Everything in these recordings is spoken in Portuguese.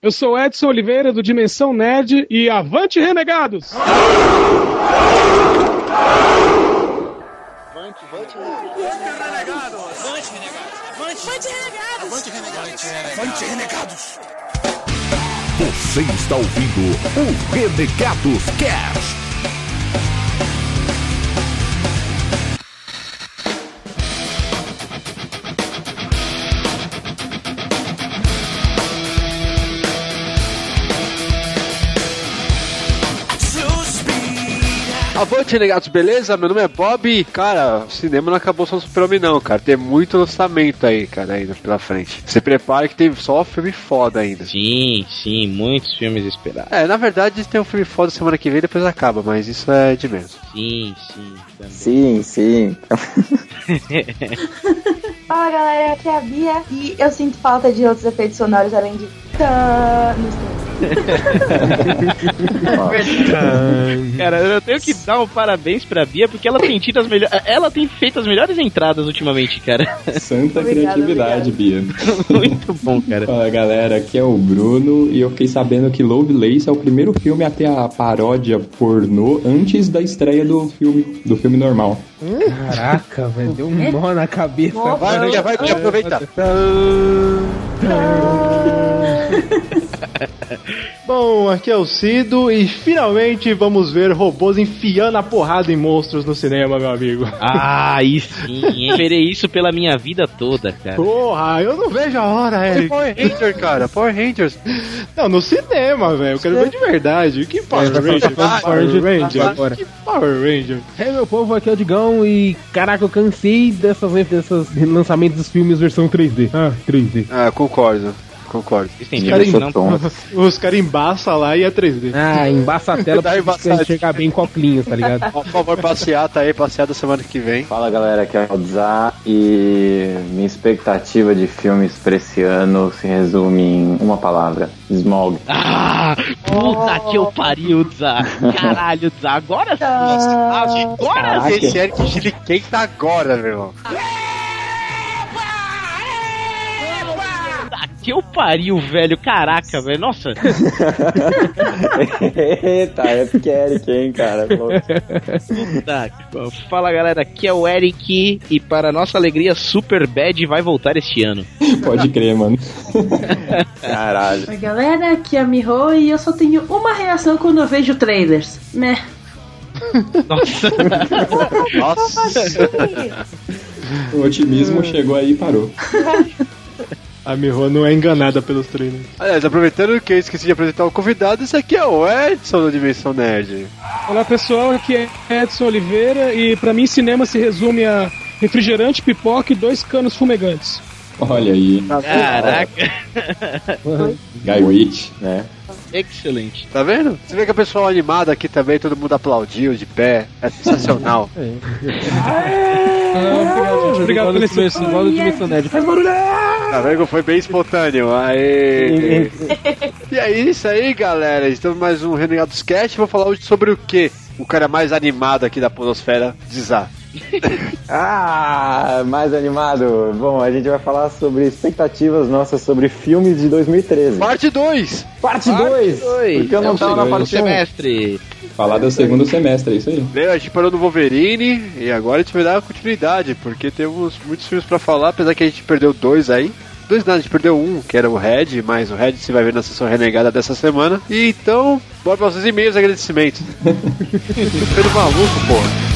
Eu sou Edson Oliveira, do Dimensão Nerd, e avante, renegados! Avante, renegados! Avante, renegados! Avante, renegados! Avante, renegados! Você está ouvindo o Renegados Cast. Avante, renegados, beleza? Meu nome é Bob e, cara, o cinema não acabou só no Super-Homem não, cara. Tem muito lançamento aí, cara, ainda pela frente. Se prepare que tem só filme foda ainda. Sim, muitos filmes esperados. Na verdade tem um filme foda semana que vem e depois acaba, mas isso é de menos. Sim, também. Sim. Fala galera, aqui é a Bia e eu sinto falta de outros efeitos sonoros além de Cara, eu tenho que dar um parabéns pra Bia porque ela tem tido ela tem feito as melhores entradas ultimamente, cara. Santa criatividade, Bia. Muito bom, cara. Fala galera, aqui é o Bruno e eu fiquei sabendo que Lovelace é o primeiro filme a ter a paródia pornô antes da estreia do filme normal. Caraca, velho, deu um nó na cabeça. Vai, aproveita. Bom, aqui é o Cido e finalmente vamos ver robôs enfiando a porrada em monstros no cinema, meu amigo. Ah, aí sim, hein? Esperei isso pela minha vida toda, cara. Porra, eu não vejo a hora, Eric. Power Rangers, cara, Power Rangers. Não, no cinema, velho, eu quero ver de verdade. Que Power Ranger? Power Ranger agora. Que Power Ranger? Meu povo, aqui é o Digão e, caraca, eu cansei desses lançamentos dos filmes versão 3D. 3D. Concordo. Os caras embaçam lá e é 3D. Embaça a tela pra você chegar bem coplinhos, tá ligado? Por favor, passeata semana que vem. Fala galera, aqui é o Zá e minha expectativa de filmes pra esse ano se resume em uma palavra: Smog. Puta que eu pariu, Zá. Caralho, Zá, agora sim. Agora sim. Esse Eric Giliquem tá agora, meu irmão. Que eu pariu, velho. Caraca, velho. Nossa. Eita, é porque é Eric, hein, cara. Puta. Fala, galera. Aqui é o Eric e, para nossa alegria, Superbad vai voltar este ano. Pode crer, mano. Caralho. Oi, galera. Aqui é a Miho e eu só tenho uma reação quando eu vejo trailers. Nossa. O otimismo chegou aí e parou. A Miho não é enganada pelos trailers. Aliás, aproveitando que eu esqueci de apresentar o convidado, esse aqui é o Edson do Dimensão Nerd. Olá pessoal, aqui é Edson Oliveira e pra mim cinema se resume a refrigerante, pipoca e 2 canos fumegantes. Olha aí. Caraca. Guy Ritchie, né? Excelente. Tá vendo? Você vê que a pessoa animada aqui também, todo mundo aplaudiu de pé. É sensacional. Obrigado pelo Igual do Dimensão Nerd. Faz barulho! Tá vendo? Foi bem espontâneo. Aê! E é isso aí, galera. Estamos mais um Renegados Cast. Vou falar hoje sobre o quê? O cara mais animado aqui da podosfera, Zá. Mais animado. Bom, a gente vai falar sobre expectativas nossas sobre filmes de 2013. Parte 2! Parte 2! Porque eu não tava na parte 1. semestre. Falar do segundo semestre, é isso aí. A gente parou no Wolverine e agora a gente vai dar continuidade, porque temos muitos filmes pra falar, apesar que a gente perdeu 2 aí. 2 nada, a gente perdeu 1, que era o Red, mas o Red você vai ver na sessão renegada dessa semana. E então, bora para os seus e-mails e agradecimentos. Tô maluco, porra.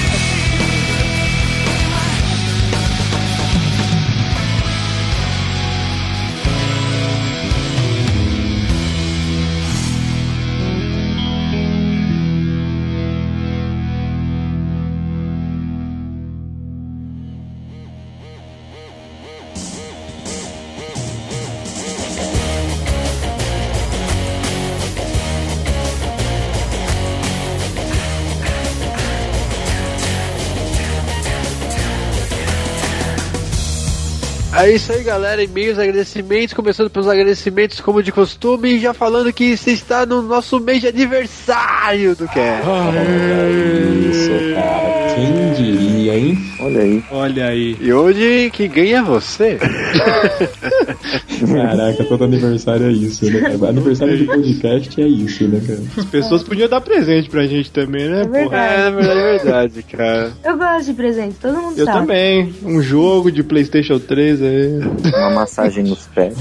É isso aí, galera, e-mails, agradecimentos, começando pelos agradecimentos como de costume, já falando que você está no nosso mês de aniversário do Cast. Isso, cara, quem diria, hein? Olha aí. Olha aí. E hoje quem ganha é você. Caraca, todo aniversário é isso, né, cara? Aniversário de podcast é isso, né, cara? As pessoas podiam dar presente pra gente também, né, porra? É verdade, cara. Eu gosto de presente, todo mundo Eu sabe. também. Um jogo de PlayStation 3 aí. Uma massagem nos pés.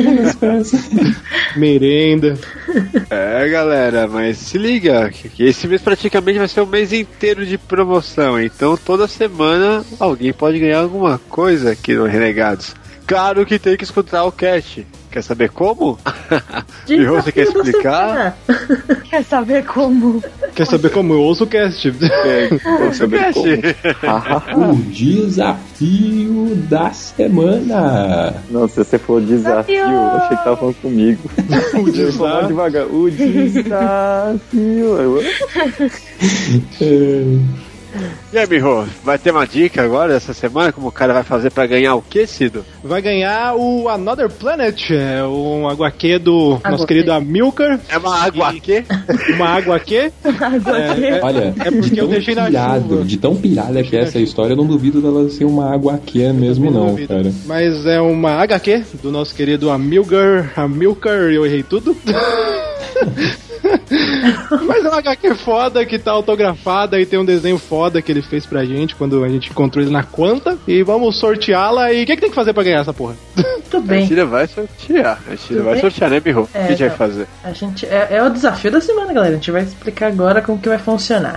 Merenda. É, galera, mas se liga, que esse mês praticamente vai ser um mês inteiro de promoção. Então toda semana alguém pode ganhar alguma coisa aqui no Renegados. Claro que tem que escutar o cast. Quer saber como? E você quer explicar? Quer saber como? Quer saber como? Eu ouço o cast. Ouça o cast. O desafio da semana. Não, se você for desafio, eu achei que tava falando comigo. O desafio. Devagar. O desafio. E aí, Miho, vai ter uma dica agora essa semana? Como o cara vai fazer pra ganhar o que, Cido? Vai ganhar o Another Planet, um aguaquê do nosso querido Amilcar. É uma aguaquê? Uma aguaquê? Olha, é porque eu deixei na chuva. De tão pirada que é essa história, eu não duvido dela ser uma água-quê mesmo não, cara. Mas é uma HQ do nosso querido Amilcar, eu errei tudo. Mas é uma HQ foda que tá autografada e tem um desenho foda que ele fez pra gente quando a gente encontrou ele na Quanta. E vamos sorteá-la. E o que tem que fazer pra ganhar essa porra? Tudo bem. A Tira vai sortear. Né, Miho? O que a gente vai fazer? A gente, é o desafio da semana, galera. A gente vai explicar agora como que vai funcionar.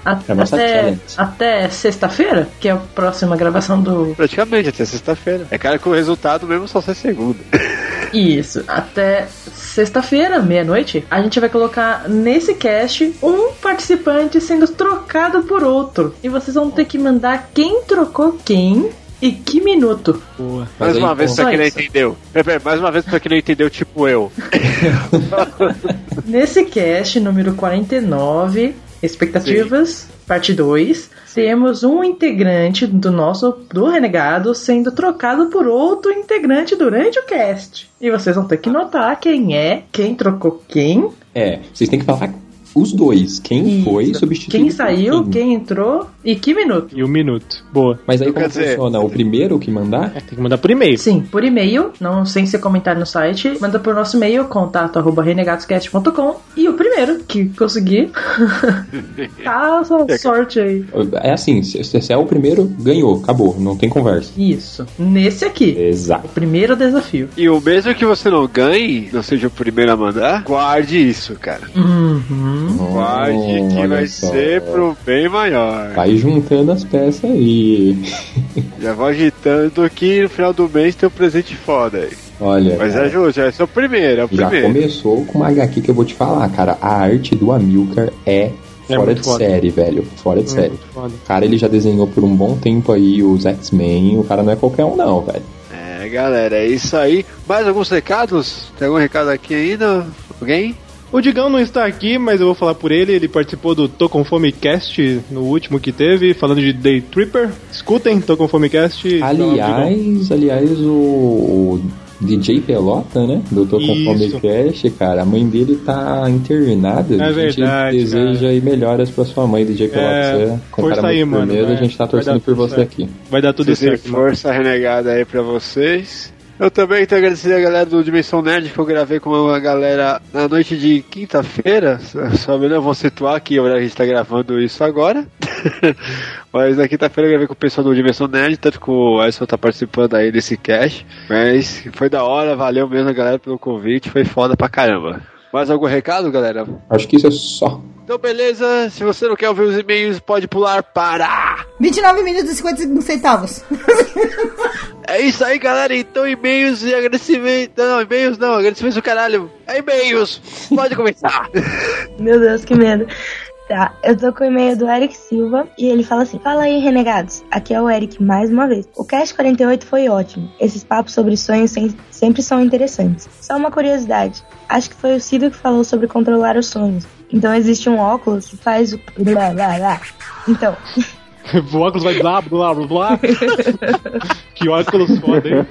Até sexta-feira, que é a próxima gravação do... Praticamente, até sexta-feira. É claro que o resultado mesmo só sai segunda. Isso, até sexta-feira, meia-noite, a gente vai colocar nesse cast um participante sendo trocado por outro. E vocês vão ter que mandar quem trocou quem e que minuto. Boa. Mais uma vez pra quem não entendeu. Mais uma vez pra quem não entendeu, tipo eu. Nesse cast, número 49... Expectativas, parte 2. Temos um integrante do Renegado sendo trocado por outro integrante durante o cast. E vocês vão ter que notar quem trocou quem. Vocês têm que falar os dois. Quem foi substituído? Quem saiu, quem entrou e que minuto. E o minuto. Boa. Mas aí como funciona? O primeiro que mandar? Tem que mandar por e-mail. Sim, por e-mail, não sem ser comentário no site. Manda por nosso e-mail, contato@renegadoscast.com. E o primeiro que conseguir. Tá, sorte aí. É assim, se é o primeiro, ganhou, acabou, não tem conversa. Isso. Nesse aqui. Exato. O primeiro desafio. E o mesmo que você não ganhe, não seja o primeiro a mandar, guarde isso, cara. Guarde que vai ser pro bem maior. Vai juntando as peças aí. Já vou agitando que no final do mês tem um presente foda aí. Olha, mas é justo, já é o primeiro, Já começou com uma HQ que eu vou te falar, cara. A arte do Amilcar é fora de série, velho. Fora de série. O cara, ele já desenhou por um bom tempo aí os X-Men. O cara não é qualquer um não, velho. É, galera, é isso aí. Mais alguns recados? Tem algum recado aqui ainda? Alguém? O Digão não está aqui, mas eu vou falar por ele. Ele participou do Tô Com Fome Cast, no último que teve, falando de Day Tripper. Escutem, Tô Com Fome Cast. Aliás, o DJ Pelota, né? Do Tô Com Fome Cast, cara. A mãe dele tá internada. É verdade, a gente deseja aí melhoras pra sua mãe, DJ Pelota. Força aí, mano. A gente tá torcendo por você aqui. Vai dar tudo certo. Força renegada aí pra vocês. Eu também quero agradecer a galera do Dimensão Nerd que eu gravei com a galera na noite de quinta-feira. Só eu vou situar que a gente tá gravando isso agora. Mas na quinta-feira eu gravei com o pessoal do Dimensão Nerd, tanto que o Edson tá participando aí desse cast. Mas foi da hora, valeu mesmo a galera pelo convite, foi foda pra caramba. Mais algum recado, galera? Acho que isso é só. Então beleza, se você não quer ouvir os e-mails, pode pular para 29 minutos e 55 centavos. É isso aí, galera. Então e-mails e agradecimentos. Não, e-mails não, agradecimentos do caralho. É e-mails, pode começar. Meu Deus, que medo. Tá, eu tô com o e-mail do Eric Silva e ele fala assim: fala aí, renegados, aqui é o Eric mais uma vez. O cast 48 foi ótimo, esses papos sobre sonhos sempre são interessantes. Só uma curiosidade, acho que foi o Cido que falou sobre controlar os sonhos. Então existe um óculos que faz o blá blá blá. Então... O óculos vai blá blá blá blá. Que óculos foda, hein?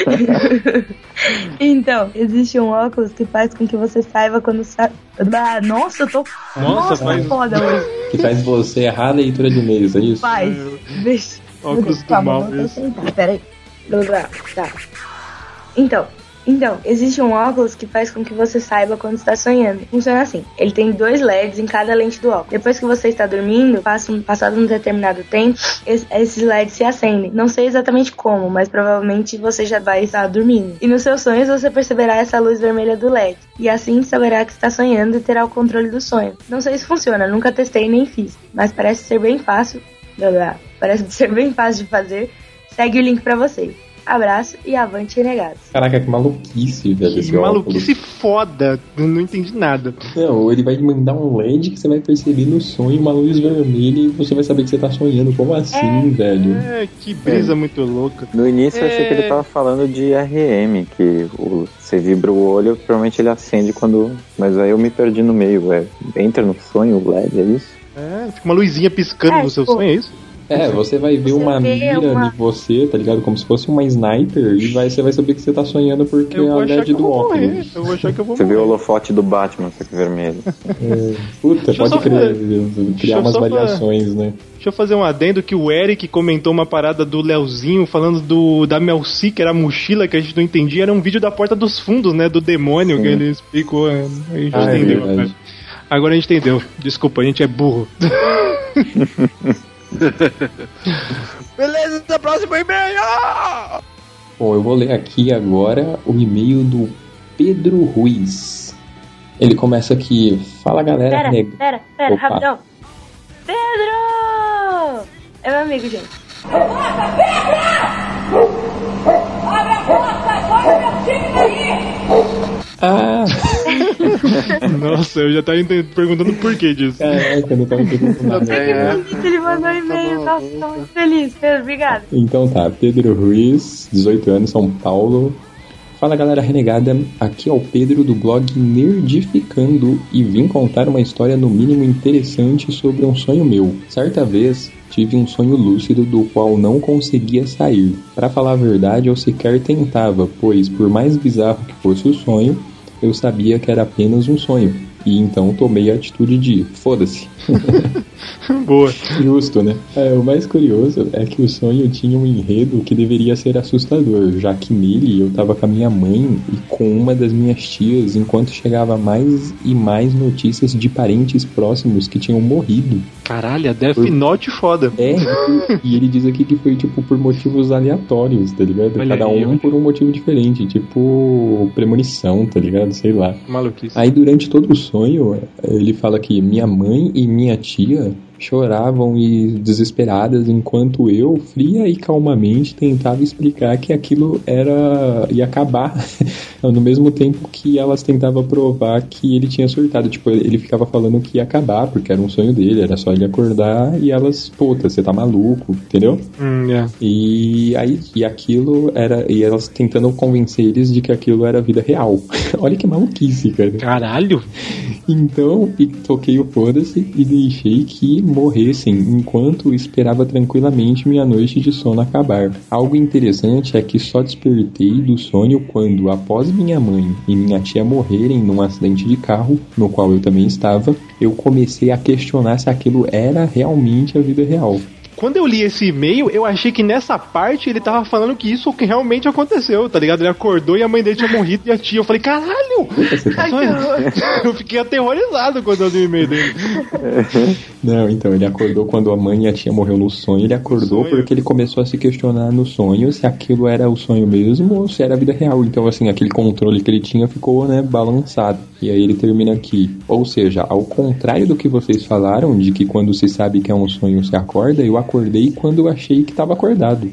Então, existe um óculos que faz com que você saiba quando sabe. Nossa, eu tô. Nossa, faz foda hoje. Que faz você errar a leitura de e-mails, é isso? Faz. Óculos do mal. Peraí. Tá. Então, existe um óculos que faz com que você saiba quando está sonhando. Funciona assim. Ele tem 2 LEDs em cada lente do óculos. Depois que você está dormindo, passado um determinado tempo, esses LEDs se acendem. Não sei exatamente como, mas provavelmente você já vai estar dormindo. E nos seus sonhos você perceberá essa luz vermelha do LED. E assim saberá que está sonhando e terá o controle do sonho. Não sei se funciona, nunca testei nem fiz. Mas parece ser bem fácil. Parece ser bem fácil de fazer. Segue o link pra vocês. Abraço e avante, renegados. Caraca, que maluquice, velho. Que maluquice foda. Não entendi nada. Não, ele vai mandar um LED que você vai perceber no sonho, uma luz vermelha, e você vai saber que você tá sonhando. Como assim, velho? Que brisa muito louca. No início eu achei que ele tava falando de RM, que você vibra o olho, provavelmente ele acende quando... Mas aí eu me perdi no meio, entra no sonho o LED, é isso? Fica uma luzinha piscando no seu sonho, é isso? Você vai ver uma mira em você, tá ligado? Como se fosse uma sniper, e você vai saber que você tá sonhando porque é a LED do óculos. Eu vou achar que eu vou Você viu o holofote do Batman, só que vermelho. Puta, pode criar umas variações, né? Deixa eu fazer um adendo que o Eric comentou uma parada do Leozinho falando da Melci, que era a mochila que a gente não entendia, era um vídeo da Porta dos Fundos, né? Do demônio. Sim. Que ele explicou. A gente entendeu. Né? Agora a gente entendeu. Desculpa, a gente é burro. Beleza, até o próximo e-mail! Bom, eu vou ler aqui agora o e-mail do Pedro Ruiz. Ele começa aqui. Fala, galera. Pera, rapidão. Pedro! É meu amigo, gente. Pedro! Abre a porta! Corre meu time daí! Nossa, eu já tava perguntando por que disso. Eu não tava entendendo nada. Ele mandou um e-mail, nossa, tô muito feliz, Pedro, obrigado. Então tá, Pedro Ruiz, 18 anos, São Paulo. Fala, galera renegada, aqui é o Pedro do blog Nerdificando e vim contar uma história no mínimo interessante sobre um sonho meu. Certa vez tive um sonho lúcido do qual não conseguia sair. Para falar a verdade, eu sequer tentava, pois por mais bizarro que fosse o sonho, eu sabia que era apenas um sonho. E então tomei a atitude de foda-se. Boa. Justo, né? O mais curioso é que o sonho tinha um enredo que deveria ser assustador, já que nele eu tava com a minha mãe e com uma das minhas tias, enquanto chegava mais e mais notícias de parentes próximos que tinham morrido. Caralho, Death Note foda. E ele diz aqui que foi tipo por motivos aleatórios, tá ligado? Cada um por um motivo diferente, tipo premonição, tá ligado? Sei lá. Maluquice. Aí durante todo o sonho, ele fala que minha mãe e minha tia choravam e desesperadas, enquanto eu, fria e calmamente, tentava explicar que aquilo ia acabar, no mesmo tempo que elas tentavam provar que ele tinha surtado. Tipo, ele ficava falando que ia acabar, porque era um sonho dele, era só ele acordar, e elas, puta, você tá maluco, entendeu? Yeah. E aquilo era, e elas tentando convencer eles de que aquilo era vida real. Olha que maluquice, cara. Caralho! Então, toquei o foda-se e deixei que morressem enquanto esperava tranquilamente minha noite de sono acabar. Algo interessante é que só despertei do sonho quando, após minha mãe e minha tia morrerem num acidente de carro, no qual eu também estava, eu comecei a questionar se aquilo era realmente a vida real. Quando eu li esse e-mail, eu achei que nessa parte ele tava falando que isso realmente aconteceu, tá ligado? Ele acordou e a mãe dele tinha morrido e a tia. Eu falei, caralho! Eu fiquei aterrorizado quando eu li o e-mail dele. Não, então, ele acordou quando a mãe e a tia morreu no sonho. Ele acordou porque ele começou a se questionar no sonho se aquilo era o sonho mesmo ou se era a vida real. Então, assim, aquele controle que ele tinha ficou, né, balançado. E aí ele termina aqui. Ou seja, ao contrário do que vocês falaram, de que quando se sabe que é um sonho se acorda, eu acordei quando eu achei que estava acordado.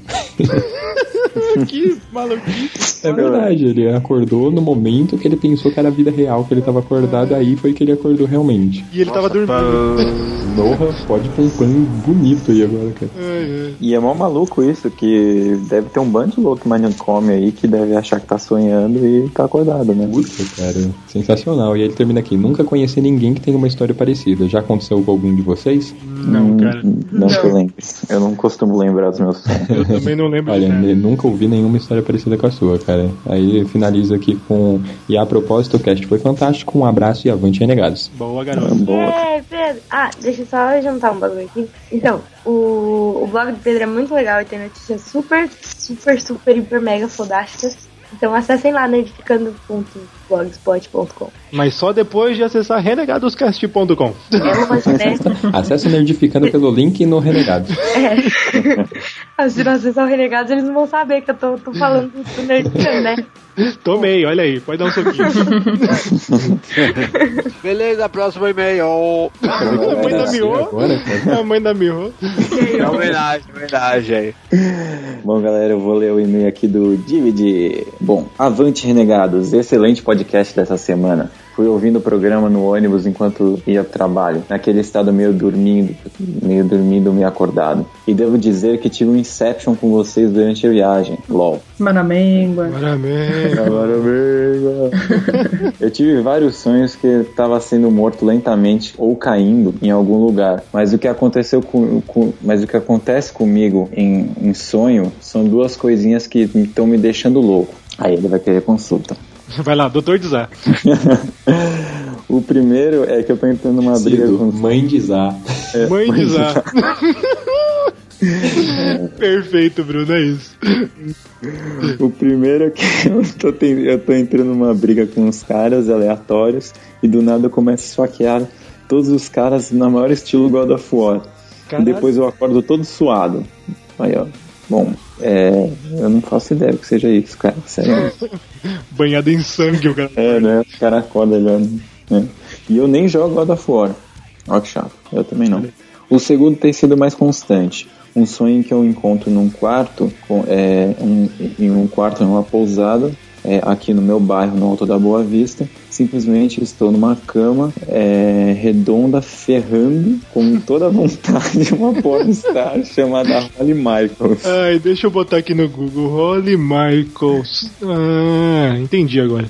Que maluquice. É verdade, ele acordou no momento que ele pensou que era a vida real, que ele estava acordado, aí foi que ele acordou realmente. E ele tava dormindo. Nossa, pode pôr um pano bonito aí agora, cara. E é mó maluco isso, que deve ter um bando de louco manicômio aí que deve achar que tá sonhando e tá acordado, né? Puta, cara, sensacional. E aí ele termina aqui, nunca conheci ninguém que tenha uma história parecida. Já aconteceu com algum de vocês? Não, cara. Não que eu lembre. Eu não costumo lembrar dos meus sonhos. Eu também não lembro. Olha, nunca ouvi vi nenhuma história parecida com a sua, cara. Aí finalizo aqui com... E a propósito, o cast foi fantástico. Um abraço e avante, renegados. Boa, garoto. Pedro. Deixa eu só juntar um bagulho aqui. Então, o blog do Pedro é muito legal e tem notícias super, hiper, mega fodásticas. Então acessem lá nerdificando.blogspot.com. Mas só depois de acessar renegadoscast.com. Acesse o Nerdificando pelo link no Renegados. Se não acessar o Renegados, eles não vão saber que eu tô falando do Nerdificando, né? Tomei, olha aí, pode dar um soquinho. Beleza, próximo e-mail. A mãe da Miho. É homenagem aí. Bom, galera, eu vou ler o e-mail aqui do DVD. Bom, avante, renegados. Excelente podcast dessa semana. Fui ouvindo o programa no ônibus enquanto ia pro trabalho, naquele estado meio dormindo, meio acordado. E devo dizer que tive um Inception com vocês durante a viagem. LOL. Manamengua. Eu tive vários sonhos que eu estava sendo morto lentamente ou caindo em algum lugar. Mas o que acontece comigo em sonho são duas coisinhas que estão me deixando louco. Aí ele vai querer consulta. Vai lá, doutor de Zá. O primeiro é que eu tô entrando numa briga com... Mãe de Zá. Mãe de Zá. Perfeito, Bruno, é isso. O primeiro é que eu tô entrando numa briga com uns caras aleatórios e do nada eu começo a esfaquear todos os caras na maior estilo God of War. E depois eu acordo todo suado. Aí, ó. Bom, eu não faço ideia do que seja isso, cara. Sério. Banhado em sangue, o cara. Né? O cara acorda já. Né? E eu nem jogo God of War. Ó que chato. Eu também não. O segundo tem sido mais constante. Um sonho que eu encontro num quarto, numa pousada, aqui no meu bairro, no Alto da Boa Vista. Simplesmente estou numa cama redonda, ferrando com toda a vontade uma pornstar chamada Holly Michaels. Ai, deixa eu botar aqui no Google. Holly Michaels. Entendi agora.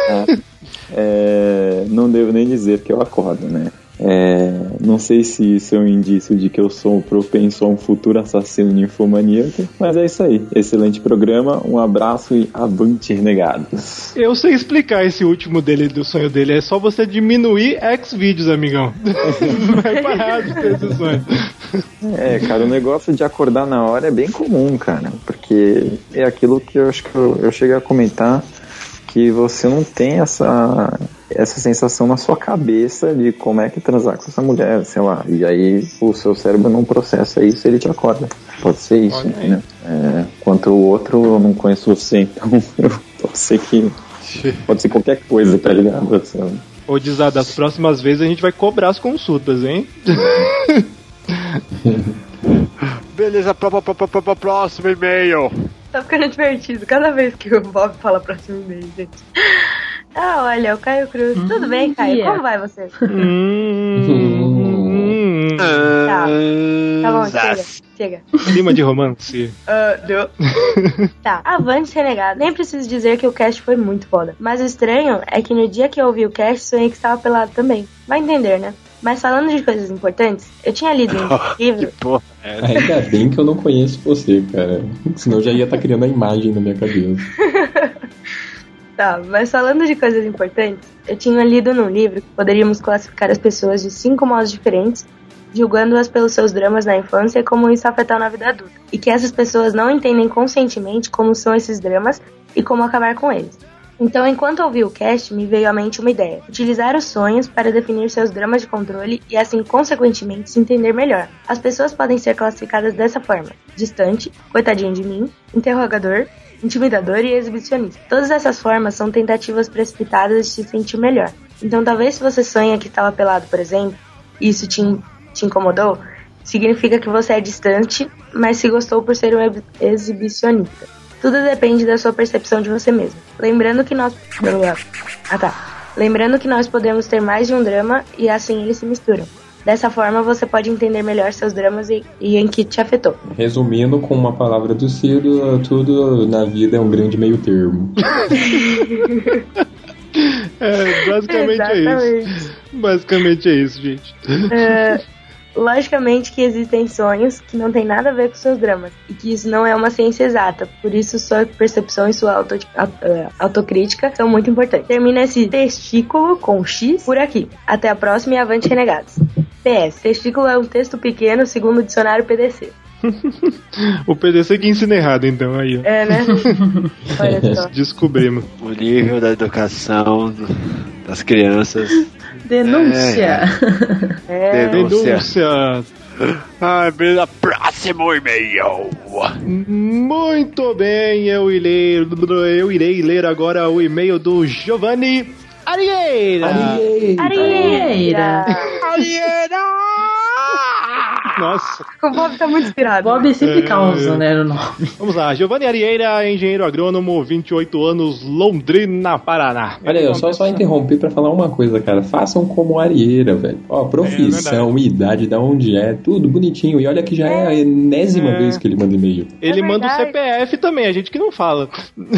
Não devo nem dizer que eu acordo, né? Não sei se isso é um indício de que eu sou propenso a um futuro assassino ninfomaníaco, mas é isso aí. Excelente programa, um abraço e avante, renegados. Eu sei explicar esse último do sonho dele. É só você diminuir Xvideos, amigão. Vai parar de ter esse sonho. Cara, o negócio de acordar na hora é bem comum, cara, porque é aquilo que eu acho que eu cheguei a comentar, que você não tem essa sensação na sua cabeça de como é que transar com essa mulher, sei lá, e aí o seu cérebro não processa isso e ele te acorda. Pode ser isso, né? Quanto o outro, eu não conheço você, então pode ser qualquer coisa, tá ligado? Ô, Dizá, das próximas vezes a gente vai cobrar as consultas, hein? Beleza, próximo e-mail. Tá ficando divertido cada vez que o Bob fala próximo e-mail, gente. Olha, o Caio Cruz. Tudo bem, Caio? Como vai você? Tá bom, chega. Clima de romance. Deu. Tá, avante, renegado. Nem preciso dizer que o cast foi muito foda. Mas o estranho é que no dia que eu ouvi o cast, sonhei que estava pelado também. Vai entender, né? Mas falando de coisas importantes, eu tinha lido um livro... Que porra é essa? Ainda bem que eu não conheço você, cara. Senão eu já ia estar criando a imagem na minha cabeça. Tá, mas falando de coisas importantes, eu tinha lido num livro que poderíamos classificar as pessoas de 5 modos diferentes, julgando-as pelos seus dramas na infância e como isso afetar na vida adulta. E que essas pessoas não entendem conscientemente como são esses dramas e como acabar com eles. Então, enquanto ouvi o cast, me veio à mente uma ideia. Utilizar os sonhos para definir seus dramas de controle e assim, consequentemente, se entender melhor. As pessoas podem ser classificadas dessa forma: distante, coitadinho de mim, interrogador, intimidador e exibicionista. Todas essas formas são tentativas precipitadas de se sentir melhor. Então, talvez se você sonha que estava pelado, por exemplo, e isso te incomodou, significa que você é distante, mas se gostou por ser um exibicionista. Tudo depende da sua percepção de você mesmo. Lembrando que nós podemos ter mais de um drama e assim eles se misturam. Dessa forma você pode entender melhor seus dramas e em que te afetou. Resumindo com uma palavra do Ciro, tudo na vida é um grande meio termo. Basicamente é isso. Basicamente é isso, gente. Logicamente que existem sonhos que não tem nada a ver com seus dramas, e que isso não é uma ciência exata, por isso sua percepção e sua autocrítica são muito importantes. Termina esse testículo com X por aqui. Até a próxima e avante, renegados. PS, testículo é um texto pequeno segundo o dicionário PDC. O PDC que ensina errado, então, aí, ó. É, né? Olha só. Descobrimos. O nível da educação das crianças. Denúncia. Denúncia. Ai, beleza. Próximo e-mail. Muito bem, eu irei ler agora o e-mail do Giovanni Arieira. Nossa. O Bob tá muito inspirado. Bob sempre causa, né, no nome. Vamos lá, Giovanni Arieira, engenheiro agrônomo, 28 anos, Londrina, Paraná. Olha aí, eu só interrompi pra falar uma coisa, cara. Façam como Arieira, velho. Ó, profissão, idade, da onde é, tudo bonitinho. E olha que já é a enésima vez que ele manda e-mail. Ele manda o CPF também, a gente que não fala.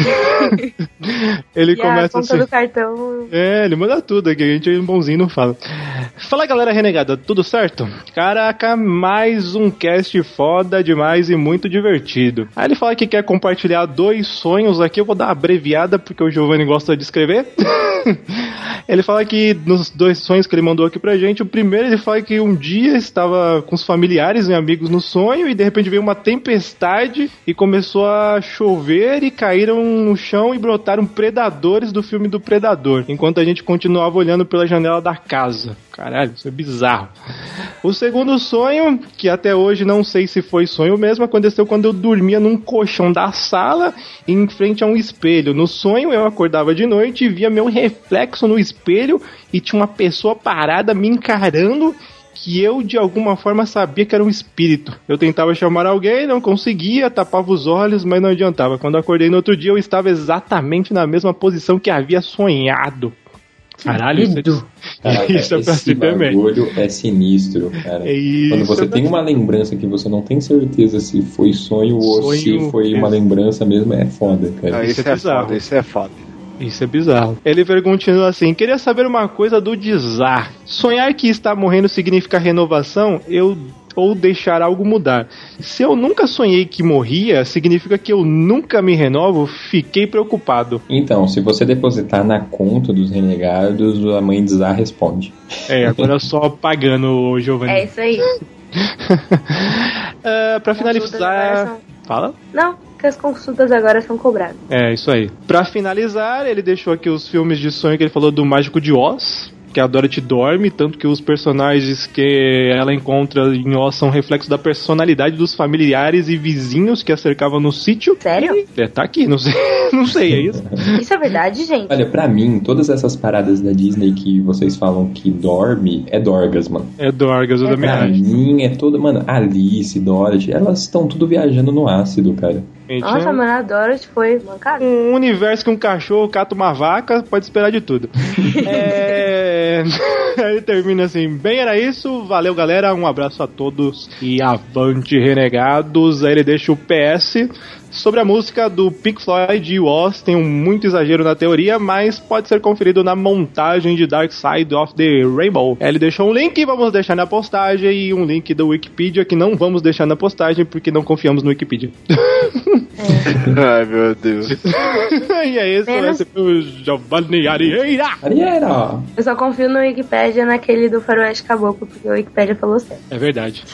Ele começa assim. Do cartão. Ele manda tudo aqui, a gente é bonzinho não fala. Fala, galera renegada, tudo certo? Caraca, mais um cast foda demais e muito divertido. Aí ele fala que quer compartilhar 2 sonhos aqui, eu vou dar uma abreviada porque o Giovanni gosta de escrever. Ele fala que nos 2 sonhos que ele mandou aqui pra gente, o primeiro ele fala que um dia estava com os familiares e amigos no sonho e de repente veio uma tempestade e começou a chover e caíram no chão e brotaram predadores do filme do Predador, enquanto a gente continuava olhando pela janela da casa. Caralho, isso é bizarro. O segundo sonho, que até hoje não sei se foi sonho mesmo, aconteceu quando eu dormia num colchão da sala em frente a um espelho. No sonho eu acordava de noite e via meu reflexo no espelho e tinha uma pessoa parada me encarando que eu de alguma forma sabia que era um espírito. Eu tentava chamar alguém, não conseguia, tapava os olhos, mas não adiantava. Quando acordei no outro dia eu estava exatamente na mesma posição que havia sonhado. Caralho, isso é pra se temer. Esse bagulho é sinistro, cara. Quando você tem uma lembrança que você não tem certeza se foi sonho ou se foi uma lembrança mesmo, é foda, cara. Isso é bizarro. Isso é foda. Isso é bizarro. Ele continua assim: queria saber uma coisa do Dizar. Sonhar que está morrendo significa renovação? Ou deixar algo mudar. Se eu nunca sonhei que morria, significa que eu nunca me renovo? Fiquei preocupado. Então, se você depositar na conta dos renegados, a mãe de Zá responde. Agora só pagando, Giovanni. É isso aí. Pra finalizar... Fala? Não, que as consultas agora são cobradas. É, isso aí. Pra finalizar, ele deixou aqui os filmes de sonho que ele falou do Mágico de Oz, que a Dorothy dorme, tanto que os personagens que ela encontra em Oz são reflexos da personalidade dos familiares e vizinhos que a cercavam no sítio. Sério? Tá aqui, não sei, é isso? Isso é verdade, gente? Olha, pra mim, todas essas paradas da Disney que vocês falam que dorme, é Dorgas, mano. É Dorgas, eu também acho. Pra mim, é toda, mano, Alice, Dorothy, elas estão tudo viajando no ácido, cara. Nossa, mano, a Dorothy foi mancada. Um universo que um cachorro cata uma vaca, pode esperar de tudo. Aí termina assim: bem, era isso, valeu galera, um abraço a todos e avante renegados. Aí ele deixa o PS sobre a música do Pink Floyd e Oz. Tem muito exagero na teoria, mas pode ser conferido na montagem de Dark Side of the Rainbow. Aí ele deixou um link, vamos deixar na postagem, e um link do Wikipedia que não vamos deixar na postagem porque não confiamos no Wikipedia. Ai, meu Deus. E é isso, esse foi o Giovanni Arieira. Eu só confio no Wikipedia naquele do Faroeste Caboclo, porque o Wikipedia falou certo. É verdade.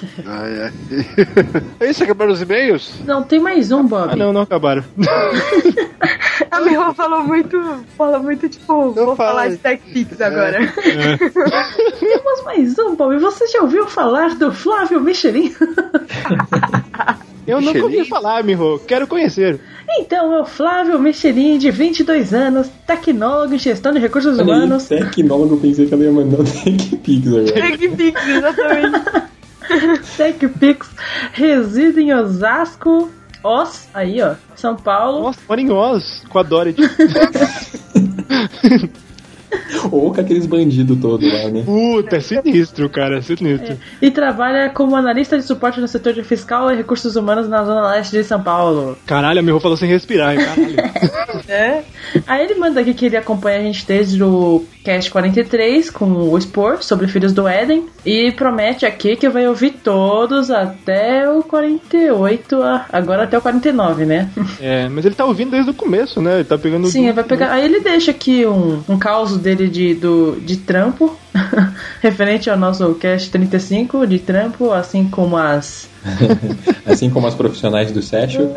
É isso, acabaram os e-mails? Não, tem mais um, Bob. Não acabaram. A minha irmã falou muito, tipo, vou falar de TechPix agora. Temos mais um, Bob. Você já ouviu falar do Flávio Michelin? Eu nunca ouvi falar, Miho. Quero conhecer. Então, é o Flávio Michelin, de 22 anos, tecnólogo em gestão de recursos humanos. Tecnólogo, pensei que ela ia mandar o TechPix agora. TechPix, exatamente. TechPix reside em Osasco, Oz, aí ó, São Paulo. Nossa, mora em Oz, com a Dorothy. Ou com aqueles bandidos todos lá, né? Puta, é sinistro, cara, é sinistro. E trabalha como analista de suporte no setor de fiscal e recursos humanos na Zona Leste de São Paulo. Caralho, a minha roupa falou sem respirar, hein, caralho. Aí ele manda aqui que ele acompanha a gente desde o Cast 43 com o Spor sobre Filhos do Éden. E promete aqui que vai ouvir todos até o 48, agora até o 49, né? Mas ele tá ouvindo desde o começo, né? Ele tá pegando... Sim, ele vai pegar... Aí ele deixa aqui um caos dele de trampo, referente ao nosso Cast 35 de trampo, assim como as profissionais do Session.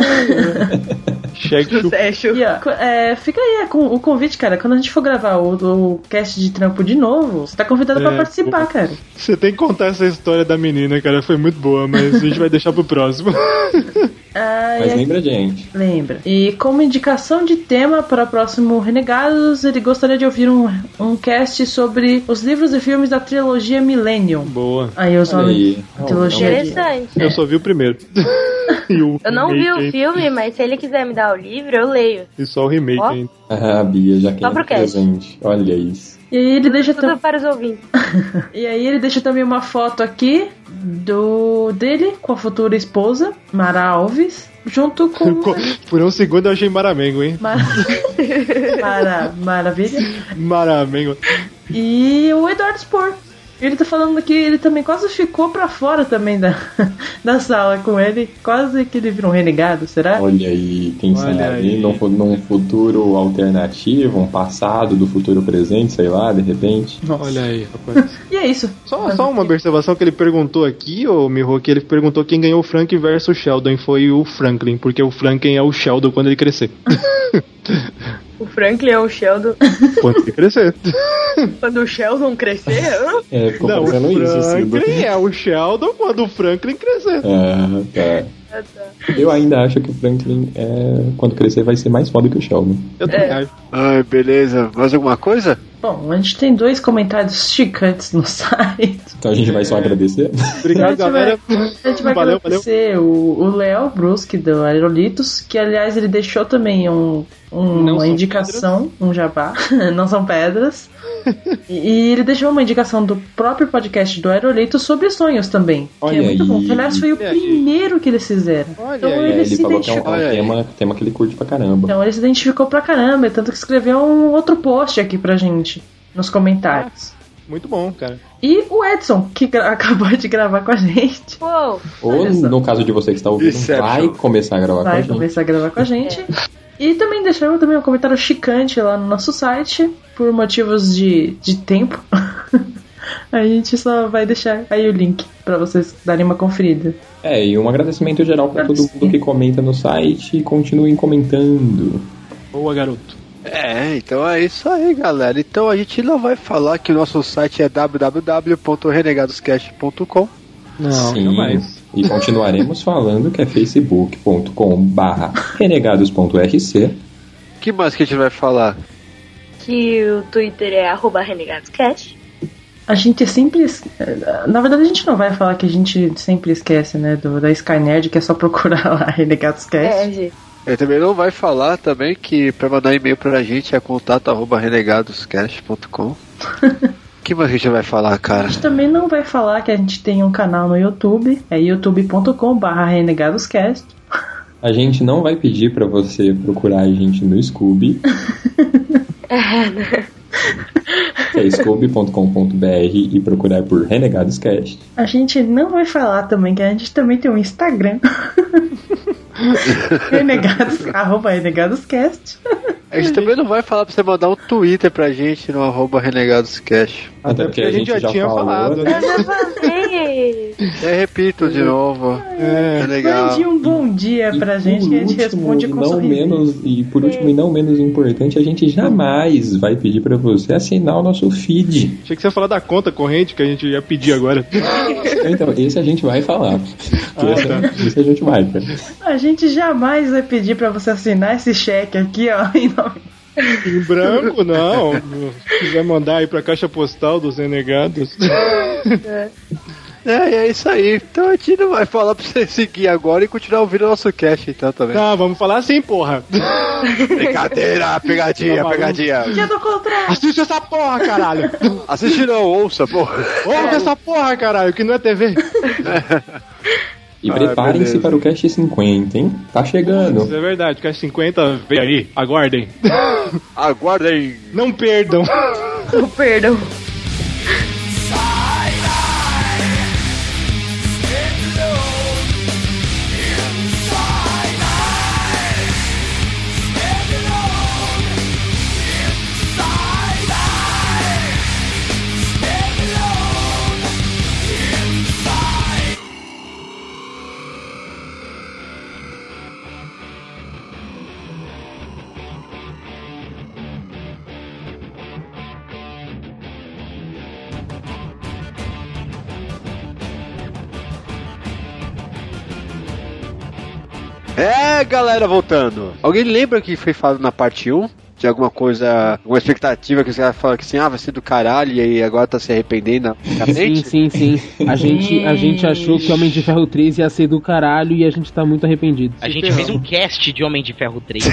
Fica aí com o convite, cara. Quando a gente for gravar o cast de trampo de novo, você tá convidado pra participar, cara. Você tem que contar essa história da menina, cara. Foi muito boa, mas a gente vai deixar pro próximo. Mas lembra, gente. Lembra. E como indicação de tema para o próximo Renegados, ele gostaria de ouvir um cast sobre os livros e filmes da trilogia Millennium. Boa. Aí os nomes. Interessante. Eu só vi o primeiro. Eu não vi o filme, mas se ele quiser me dar o livro, eu leio. E só o remake ainda. A Bia já quer presente. Olha isso. E aí ele deixa tudo para os ouvintes. E aí ele deixa também uma foto aqui dele com a futura esposa, Mara Alves, junto com... Por um segundo eu achei Maramengo, hein? Maravilha. Maramengo. E o Eduardo Spor. Ele tá falando que ele também quase ficou pra fora também da sala com ele. Quase que ele virou um renegado, será? Olha aí, quem sabe? Num futuro alternativo, um passado do futuro presente, sei lá, de repente. Nossa. Olha aí, rapaz. E é isso. Só uma observação que ele perguntou aqui, ô Miho, que ele perguntou quem ganhou o Frank versus o Sheldon. Foi o Franklin, porque o Franklin é o Sheldon quando ele crescer. O Franklin é o Sheldon. Quando ele crescer. Quando o Sheldon crescer? Ficou não, o Franklin isso, é o Sheldon quando o Franklin crescer. Tá. Eu ainda acho que o Franklin, quando crescer, vai ser mais foda que o Sheldon. Eu também acho. Ai, beleza. Mais alguma coisa? Bom, a gente tem 2 comentários chicantes no site. Então a gente vai só agradecer? Obrigado, galera. A gente vai agradecer o Léo Bruschi do Aerolitos, que aliás ele deixou também uma indicação, um jabá, não são pedras. E ele deixou uma indicação do próprio podcast do Aerolitos sobre sonhos também. Olha, que é muito bom. Que, aliás, foi o primeiro que eles fizeram. Então ele falou que é um tema que ele curte pra caramba. Então ele se identificou pra caramba, tanto que escreveu um outro post aqui pra gente, nos comentários. Muito bom, cara. E o Edson, que acabou de gravar com a gente. Uou. Ou, no caso de você que está ouvindo, vai começar a gravar com a gente. Vai começar a gravar com a gente. E também deixamos um comentário chicante lá no nosso site, por motivos de tempo. A gente só vai deixar aí o link pra vocês darem uma conferida. E um agradecimento geral pra todo mundo que comenta no site e continuem comentando. Boa, garoto. Então é isso aí, galera. Então a gente não vai falar que o nosso site é www.renegadoscast.com. Não, jamais. E continuaremos falando que é facebook.com/renegados.rc. Que mais que a gente vai falar? Que o Twitter é @renegadoscast. A gente sempre... Na verdade a gente não vai falar que a gente sempre esquece, né, da Skynerd, que é só procurar lá Renegadoscast. gente. Ele também não vai falar também que pra mandar e-mail pra gente é contato@renegadoscast.com. Que mais a gente vai falar, cara? A gente também não vai falar que a gente tem um canal no YouTube, é youtube.com/renegadoscast. A gente não vai pedir pra você procurar a gente no Scooby. Que é scooby.com.br e procurar por Renegadoscast. A gente não vai falar também que a gente também tem um Instagram. @renegadoscast. A gente também não vai falar pra você mandar um Twitter pra gente no @renegadoscast. Até porque a gente já tinha falado. Eu já falei. Repito de novo. É legal. Mande um bom dia pra gente que a gente responde com sorriso. E por último e não menos importante, a gente jamais vai pedir pra você assinar o nosso feed. Achei que você ia falar da conta corrente que a gente ia pedir agora. Então, esse a gente vai falar. Esse a gente vai, cara. A gente jamais vai pedir pra você assinar esse cheque aqui, ó, em nome... Em branco, não. Se quiser mandar aí pra caixa postal dos Renegados. É isso aí. Então a gente não vai falar pra você seguir agora e continuar ouvindo o nosso cast, então, também. Não, vamos falar assim, porra. Brincadeira, pegadinha. Que do contrário. Assiste essa porra, caralho. Assiste não, ouça, porra. Ouça essa porra, caralho, que não é TV. E preparem-se para o Cast 50, hein? Tá chegando. Isso é verdade, o Cast 50 vem aí. Aguardem. Aguardem. Não perdam. Perdão. Galera, voltando. Alguém lembra que foi falado na parte 1? De alguma coisa, alguma expectativa que os caras falaram que assim, vai ser do caralho e aí agora tá se arrependendo? Sim. A gente achou que Homem de Ferro 3 ia ser do caralho e a gente tá muito arrependido. A gente fez um cast de Homem de Ferro 3.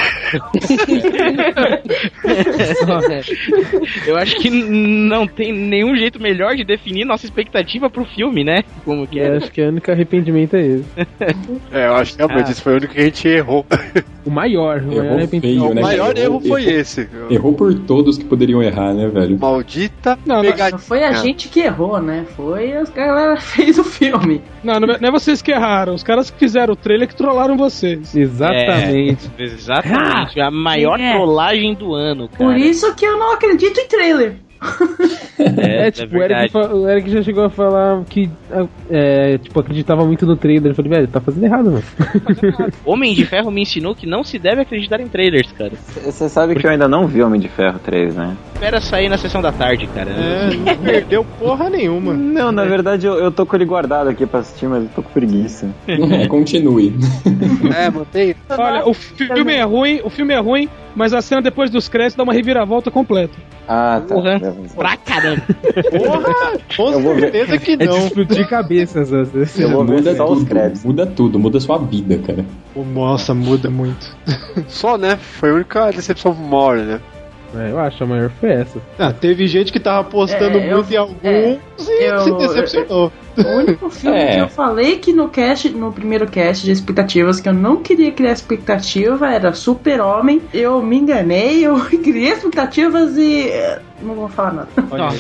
Eu acho que não tem nenhum jeito melhor de definir nossa expectativa pro filme, né? Como que é? Acho que o único arrependimento é esse. Eu acho que realmente esse foi o único que a gente errou. O maior arrependimento. O maior erro foi esse. Errou por todos que poderiam errar, né, velho? Maldita pegadinha. Não foi a gente que errou, né? Foi a galera que fez o filme. Não é vocês que erraram. Os caras que fizeram o trailer que trollaram vocês. Exatamente. Exatamente. A maior trollagem do ano, cara. Por isso que eu não acredito em trailer. Tipo, o Eric já chegou a falar que acreditava muito no trailer. Eu falei, velho, tá fazendo errado, mano. Homem de Ferro me ensinou que não se deve acreditar em trailers, cara. Você sabe que eu ainda não vi Homem de Ferro 3, né? Espera sair na sessão da tarde, cara. Não perdeu porra nenhuma. Não, na verdade eu tô com ele guardado aqui pra assistir, mas eu tô com preguiça. Continue. Mantém. Olha, o filme é ruim, mas a cena depois dos créditos dá uma reviravolta completa. Ah, tá. Porra, pra caramba. Porra, com certeza que não. É de explodir cabeças. Eu vou ver só os créditos. Muda tudo, muda sua vida, cara. Nossa, muda muito. Só, né? Foi a única decepção maior, né? Eu acho a maior foi essa. Teve gente que tava apostando muito em alguns e se decepcionou. O único filme que eu falei que no primeiro cast de expectativas que eu não queria criar expectativa era Super-Homem. Eu me enganei, eu criei expectativas e não vou falar nada.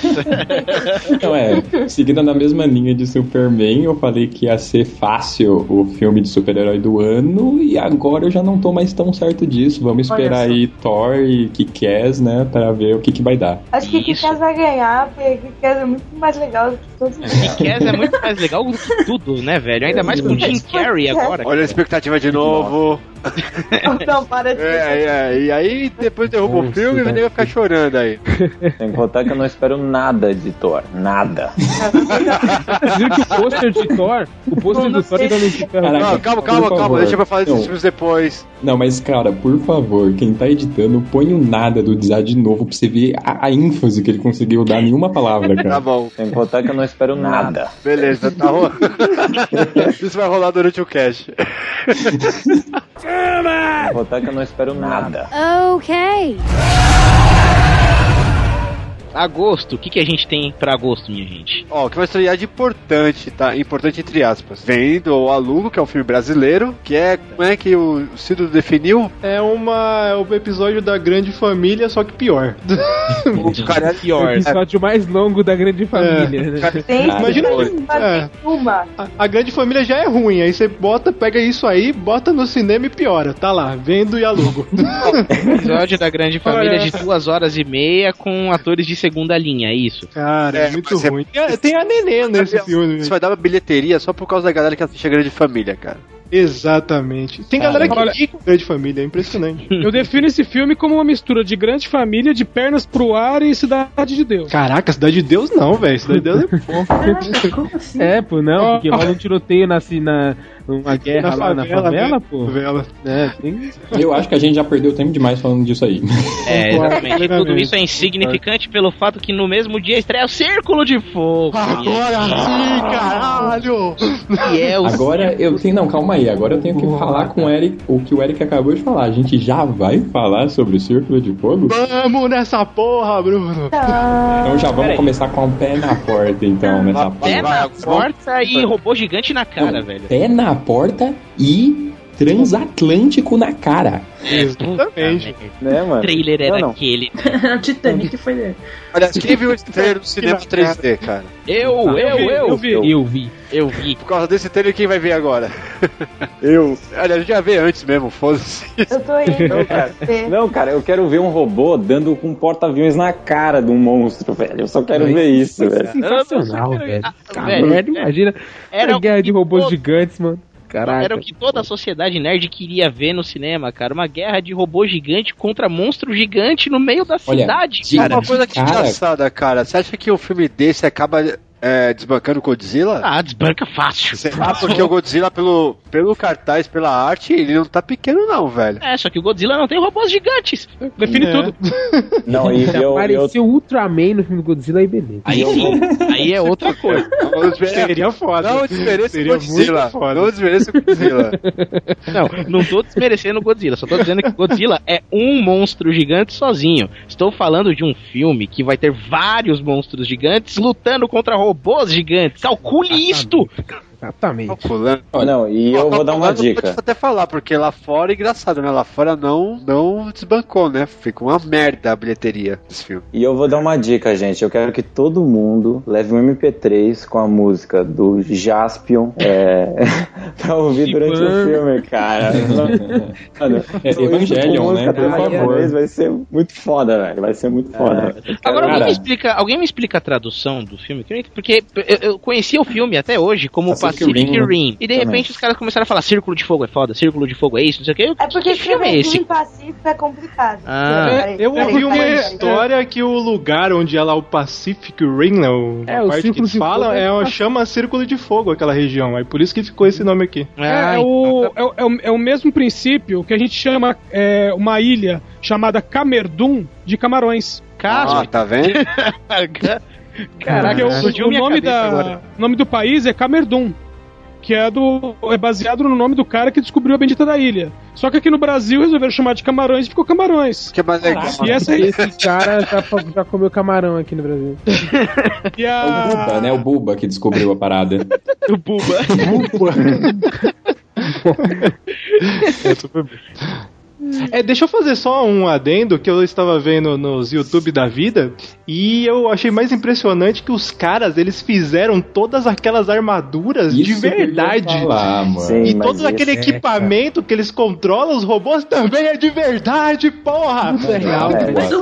Então seguindo na mesma linha de Superman, eu falei que ia ser fácil o filme de super-herói do ano e agora eu já não tô mais tão certo disso. Vamos esperar aí Thor e Kick-Ass, né, pra ver o que vai dar. Acho que Kick-Ass vai ganhar, porque Kick-Ass é muito mais legal do que todos os outros. Kick-Ass é muito mais legal do que tudo, né, velho? Ainda mais com o Jim Carrey agora. Olha a expectativa de novo. Não, para de E aí depois derruba o filme e vai ficar chorando aí. Sem contar que eu não espero nada de Thor. Nada. Vocês viram que o pôster de Thor, do Thor ainda não se ferra. Não, calma, deixa eu falar desses filmes depois. Não, mas cara, por favor, quem tá editando, põe o nada do Dizar de novo pra você ver a ênfase que ele conseguiu dar em uma palavra, cara. Tá bom. Sem contar que eu não espero nada. Beleza, tá rolando. Isso vai rolar durante o cast. Sem contar que eu não espero nada. Ok. Agosto, o que a gente tem pra agosto, minha gente? O que vai estrear de importante, tá? Importante entre aspas. Vem do Aluno, que é um filme brasileiro, que é, como é que o Cido definiu? É o episódio da Grande Família, só que pior. O cara é pior. O episódio mais longo da Grande Família, né? Imagina a Grande Família já é ruim, aí você pega isso aí, bota no cinema e piora. Tá lá, vendo e alugo. Episódio da Grande Família de 2h30 com atores de segunda linha, é isso? Cara, é muito ruim. Tem a Nenê nesse filme. Isso vai dar uma bilheteria só por causa da galera que assiste a Grande Família, cara. Exatamente. Tem galera que liga Grande Família, é impressionante. Eu defino esse filme como uma mistura de Grande Família, de Pernas pro Ar e Cidade de Deus. Caraca, Cidade de Deus não, velho. Cidade de Deus é bom. Como assim? Não, porque rola um tiroteio numa guerra lá na favela, pô. Eu acho que a gente já perdeu tempo demais falando disso aí. Exatamente. Tudo isso é insignificante pelo fato que no mesmo dia estreia o Círculo de Fogo. Agora sim, caralho! Agora eu tenho... Não, calma aí. Agora eu tenho que falar com o Eric, o que o Eric acabou de falar. A gente já vai falar sobre o Círculo de Fogo? Vamos nessa porra, Bruno! Então já vamos começar com o pé na porta, então. Nessa pé na porta e robô gigante na cara, velho. Pé na porta e transatlântico na cara. Exatamente. Né, mano? O trailer era aquele. O Titanic foi dele. Aliás, quem viu esse trailer no cinema 3D, cara? Eu vi. Por causa desse trailer, quem vai ver agora? Eu. Aliás, já vê antes mesmo, foda-se. Eu tô indo. Não, cara, eu quero ver um robô dando com um porta-aviões na cara de um monstro, velho. Eu só quero ver isso, velho. Sensacional, velho. Velho, Imagina era a guerra de robôs todo- gigantes, mano. Caraca. Era o que toda a sociedade nerd queria ver no cinema, cara. Uma guerra de robô gigante contra monstro gigante no meio da Olha, cidade, sim, cara. Uma coisa que é engraçada, cara. Você acha que um filme desse acaba desbancando o Godzilla? Ah, desbanca fácil. Ah, porque o Godzilla, pelo cartaz, pela arte, ele não tá pequeno não, velho. É, só que o Godzilla não tem robôs gigantes. Define tudo. Não, e Apareceu o Ultraman no filme do Godzilla e beleza. Aí sim, aí é outra coisa. Seria foda. Não desmereça o Seria Godzilla. muito foda. Não desmereça o Godzilla. Não tô desmerecendo o Godzilla, só tô dizendo que Godzilla é um monstro gigante sozinho. Estou falando de um filme que vai ter vários monstros gigantes lutando contra robôs gigantes. Calcule isto! Exatamente. Calculando. Não, e eu vou dar uma dica. Pode até falar, porque lá fora é engraçado, né? Lá fora não desbancou, né? Fica uma merda a bilheteria desse filme. E eu vou dar uma dica, gente. Eu quero que todo mundo leve um MP3 com a música do Jaspion pra ouvir durante o filme, cara. Mano, Evangelion, né? Por favor. Vai ser muito foda, velho. Vai ser muito foda. Agora, Cara, alguém me explica a tradução do filme? Porque eu conhecia o filme até hoje como Pacific Rim. E de repente os caras começaram a falar Círculo de Fogo é foda, Círculo de Fogo é isso, não sei o que. É porque que filme é esse? em Pacífico é complicado. Eu ouvi uma história que o lugar onde é lá o Pacific Rim, né, a o parte Círculo que de fala, Fogo chama Círculo de Fogo aquela região. Aí por isso que ficou esse nome aqui. É o mesmo princípio que a gente chama uma ilha chamada Camerdum de camarões. Ah, tá vendo? Caraca, o nome do país é Camerdum, que é baseado no nome do cara que descobriu a bendita da ilha. Só que aqui no Brasil resolveram chamar de Camarões e ficou Camarões. Que é mais legal. E Esse cara já comeu camarão aqui no Brasil. E É o Buba, né? O Buba que descobriu a parada. O Buba. Deixa eu fazer só um adendo que eu estava vendo nos YouTube da vida e eu achei mais impressionante que os caras, eles fizeram todas aquelas armaduras de verdade. Sim, e todo aquele equipamento que eles controlam, os robôs também é de verdade, porra! Tudo é real.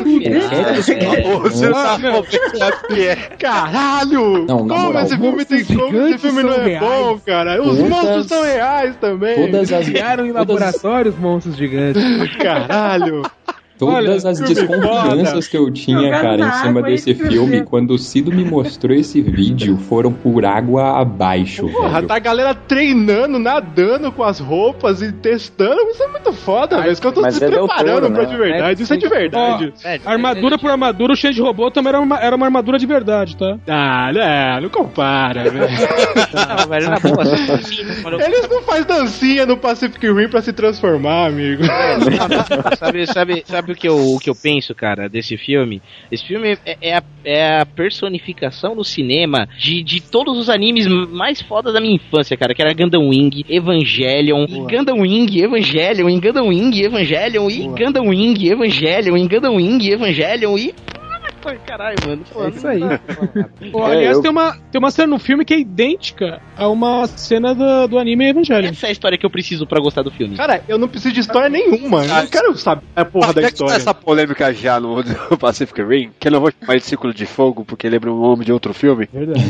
Você tá que é. Caralho! Não, na como moral, esse filme tem como? Esse filme não é bom, cara. Os monstros são reais também. Todas as Criaram em laboratórios monstros gigantes. Caralho! Todas as desconfianças que eu tinha, cara, em cima desse filme, quando o Cido me mostrou esse vídeo, foram por água abaixo, Porra, velho. tá a galera treinando, nadando com as roupas e testando. Isso é muito foda, velho. Isso que eu tô se preparando pra de verdade. Isso é de verdade. Armadura por armadura, o cheio de robô também era uma armadura de verdade, tá? Ah, não compara, velho. Não, velho, na boa. Eles não fazem dancinha no Pacific Rim pra se transformar, amigo. Sabe o que eu penso, cara, desse filme? Esse filme é a personificação no cinema de todos os animes mais fodas da minha infância, cara, que era Gundam Wing, Evangelion, e Gundam Wing, Evangelion, e Gundam Wing, Evangelion, e Gundam Wing, Evangelion, e Gundam Wing, Evangelion, e... Caralho, mano. Pô, é isso aí. Aliás, tem uma cena no filme que é idêntica a uma cena do anime Evangelion. Essa é a história que eu preciso pra gostar do filme. Cara, eu não preciso de história nenhuma. Eu não quero saber a porra da história. Essa polêmica já no Pacific Rim, que eu não vou chamar de Círculo de Fogo, porque lembra o nome de outro filme. Verdade.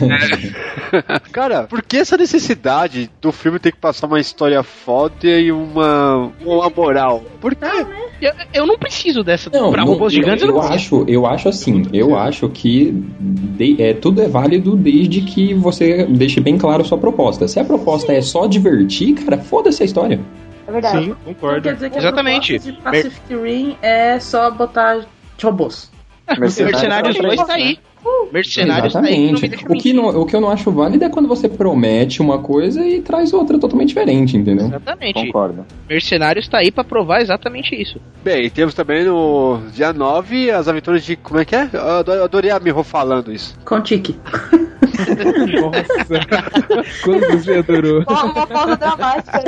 Cara, por que essa necessidade do filme ter que passar uma história foda e uma moral? Por quê? Eu não preciso dessa Não, pra robôs gigantes. eu acho assim, eu acho que tudo é válido desde que você deixe bem claro a sua proposta. Se a proposta é só divertir, cara, foda-se a história. É verdade. Sim, concordo. Quer dizer que Exatamente. a proposta de Pacific Rim é só botar robôs. Mercenários 2 tá aí. Mercenários tá aí. Exatamente. O que eu não acho válido é quando você promete uma coisa e traz outra totalmente diferente, entendeu? Exatamente. Concordo. Mercenários tá aí pra provar exatamente isso. Bem, temos também no dia 9 as aventuras de... Como é que é? Eu adorei a Miho falando isso. Contique. Nossa. Quando você adorou? Uma pausa dramática.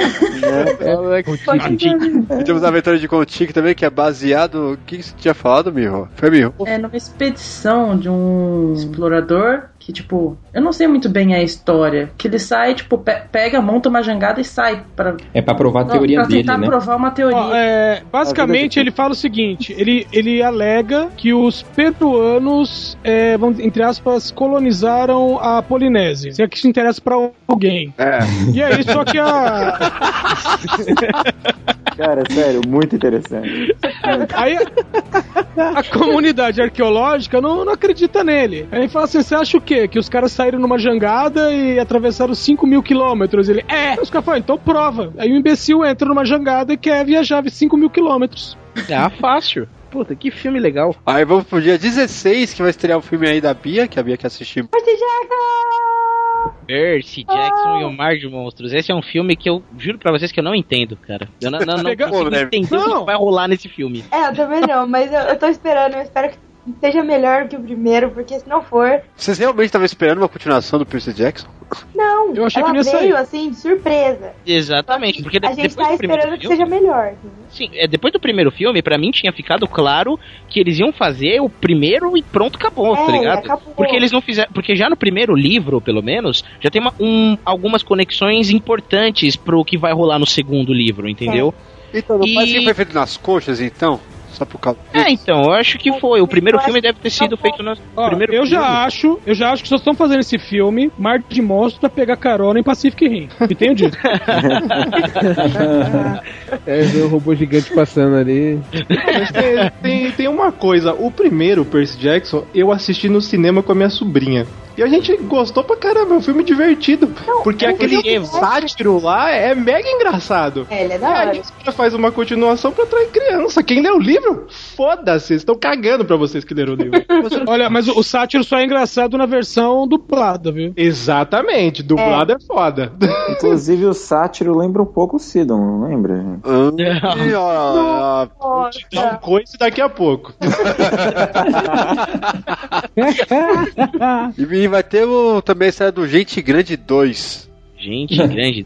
Temos a aventura de Kon-Tiki também, que é baseado... O que você tinha falado, Miho? Foi Miho? É numa expedição de um explorador que, tipo, eu não sei muito bem a história, que ele sai, tipo, pega, monta uma jangada e sai pra... É pra provar a teoria dele, né? Pra tentar provar uma teoria. Basicamente, ele fala o seguinte, ele alega que os peruanos, entre aspas, colonizaram a Polinésia. Se é que isso interessa pra alguém. E aí, só que Cara, sério, muito interessante. Aí a comunidade arqueológica não acredita nele. Aí ele fala assim, você acha o quê? Que os caras saíram numa jangada e atravessaram 5.000 quilômetros? Ele, os caras falam, então prova. Aí o imbecil entra numa jangada e quer viajar 5.000 quilômetros. Fácil. Puta, que filme legal. Aí vamos pro dia 16, que vai estrear o filme aí da Bia, que a Bia quer assistir. Percy Jackson e o Mar de Monstros. Esse é um filme que eu juro pra vocês que eu não entendo, cara. Eu não consigo entender o que vai rolar nesse filme. Eu também não, mas eu tô esperando. Eu espero que seja melhor que o primeiro, porque se não for... Vocês realmente estavam esperando uma continuação do Percy Jackson? Não, eu achei ela que não ia veio sair. assim, de surpresa. Exatamente, porque a gente tá esperando que seja melhor. Sim, depois do primeiro filme, pra mim tinha ficado claro que eles iam fazer o primeiro e pronto, acabou, tá ligado? Acabou. Porque eles não fizeram. Porque já no primeiro livro, pelo menos, já tem algumas conexões importantes pro que vai rolar no segundo livro, entendeu? Então, não parece que foi feito nas coxas, então? Só por causa disso? Então, eu acho que foi. O primeiro filme deve ter sido feito no primeiro eu filme. já acho que só estão fazendo esse filme, Mar de Monstros, pra pegar carona em Pacific Rim. E tenho dito. Ver o robô gigante passando ali. Mas tem uma coisa. O primeiro, Percy Jackson, eu assisti no cinema com a minha sobrinha. E a gente gostou pra caramba, é um filme divertido. Porque aquele sátiro lá é mega engraçado. Ele é da hora. A gente faz uma continuação pra atrair criança. Quem lê o livro, foda-se, estão cagando pra vocês que leram o livro. Olha, mas o sátiro só é engraçado na versão dublada, viu? Exatamente, dublado é foda. Inclusive o sátiro lembra um pouco o Sidon, não lembra? Dá um coice daqui a pouco. E vai ter também a série do Gente Grande 2. Gente Grande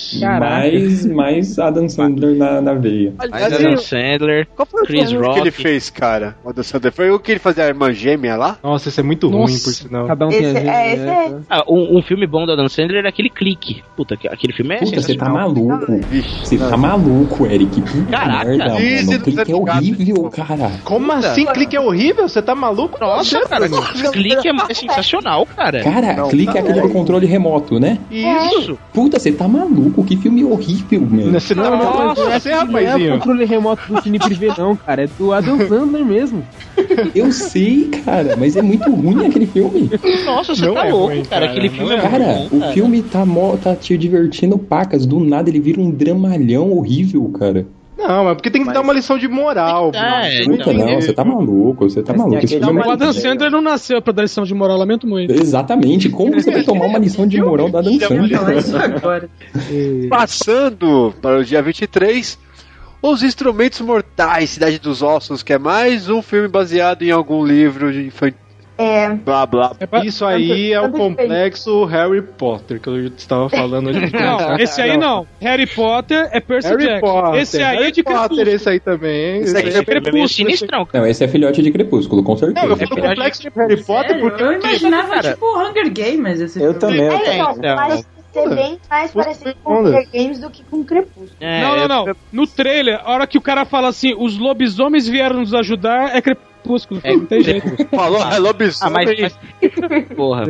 2. Mais Adam Sandler na veia. Mais Adam Sandler, qual foi Chris o filme Rock. que ele fez, cara? O Adam Sandler. Foi o que ele fazia a irmã gêmea lá? Nossa, esse é muito ruim, por sinal. Cada um tem um filme bom do Adam Sandler era aquele Clique. Puta, aquele filme é você tá maluco. Você tá maluco, Eric. Puta Caraca. merda, mano. Clique é horrível, cara. Como assim? Clique é horrível? Você tá maluco? Nossa, cara. Clique é sensacional, cara. Cara, Clique é aquele do controle remoto, né? Isso. Puta, você tá maluco? Que filme horrível, meu. Você tá maluco? Não é o controle remoto do Cine Privé, não, cara. É do Adam Sandler mesmo. Eu sei, cara, mas é muito ruim aquele filme. Nossa, você tá louco, ruim, cara. Aquele filme é muito bom, o filme tá te divertindo pacas. Do nada ele vira um dramalhão horrível, cara. Não, é porque tem que dar uma lição de moral. Puta, não, você tá maluco, você tá maluco. O Adam Sandler não nasceu pra dar lição de moral, lamento muito. Exatamente, como você vai tomar uma lição de moral da Adam Sandler? Passando para o dia 23, Os Instrumentos Mortais, Cidade dos Ossos, que é mais um filme baseado em algum livro de infantil. Blá, blá. Isso aí é o complexo Harry Potter que eu estava falando hoje. Não, esse aí não. Harry Potter é Percy Jackson. Potter. Esse aí Harry é de Crepúsculo. Esse aí também. Esse é Crepúsculo. Sinistrão. Não, esse é filhote de Crepúsculo, com certeza. Não, eu falo complexo de Harry Potter porque eu imaginava tipo Hunger Games esse eu filme. também. Parece ser bem mais parecido com Hunger Games do que com Crepúsculo. Não. No trailer, a hora que o cara fala assim, os lobisomens vieram nos ajudar, é Crepúsculo. Não tem jeito. Falou, é lobisomem. Porra.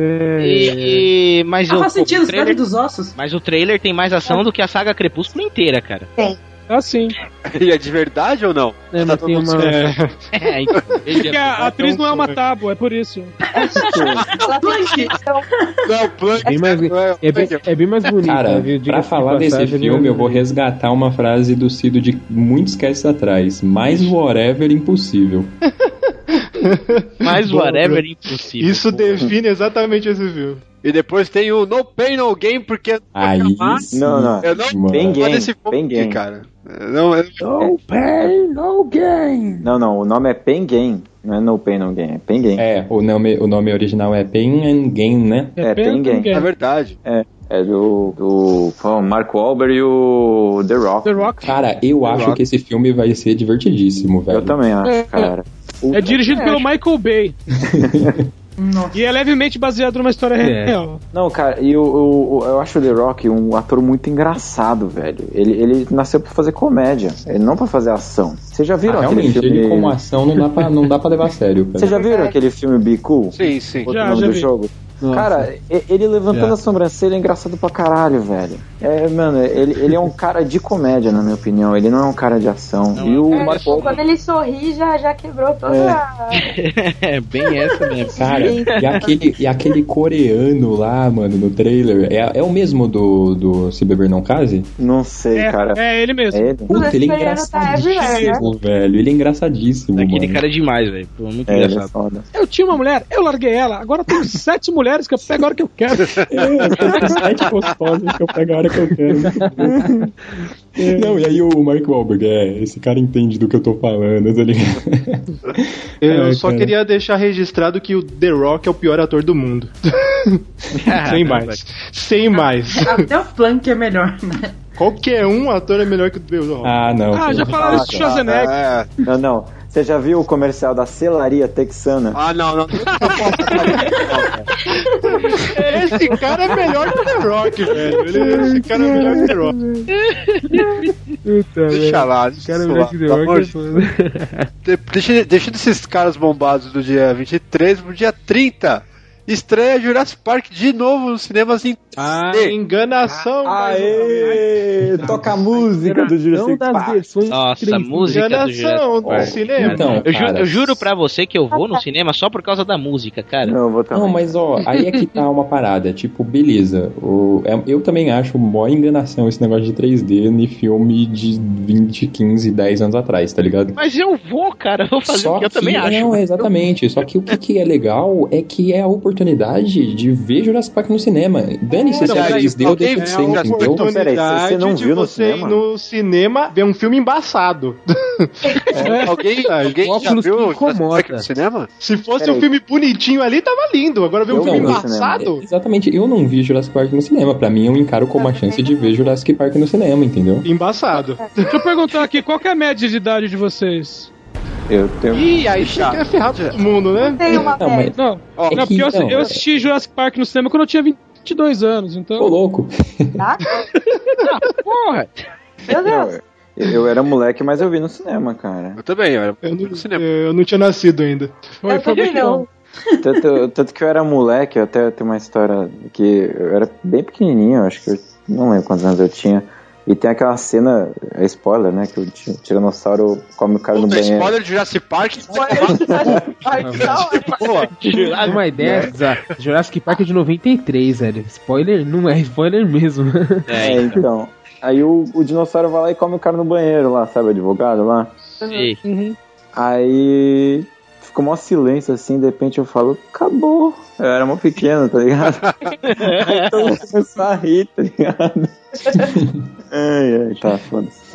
Mas faz sentido, Cidade dos Ossos. Mas o trailer tem mais ação do que a saga Crepúsculo inteira, cara. Tem. Assim. E é de verdade ou não? É, mas tem uma... Então, porque a atriz não é uma tábua, é por isso. É bem mais bonito. Cara, viu? Pra falar desse filme, eu vou resgatar uma frase do Cido de muitos casts atrás. Mais whatever impossível. Mais whatever impossível. Isso define exatamente esse filme. E depois tem o No Pain No Gain, porque... Aí Não. Eu não Pain Gain, desse Pain Gain. cara. No Pain No Gain. Não, o nome é Pain Gain. Não é No Pain No Gain, é Pain Gain. É, o nome original é Pain and Gain, né? É Pain Gain. É verdade. É do Mark Wahlberg e o The Rock. Cara, eu acho que esse filme vai ser divertidíssimo, velho. Eu também acho, cara. É dirigido pelo Michael Bay. E é levemente baseado numa história real. Não, cara, e eu acho o The Rock um ator muito engraçado, velho. Ele nasceu pra fazer comédia, ele não pra fazer ação. Vocês já viram aquele realmente, filme... ele como ação não dá pra levar a sério. Vocês já viram aquele filme Be Cool? Sim, sim. O nome do jogo? Nossa. Cara, ele levantando a sobrancelha é engraçado pra caralho, velho. Mano, ele é um cara de comédia, na minha opinião. Ele não é um cara de ação. E o Mark Wahlberg... Quando ele sorri, já quebrou toda a... É bem essa mesmo. Cara, e aquele coreano lá, mano, no trailer, é o mesmo do Se Beber Não Case? Não sei, cara. É ele mesmo. É ele? Puta, ele é engraçadíssimo, velho. Ele é engraçadíssimo, Aquele mano. cara é demais, velho. Muito engraçado. Eu tinha uma mulher, eu larguei ela, agora eu tenho 7 mulheres que eu pego a hora que eu quero. Eu tenho 7 gostosas que eu pego a hora que eu quero. Não, e aí o Mark Wahlberg, esse cara entende do que eu tô falando, tá ligado? Eu só queria deixar registrado que o The Rock é o pior ator do mundo. Sem mais. Sem mais. Até o Plank é melhor, né? Qualquer ator é melhor que o The Rock. Ah, não. Já falaram isso do Schwarzenegger. Não. Você já viu o comercial da selaria texana? Ah, não. Esse cara é melhor que o The Rock, velho. Esse cara é melhor que o The Rock. Deixa lá. Deixa desses caras bombados do dia 23 pro dia 30. Estreia Jurassic Park de novo nos cinemas em... enganação! Aê! Toca a música do Jurassic Park. Nossa, a música do Jurassic Park. Cinema. Então, eu juro pra você que eu vou no cinema só por causa da música, cara. Não, eu vou também. Não, mas aí é que tá uma parada. Tipo, beleza. Eu também acho mó enganação esse negócio de 3D em filme de 20, 15, 10 anos atrás, tá ligado? Mas eu vou, cara. Eu vou fazer o que eu também acho. Não, exatamente. Só que o que é legal é que é a oportunidade de ver Jurassic Park no cinema. Dane-se se é 3D ou deixa de ser, entendeu? Peraí, você não viu no cinema? Ir no cinema ver um filme embaçado. Alguém já viu Jurassic Park no cinema? Se fosse um filme bonitinho ali, tava lindo. Agora ver um filme embaçado? Exatamente, eu não vi Jurassic Park no cinema. Pra mim, eu encaro como a chance de ver Jurassic Park no cinema, entendeu? Embaçado. Deixa eu perguntar aqui, qual que é a média de idade de vocês? Eu tenho... Ih, aí você quer ferrar todo mundo, né? Tem uma Não, porque eu assisti Jurassic Park no cinema quando eu tinha 22 anos, então... Ô, louco. Tá? Porra! Meu Deus. Eu era moleque, mas eu vi no cinema, cara. Eu também, eu era no cinema. Eu não tinha nascido ainda. Foi muito bom. Tanto que eu era moleque, eu até tenho uma história que eu era bem pequenininho, acho que eu não lembro quantos anos eu tinha. E tem aquela cena, é spoiler, né? Que o tiranossauro come o cara no banheiro. Spoiler de Jurassic Park? Uma ideia, Jurassic Park é de 93, velho. Spoiler não é spoiler mesmo. Então. Aí o dinossauro vai lá e come o cara no banheiro lá, sabe? O advogado lá. Sim. Aí... Ficou mó silêncio assim, de repente eu falo, acabou. Eu era mó pequeno, tá ligado? Aí todo mundo começou a rir, tá ligado? Ai, tá, foda-se.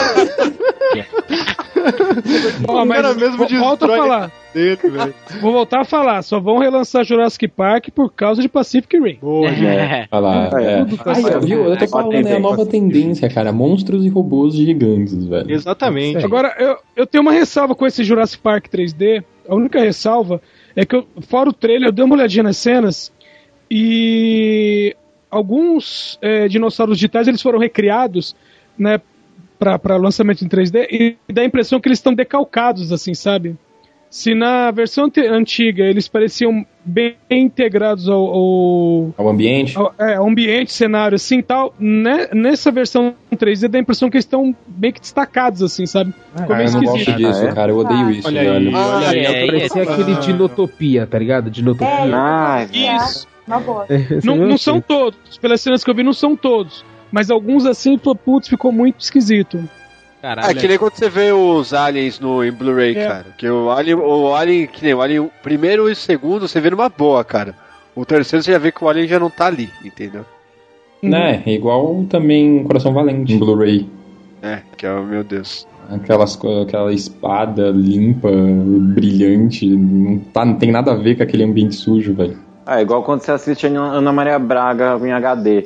Mas mesmo volta a falar. Vou voltar a falar, só vão relançar Jurassic Park por causa de Pacific Rim. Olha lá, viu? Eu tô falando, é a nova tendência, cara. Monstros e robôs gigantes, velho. Exatamente. Agora, eu tenho uma ressalva com esse Jurassic Park 3D. A única ressalva é que, fora o trailer, eu dei uma olhadinha nas cenas e alguns dinossauros digitais eles foram recriados, né, para lançamento em 3D e dá a impressão que eles estão decalcados, assim, sabe? Se na versão antiga eles pareciam bem integrados ao ambiente, ao ambiente, cenário, assim, tal, né? Nessa versão 3D dá a impressão que eles estão bem que destacados, assim, sabe? Eu não gosto disso, cara, eu odeio isso, velho. Parecia aquele Dinotopia, tá ligado? Dinotopia. Isso. Não são todos, pelas cenas que eu vi, não são todos. Mas alguns, assim, putz, ficou muito esquisito. Caralho. Que nem quando você vê os aliens em Blu-ray, cara. Que o alien, que nem o alien, o primeiro e o segundo, você vê numa boa, cara. O terceiro você já vê que o alien já não tá ali, entendeu? Né, é igual também Coração Valente em Blu-ray. Que é o meu Deus. Aquela espada limpa, brilhante, não tem nada a ver com aquele ambiente sujo, velho. Igual quando você assiste a Ana Maria Braga em HD.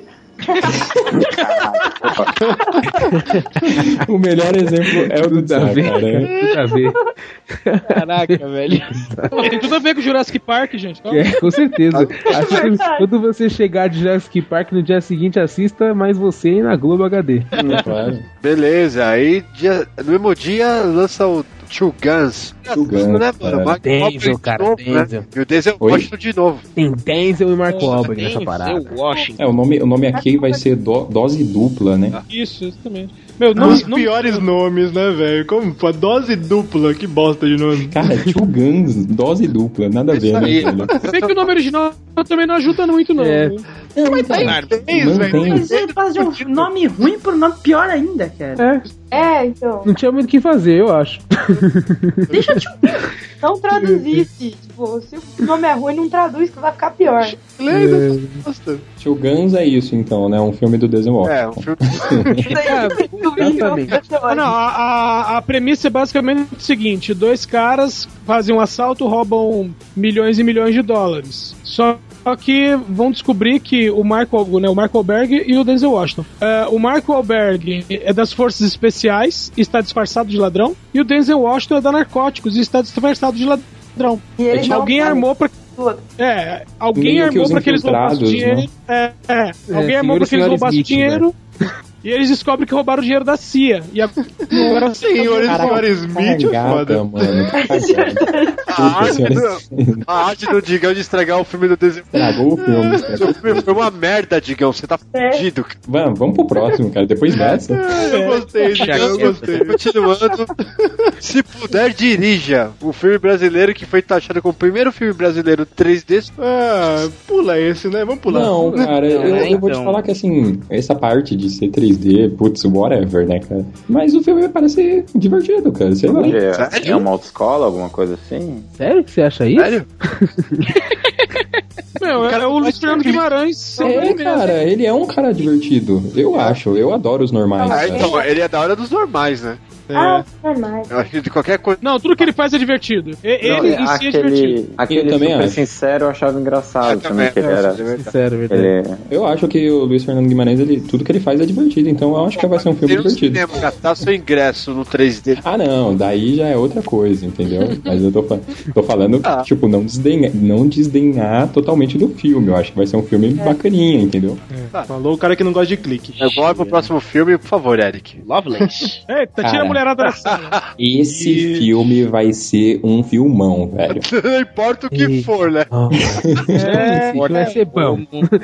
O melhor exemplo é o do Davi, cara. Caraca, velho. Tem tudo a ver com Jurassic Park, gente. Com certeza. Quando você chegar de Jurassic Park no dia seguinte, assista mais você na Globo HD. Claro. Beleza, aí no mesmo dia lança o Two Guns. Né, mano? Denzel, cara, Denzel. Né? E o Denzel Washington de novo. Tem Denzel e Mark Wahlberg nessa parada. O nome aqui vai ser dose dupla, né? Isso, exatamente. Os piores nomes, né, velho? Como pô, dose dupla, que bosta de nome. Cara, Two Guns, dose dupla, nada a ver, né, velho? Sei que o nome original também não ajuda muito, não. Mas você faz de um nome ruim por um nome pior ainda, cara. Então. Não tinha muito o que fazer, eu acho. Deixa eu não traduzisse. Tipo, se o nome é ruim, não traduz, que vai ficar pior. Two Guns é isso, então, né? Um filme do Denzel Washington. Um filme. A premissa é basicamente o seguinte: 2 caras fazem um assalto, roubam milhões e milhões de dólares. Só que vão descobrir que o Mark Wahlberg e o Denzel Washington. O Mark Wahlberg é das forças especiais e está disfarçado de ladrão. E o Denzel Washington é da narcóticos e está disfarçado de ladrão. E alguém armou pra... alguém armou pra que eles roubassem o dinheiro. Alguém armou pra que eles roubassem o dinheiro. E eles descobrem que roubaram o dinheiro da CIA. E agora Senhor Smith é foda. Mano. A arte do Digão de estragar o filme do Denzel. Estragou o filme. Seu filme foi uma merda, Digão. Você tá fudido. Vamos pro próximo, cara. Depois dessa. Eu gostei, Digão. Eu gostei. Continuando. Se puder, dirija. O filme brasileiro que foi taxado como o primeiro filme brasileiro 3D. Pula esse, né? Vamos pular. Não, cara. Eu vou te falar que, assim, essa parte de ser 3D, putz, whatever, né, cara? Mas o filme parece divertido, cara, sei lá. É uma autoescola, alguma coisa assim? Sério que você acha isso? Sério? É o Luiz Fernando Guimarães. Cara, ele é um cara divertido. Eu acho, eu adoro os normais. Então, ele é da hora dos normais, né? Normais. Eu acho que de qualquer coisa. Não, tudo que ele faz é divertido. Ele em si é divertido. Aquele Super Sincero eu achava engraçado também, que ele era sincero, verdade. Eu acho que o Luiz Fernando Guimarães, tudo que ele faz é divertido, então eu acho que vai ser um filme divertido. Cinema, gastar seu ingresso no 3D. Não, daí já é outra coisa, entendeu? Mas eu tô falando, tipo, não desdenhar totalmente do filme. Eu acho que vai ser um filme bacaninha, entendeu? Falou o cara que não gosta de clique. Agora pro próximo filme, por favor, Eric. Lovelace. Eita, tira a mulherada da sala. Esse filme vai ser um filmão, velho. Não importa o que for, né? Vai ser bom.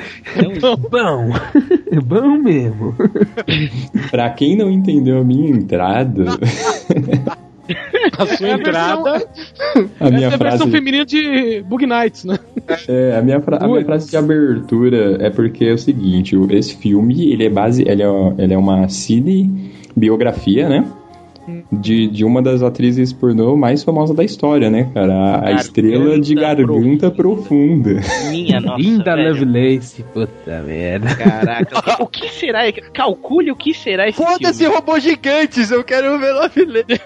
É bom mesmo. Pra quem não entendeu a minha entrada... A sua entrada. A minha essa é a frase... versão feminina de Bug Nights, né? A minha frase de abertura é porque é o seguinte: esse filme ele é uma cinebiografia, né? De uma das atrizes pornô mais famosas da história, né, cara? A estrela de Garganta Profunda. Minha nossa, linda velho. Lovelace, puta merda. Caraca, o que será? Calcule o que será esse filme. Foda-se robôs gigantes, eu quero ver Lovelace.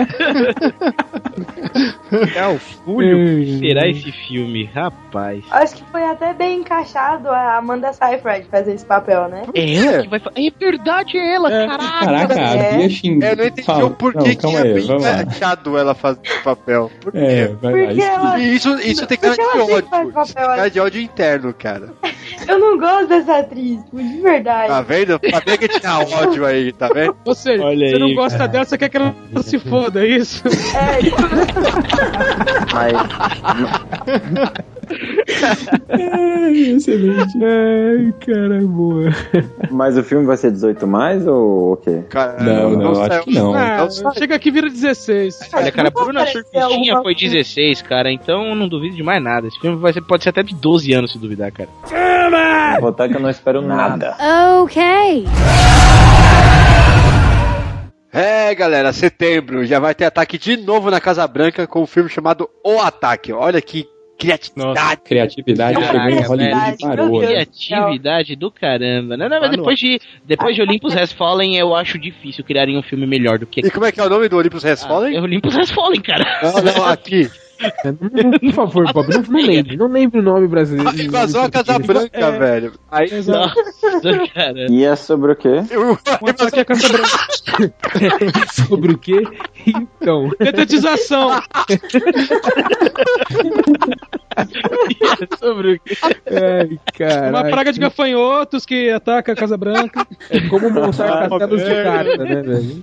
Calcule o que será esse filme, rapaz. Acho que foi até bem encaixado a Amanda Seyfried fazer esse papel, né? É ela que vai fazer. É verdade, é ela, caraca. Caraca, a Bia Xing. Eu não entendi o porquê que é bem encaixado ela fazer esse papel. Por quê? Isso tem cara de ódio. Isso tem cara de ódio interno, cara. Eu não gosto dessa atriz, de verdade. Tá vendo? Sabia que tinha ódio aí, tá vendo? Ou seja, você não gosta dela, você quer que ela se foda, é isso? Excelente. Ai, cara, boa. Mas o filme vai ser 18 mais ou o quê? Não, acho que não. Chega aqui e vira 16. Olha, cara, Bruna Surfistinha foi 16, cara, então eu não duvido de mais nada. Esse filme pode ser até de 12 anos, se duvidar, cara. Vou botar que eu não espero nada. Ok. Galera, setembro já vai ter ataque de novo na Casa Branca com um filme chamado O Ataque. Olha que Criatividade. Criatividade chegou em Hollywood e parou. Criatividade do caramba. Não, mas depois de Olympus Has Fallen, eu acho difícil criarem um filme melhor do que... E como é que é o nome do Olympus Has Fallen? É Olympus Has Fallen, cara. Não, aqui. Por favor, Bob, não lembre o nome brasileiro. Invasão a Casa Branca, velho. Aí, Nossa, cara. E é sobre o quê? Aqui é a Casa Branca. Sobre o quê? Então. Detetização. Sobre o quê? Ai, cara. Uma praga de gafanhotos que ataca a Casa Branca. É como montar castelos de carta, né, velho?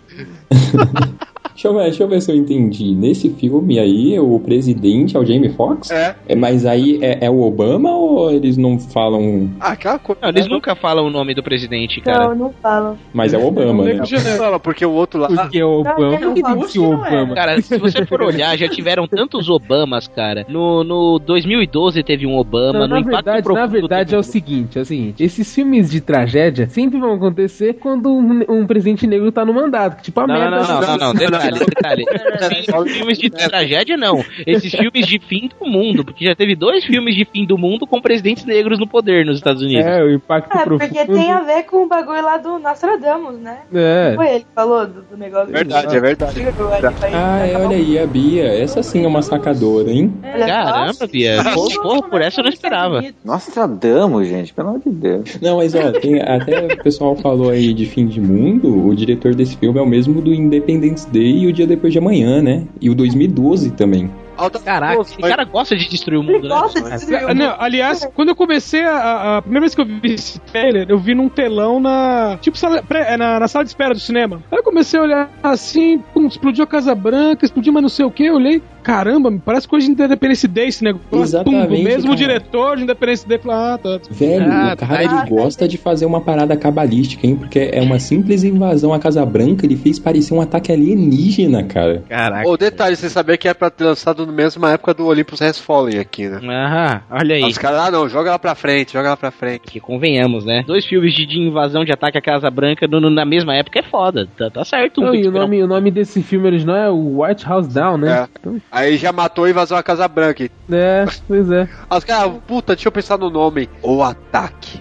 Deixa eu ver se eu entendi. Nesse filme aí, o presidente é o Jamie Foxx? Mas aí é o Obama ou eles não falam... Não, eles nunca falam o nome do presidente, cara. Não falam. Mas é o Obama, né? Fala, porque o outro lá... Porque o Obama... Por que tem que ser o Obama? Cara, se você for olhar, já tiveram tantos Obamas, cara. No 2012 teve um Obama, no Impacto Profundo... Na verdade é o seguinte, esses filmes de tragédia sempre vão acontecer quando um presidente negro tá no mandato. Tipo a merda... Não, detalhe. Esses filmes de tragédia, não. Esses filmes de fim do mundo, porque já teve 2 filmes de fim do mundo com presidentes negros no poder nos Estados Unidos. O Impacto Profundo. Porque tem a ver com o bagulho lá do Nostradamus, né? Foi ele que falou do negócio. É verdade. Olha aí, a Bia. Essa sim é uma sacadora, hein? Caramba, Bia. Porra, por essa eu não esperava. Nostradamus, gente, pelo amor de Deus. Não, mas até o pessoal falou aí de fim de mundo, o diretor desse filme é o mesmo do Independence Day e o Dia Depois de Amanhã, né? E o 2012 também. Caraca, esse cara gosta de destruir o mundo, né? Não, aliás, quando eu comecei a primeira vez que eu vi esse trailer, eu vi num telão na sala de espera do cinema. Aí eu comecei a olhar assim, explodiu a Casa Branca, explodiu mas não sei o que, eu olhei, caramba, me parece coisa de Independence Day esse negócio. Exatamente, o mesmo cara. Diretor de Independence Day falou, tá. Velho, o cara ele gosta de fazer uma parada cabalística, hein? Porque é uma simples invasão à Casa Branca, ele fez parecer um ataque alienígena, cara. Caraca. O detalhe, você sabia que é pra ter lançado na mesma época do Olympus Has Fallen aqui, né? Olha aí. Os caras, não, joga lá pra frente. Que convenhamos, né? 2 filmes de invasão de ataque à Casa Branca na mesma época é foda. Tá certo. Não, e o nome desse filme original é o White House Down, né? Então... Aí já matou a invasão à Casa Branca. Pois é. Os caras, deixa eu pensar no nome. O Ataque.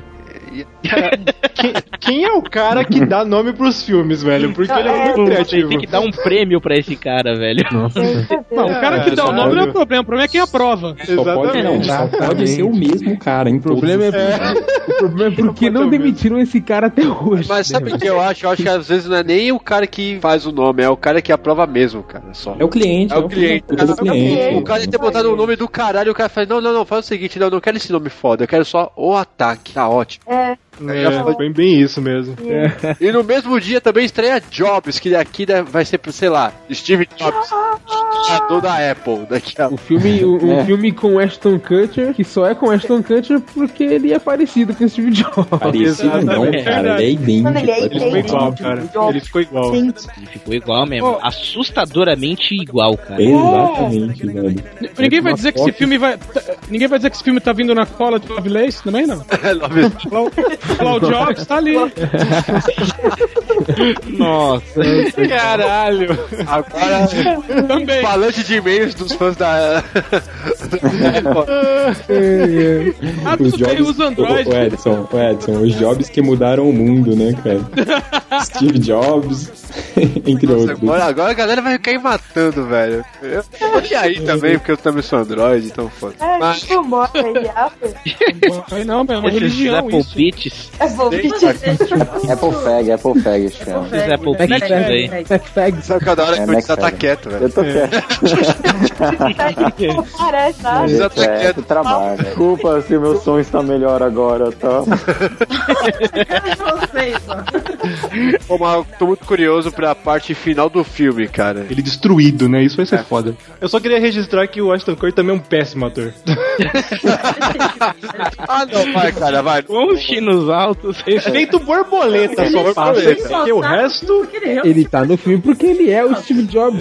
Quem é o cara que dá nome pros filmes, velho? Porque ele é muito criativo. Tem que dar um prêmio pra esse cara, velho. Nossa. Não, o cara que dá o nome não é o problema é quem aprova. Só pode ser o mesmo cara, hein? O problema é porque não demitiram esse cara até hoje. Mas sabe o que eu acho? Eu acho que às vezes não é nem o cara que faz o nome, é o cara que aprova mesmo, cara. Só. É o cliente. É o cliente. O cara ia ter botado o nome do caralho e o cara faz, não, faz o seguinte, não quero esse nome foda, eu quero só O Ataque. Tá ótimo. Foi bem isso mesmo. E no mesmo dia também estreia Jobs, que daqui vai ser, sei lá, Steve Jobs, criador da Apple. Daqui a... Um filme com Ashton Kutcher, que só é com Ashton Kutcher porque ele é parecido com o Steve Jobs. Parecido não, cara, ele é idêntico. Ele ficou igual, cara. Ele ficou igual. Ele ficou igual mesmo. Assustadoramente igual, cara. Exatamente, velho. Ninguém vai dizer que esse filme Ninguém vai dizer que esse filme tá vindo na cola de Lovelace também, não? O Jobs tá ali. Nossa. Caralho. Agora, também. Falante de e-mails dos fãs da... Os Jobs, os Android. O Edson, os Jobs que mudaram o mundo, né, cara? Steve Jobs, entre outros. Agora a galera vai cair matando, velho. Eu tô aí também, porque eu também sou Android, então foda. Mas... Não, meu, é uma religião Apple isso. Beats. Apple Fag chama. Esses Apple Beats aí. Sabe que cada hora que o Edson tá quieto, velho. Eu tô quieto. Parece, sabe? Já tá quieto. Trabalho. Desculpa se o meu som está melhor agora, tá? Pô, mas eu tô muito curioso pra parte final do filme, cara. Ele destruído, né? Isso vai ser foda. Eu só queria registrar que o Ashton Kutcher também é um péssimo ator. Não, vai, cara, vai. Com os chinos altos. Efeito borboleta só passa. Porque o resto... Ele tá no filme porque ele é o Steve Jobs.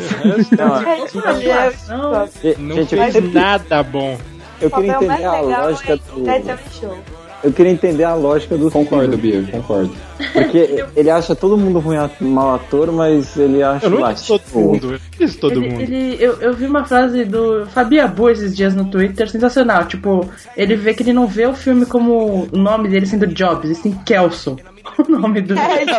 Não fez nada bom. Eu queria entender a lógica do... Eu queria entender a lógica do Concordo, Bia, concordo. Porque ele acha todo mundo ruim, mau ator, mas ele acha... Eu não disse todo mundo, eu disse todo mundo. Eu vi uma frase do Fabiabu esses dias no Twitter, sensacional. Tipo, ele vê que ele não vê o filme como o nome dele sendo Jobs, e sim Kelso. O nome do...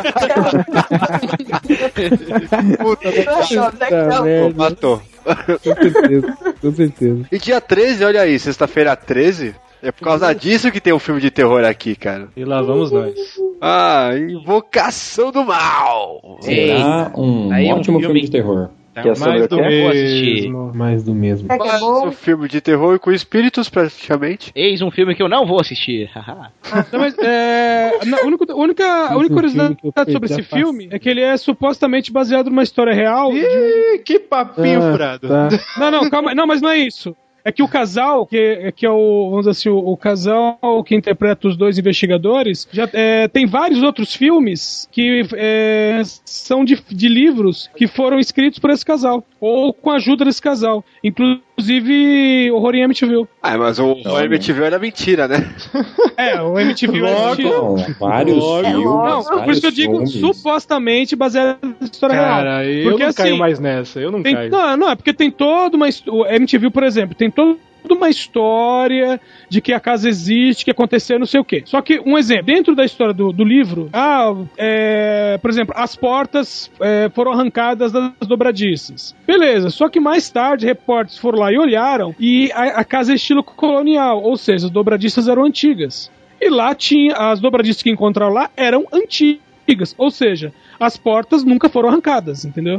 Matou. Com certeza. E dia 13, olha aí, sexta-feira 13, é por causa disso que tem um filme de terror aqui, cara. E lá vamos nós. Invocação do Mal. Será um ótimo filme de terror. Que é mais do mesmo. Mais do mesmo. Mais um filme de terror com espíritos, praticamente. Eis um filme que eu não vou assistir. Não, mas a única curiosidade sobre esse filme é que ele é supostamente baseado numa história real. Que papinho furado. Tá. Não, calma. Não, mas não é isso. É que o casal, que é o, vamos dizer assim, o casal que interpreta os dois investigadores, já tem vários outros filmes que são de livros que foram escritos por esse casal, ou com a ajuda desse casal. Inclusive, Horror em MTV. Mas o MTV era mentira, né? O MTV era mentira. Vários filmes. Não, por isso que eu digo supostamente baseado na história real. Cara, eu não caio mais nessa, eu não caio. Não, é porque tem toda uma... O MTV, por exemplo, tem toda uma história de que a casa existe, que aconteceu não sei o quê. Só que, um exemplo, dentro da história do livro, por exemplo, as portas foram arrancadas das dobradiças. Beleza, só que mais tarde repórteres foram lá e olharam e a casa é estilo colonial, ou seja, as dobradiças eram antigas. E lá tinha, as dobradiças que encontraram lá eram antigas, ou seja, as portas nunca foram arrancadas, entendeu?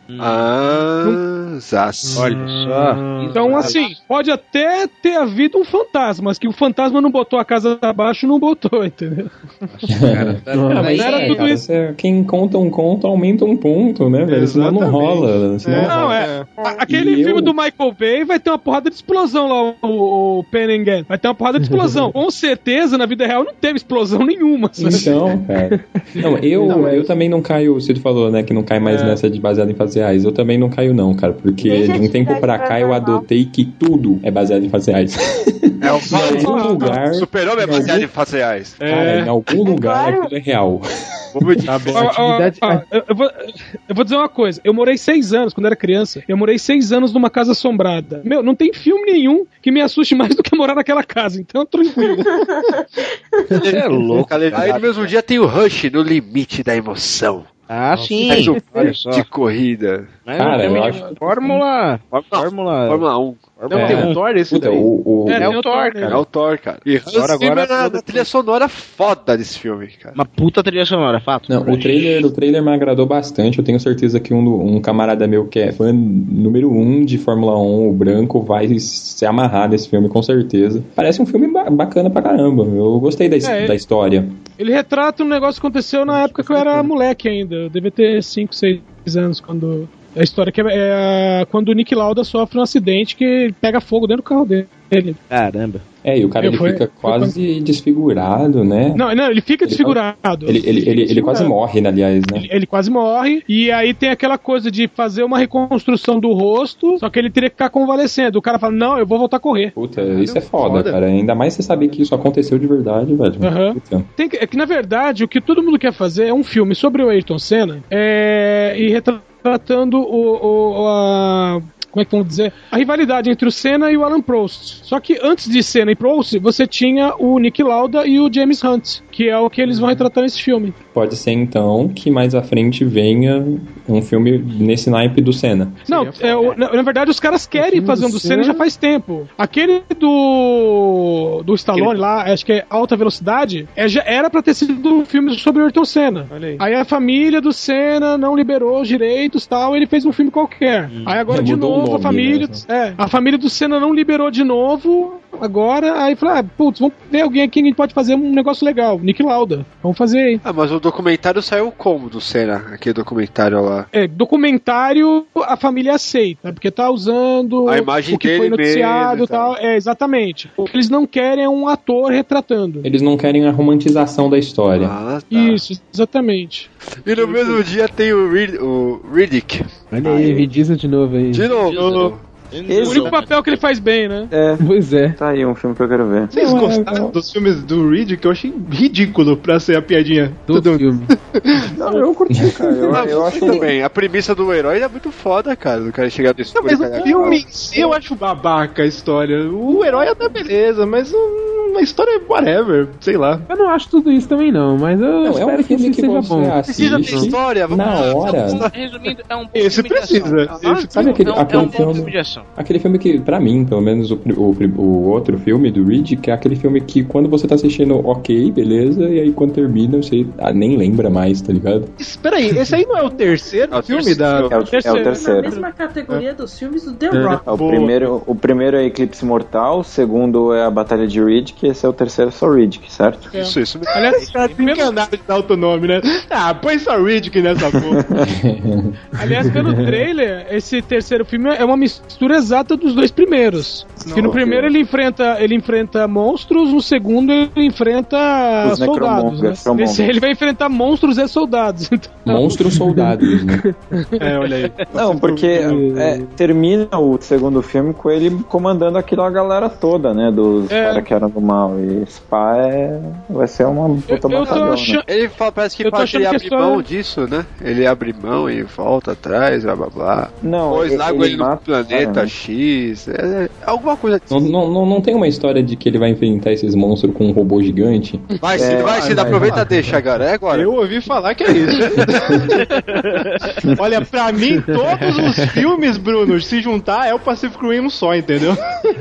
Olha só. Então, assim, pode até ter havido um fantasma, mas que o fantasma não botou a casa abaixo, não botou, entendeu? Mas era tudo isso. Quem conta um conto aumenta um ponto, né, velho? Senão não rola. Aquele filme do Michael Bay vai ter uma porrada de explosão lá, o Pen and Gan. Vai ter uma porrada de explosão. Com certeza, na vida real, não teve explosão nenhuma. Sabe? Então, cara. Eu também não caio, você falou, né, que não cai mais nessa de baseado em fatos reais. Eu também não caio não, cara, porque de um tempo pra cá eu adotei que tudo é baseado em fatos reais. Em algum lugar... Super-Homem é baseado em fatos reais. Cara, em algum lugar aquilo é real. Tá bom. Eu vou dizer uma coisa. Eu morei 6 anos, quando era criança, eu morei 6 anos numa casa assombrada. Meu, não tem filme nenhum que me assuste mais do que morar naquela casa, então tranquilo. É louco. Aí no mesmo dia tem o Rush, No Limite da Emoção. Sim. De corrida. Cara, eu acho... Fórmula 1. Tem um Thor esse daí. É o Thor, cara. É o Thor, cara. E Hans Zimmer na trilha sonora foda desse filme, cara. Uma puta trilha sonora, fato. Não, o trailer me agradou bastante. Eu tenho certeza que um camarada meu que é fã número 1 de Fórmula 1, o Branco, vai se amarrar nesse filme, com certeza. Parece um filme bacana pra caramba. Eu gostei da história. Ele retrata um negócio que aconteceu na época que eu era moleque ainda. Eu devia ter 5, 6 anos quando... A história que é quando o Nick Lauda sofre um acidente que pega fogo dentro do carro dele. Caramba. E o cara fica quase desfigurado, né? Não, ele fica desfigurado. Ele quase morre, aliás, né? Ele quase morre, e aí tem aquela coisa de fazer uma reconstrução do rosto, só que ele teria que ficar convalescendo. O cara fala, não, eu vou voltar a correr. Puta, isso é foda, cara. Ainda mais você saber que isso aconteceu de verdade, velho. É que, na verdade, o que todo mundo quer fazer é um filme sobre o Ayrton Senna e retratando como é que vamos dizer? A rivalidade entre o Senna e o Alan Prost. Só que antes de Senna e Prost, você tinha o Nick Lauda e o James Hunt, que é o que eles vão retratar nesse filme. Pode ser, então, que mais à frente venha um filme nesse naipe do Senna. Não, na verdade, os caras querem fazer um do Senna já faz tempo. Aquele do Stallone lá, acho que é Alta Velocidade, já era pra ter sido um filme sobre o Ayrton Senna. Aí a família do Senna não liberou os direitos e tal, ele fez um filme qualquer. Aí agora de novo a família do Senna não liberou de novo agora, aí falou, vamos ver alguém aqui que a gente pode fazer um negócio legal, Nick Lauda, vamos fazer aí. Mas o documentário saiu como do Senna, aquele documentário lá? Documentário a família aceita, porque tá usando a imagem o que foi noticiado e tal. Exatamente. O que eles não querem é um ator retratando. Eles não querem a romantização da história. Isso, exatamente. E no mesmo dia tem o Riddick. Olha aí, Vin Diesel de novo aí. De novo. O único papel que ele faz bem, né? Pois é. Tá aí um filme que eu quero ver. Vocês gostaram dos filmes do Reed, que eu achei ridículo pra ser a piadinha do filme? Não, eu curti, cara. Eu acho também. A premissa do herói é muito foda, cara. Do cara chegar desse Não, mas o filme em si eu acho babaca a história. O herói até beleza, mas uma história é whatever, sei lá. Eu não acho tudo isso também não, mas eu espero que esse seja bom. Precisa de história, na hora. Resumindo, é um Esse precisa. Sabe aquele filme filme de ação. Aquele filme que, pra mim, pelo menos o outro filme do Reed, que é aquele filme que quando você tá assistindo, ok, beleza, e aí quando termina, você nem lembra mais, tá ligado? Espera aí, esse aí não é o terceiro filme da... É o terceiro. Na mesma categoria dos filmes do The Rock. O primeiro é Eclipse Mortal, o segundo é a Batalha de Riddick, esse é o terceiro só Riddick, certo? Isso. Aliás, Tem que andar de dar outro nome, né? Ah, põe só Riddick nessa porra. Aliás, pelo trailer, esse terceiro filme é uma mistura exata dos dois primeiros. Que no primeiro ele enfrenta monstros, no segundo ele enfrenta soldados. Né? Nesse ele vai enfrentar monstros e soldados. Então... Monstros soldados, né? Olha aí. Não, porque termina o segundo filme com ele comandando aquela galera toda, né? Dos caras que eram do mal. E Spa vai ser uma puta batalhão, né? Ele fala, parece que pode ele abrir mão disso, né? Ele abre mão e volta atrás, blá blá blá. Não, depois larga ele no planeta X. Alguma coisa assim. Não tem uma história de que ele vai enfrentar esses monstros com um robô gigante? Vai sim, aproveita e deixa, cara. É agora. Eu ouvi falar que é isso. Olha, pra mim, todos os filmes, Bruno, se juntar é o Pacific Rim só, entendeu?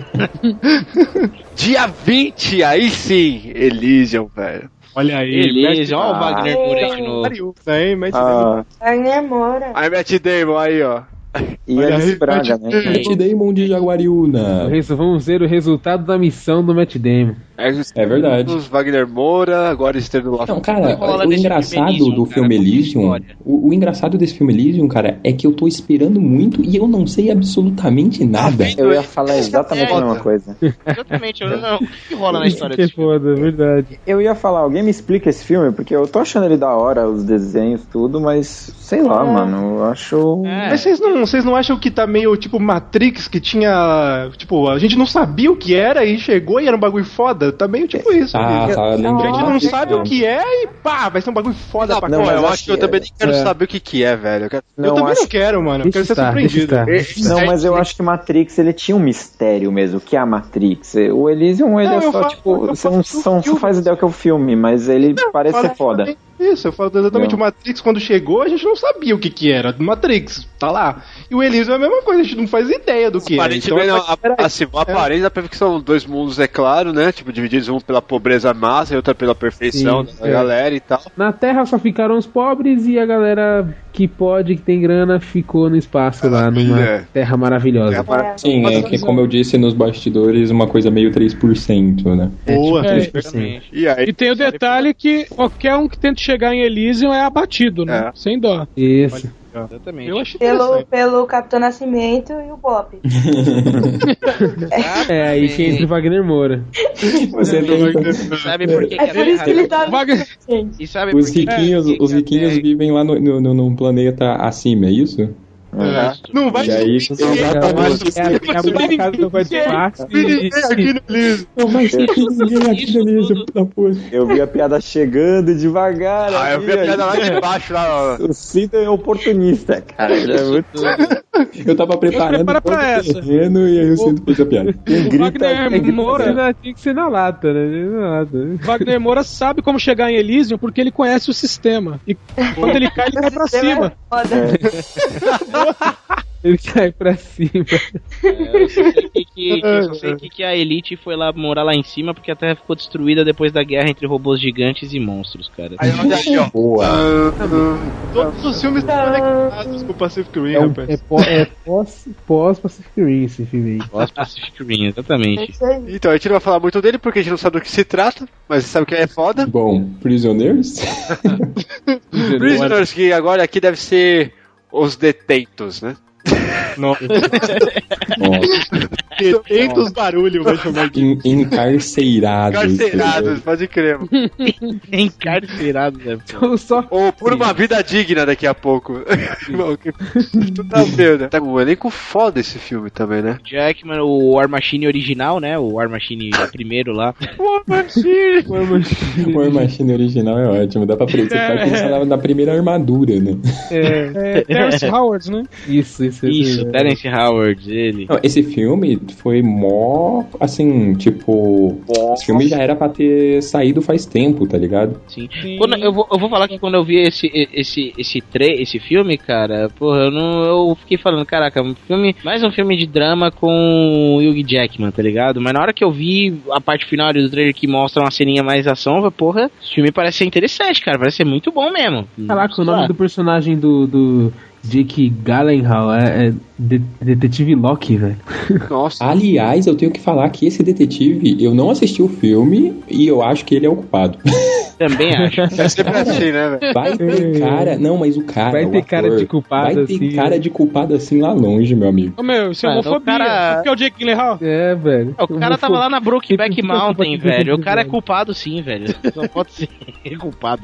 Dia 20, aí sim, Elysium, velho. Olha aí, Elysium, olha o Wagner Moura de novo. Wagner Moura. Aí Matt Damon, aí, ó. E Alice Braga, né? Matt Damon de Jaguariúna. Vamos ver o resultado da missão do Matt Damon. É verdade. Os Wagner Moura, agora estreando lá. Não, cara, o engraçado do filme Elysium, o engraçado desse filme Elysium, cara, é que eu tô esperando muito e eu não sei absolutamente nada. Eu ia falar exatamente a mesma coisa. Exatamente, eu não. O que rola na história desse filme? Que foda, verdade. Eu ia falar, alguém me explica esse filme, porque eu tô achando ele da hora, os desenhos, tudo, mas sei lá, mano, eu acho... Mas vocês não acham que tá meio tipo Matrix, que tinha... Tipo, a gente não sabia o que era e chegou e era um bagulho foda? Tá meio tipo isso. A gente não sabe o que é e pá, vai ser um bagulho foda pra caralho. Eu acho que eu também nem quero saber o que é, velho. Eu também não quero, mano. Eu quero ser surpreendido. Não, mas eu acho que Matrix, ele tinha um mistério mesmo. O que é a Matrix? O Elysium, ele é só, tipo... Você não faz ideia do que é o filme, mas ele parece ser foda. Isso, eu falo exatamente. O Matrix, quando chegou, a gente não sabia o que era. Matrix, tá lá. E o Elysium é a mesma coisa, a gente não faz ideia do que é. Então, a aparência dá pra ver que são dois mundos, é claro, né? Tipo, divididos um pela pobreza massa e outra pela perfeição da galera e tal. Na Terra só ficaram os pobres e a galera que pode, que tem grana, ficou no espaço lá, numa terra maravilhosa. Sim, é que, como eu disse nos bastidores, uma coisa meio 3%, né? Boa, 3%. E tem o detalhe que qualquer um que tente chegar em Elysium é abatido, né? Sem dó. Isso. Exatamente. Eu acho pelo Capitão Nascimento e o Bob. Aí que entra o Wagner Moura. Sabe por que é por isso que ele tá E sabe os riquinhos vivem lá no planeta acima, é isso? Não vai ser Eu vi a piada chegando devagar. Eu vi a piada lá de baixo. O Cito é oportunista, cara. Eu tava preparando o terreno e aí o Cito fez a piada. Wagner Moura tinha que ser na lata, né? Wagner Moura sabe como chegar em Elysium porque ele conhece o sistema. E quando ele cai, ele cai pra cima. Ele cai pra cima. Eu só sei que a Elite foi lá morar lá em cima porque a Terra ficou destruída depois da guerra entre robôs gigantes e monstros, cara. Boa. Todos os filmes estão conectados com o Pacific Rim, rapaz. É pós-Pacific Rim esse filme aí. Pós-Pacific Rim, exatamente. Então, a gente não vai falar muito dele porque a gente não sabe do que se trata, mas sabe que é foda. Bom, Prisoners? Prisoners, que agora aqui deve ser os detentos, né? Nossa. 700 barulhos vai chamar de... Encarcerados, pode crer. Encarcerados, né? Ou por uma vida digna daqui a pouco. Tá vendo, né? Tá um elenco foda esse filme também, né? Jackman, o War Machine original, né? O War Machine primeiro lá. War Machine original é ótimo. Dá pra pensar na primeira armadura, né? Terrence Howard, né? Isso, Terrence Howard, ele. Não, esse filme foi mó, assim, tipo... Esse filme já era pra ter saído faz tempo, tá ligado? Sim. Eu vou falar que quando eu vi esse filme, cara, porra, eu fiquei falando, caraca, mais um filme de drama com o Hugh Jackman, tá ligado? Mas na hora que eu vi a parte final do trailer que mostra uma ceninha mais ação, porra, esse filme parece ser interessante, cara, parece ser muito bom mesmo. Caraca, o nome do personagem do Jake Gyllenhaal é Detetive Locke, velho. Nossa. Aliás, eu tenho que falar que esse detetive, eu não assisti o filme e eu acho que ele é o culpado. Também acho. É sempre assim, né, velho? Vai ter cara... Não, mas o cara... Vai ter cara de culpado vai ter cara de culpado assim lá longe, meu amigo. Ô, meu, isso é homofobia. Porque é o Jake Gyllenhaal. É, velho. O cara tava lá na Brokeback Mountain, velho. O cara é culpado sim, velho. Só pode ser culpado.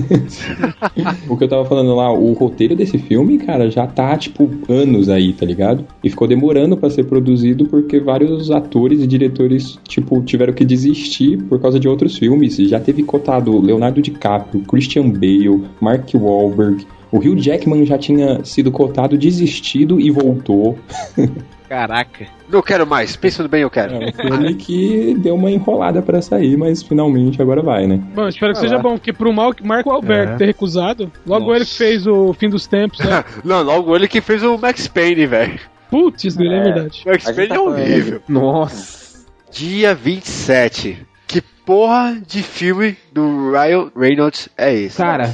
O que eu tava falando lá, o roteiro desse filme, cara, já tá, tipo, anos aí, tá ligado? E ficou demorando pra ser produzido porque vários atores e diretores, tipo, tiveram que desistir por causa de outros filmes. Já teve cotado Leonardo DiCaprio, Christian Bale, Mark Wahlberg. O Hugh Jackman já tinha sido cotado, desistido e voltou. Caraca. Não quero mais, pensando bem, eu quero. É um filme que deu uma enrolada pra sair, mas finalmente agora vai, né? Bom, espero que seja bom, porque pro Mark Wahlberg ter recusado, logo ele que fez o Fim dos Tempos, né? Não, logo ele que fez o Max Payne, velho. Putz, é verdade. Max Payne é horrível. Nossa. Dia 27. Que porra de filme do Ryan Reynolds é esse? Cara,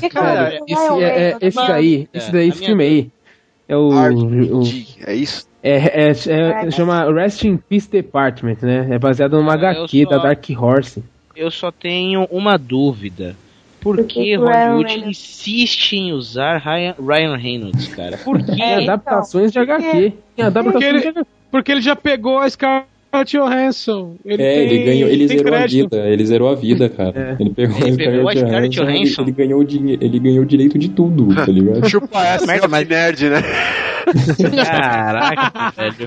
esse filme aí é é isso? Chama Rest in Peace Department, né? É baseado numa HQ da Dark Horse. Eu só tenho uma dúvida. Por que Hollywood insiste em usar Ryan Reynolds, cara? Por quê? Tem adaptações de HQ. Porque ele já pegou a Scarlett Johansson. Ele zerou a vida, cara. Ele pegou a Scarlett Johansson. Ele ganhou o direito de tudo, tá ligado? Chupa essa, merda, mas nerd, né? Caraca, velho.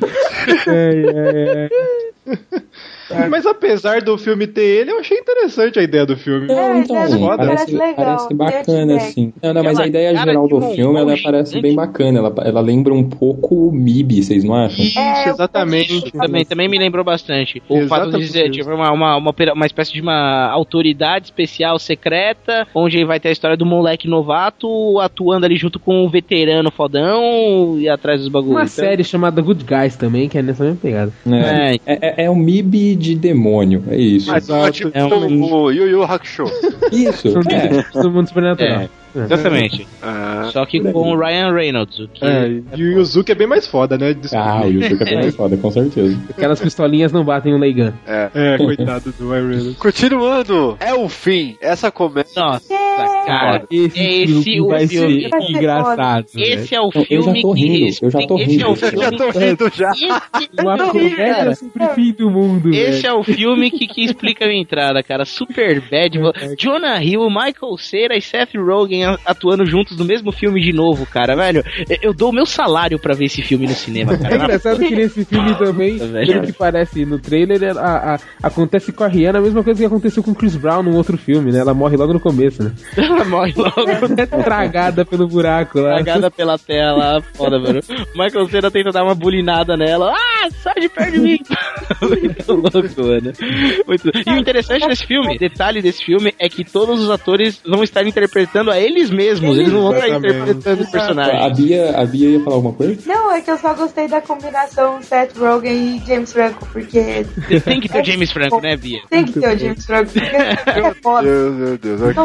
Mas apesar do filme ter ele, eu achei interessante a ideia do filme. Parece bacana, assim. Mas a ideia geral do filme, ela parece bem bacana. Ela lembra um pouco o MIB, vocês não acham? Exatamente. Também me lembrou bastante. O fato de dizer, tipo, uma espécie de uma autoridade especial secreta, onde vai ter a história do moleque novato atuando ali junto com o veterano fodão e atrás dos bagulhos. Uma série chamada Good Guys também, que é nessa mesma pegada. É o MIB de demônio, é isso. Tipo o Yu Yu Hakusho. Isso, do mundo sobrenatural. Exatamente. Só que com o Ryan Reynolds. E o Yuzuki é bem mais foda, né? O Yuzuki é bem mais foda, com certeza. Aquelas pistolinhas não batem o Leigan. Coitado do Ryan Reynolds. Continuando, é o fim. Essa comédia. Nossa, cara. Esse vai ser engraçado. Esse é o filme Eu já tô rindo. Já tô rindo já. Uma comédia sobre o fim do mundo. Esse é o filme que explica a minha entrada, cara. Superbad. Jonah Hill, Michael Cera e Seth Rogen atuando juntos no mesmo filme de novo, cara, velho. Eu dou o meu salário pra ver esse filme no cinema, cara. É engraçado que nesse filme também, pelo que parece no trailer, acontece com a Rihanna a mesma coisa que aconteceu com o Chris Brown num outro filme, né? Ela morre logo no começo, né? Ela morre logo. Tragada pelo buraco lá. Tragada pela tela, foda, mano. Michael Cera tenta dar uma bulinada nela. Sai de perto de mim! Muito louco, mano. E o interessante desse filme, detalhe desse filme, é que todos os atores vão estar interpretando a eles mesmos. Eles não vão estar interpretando o personagem. A Bia ia falar alguma coisa? Não, é que eu só gostei da combinação Seth Rogen e James Franco, porque... Tem que ter o James Franco, né, Bia? Tem que ter o James Franco, porque é foda. Meu Deus. Eu queria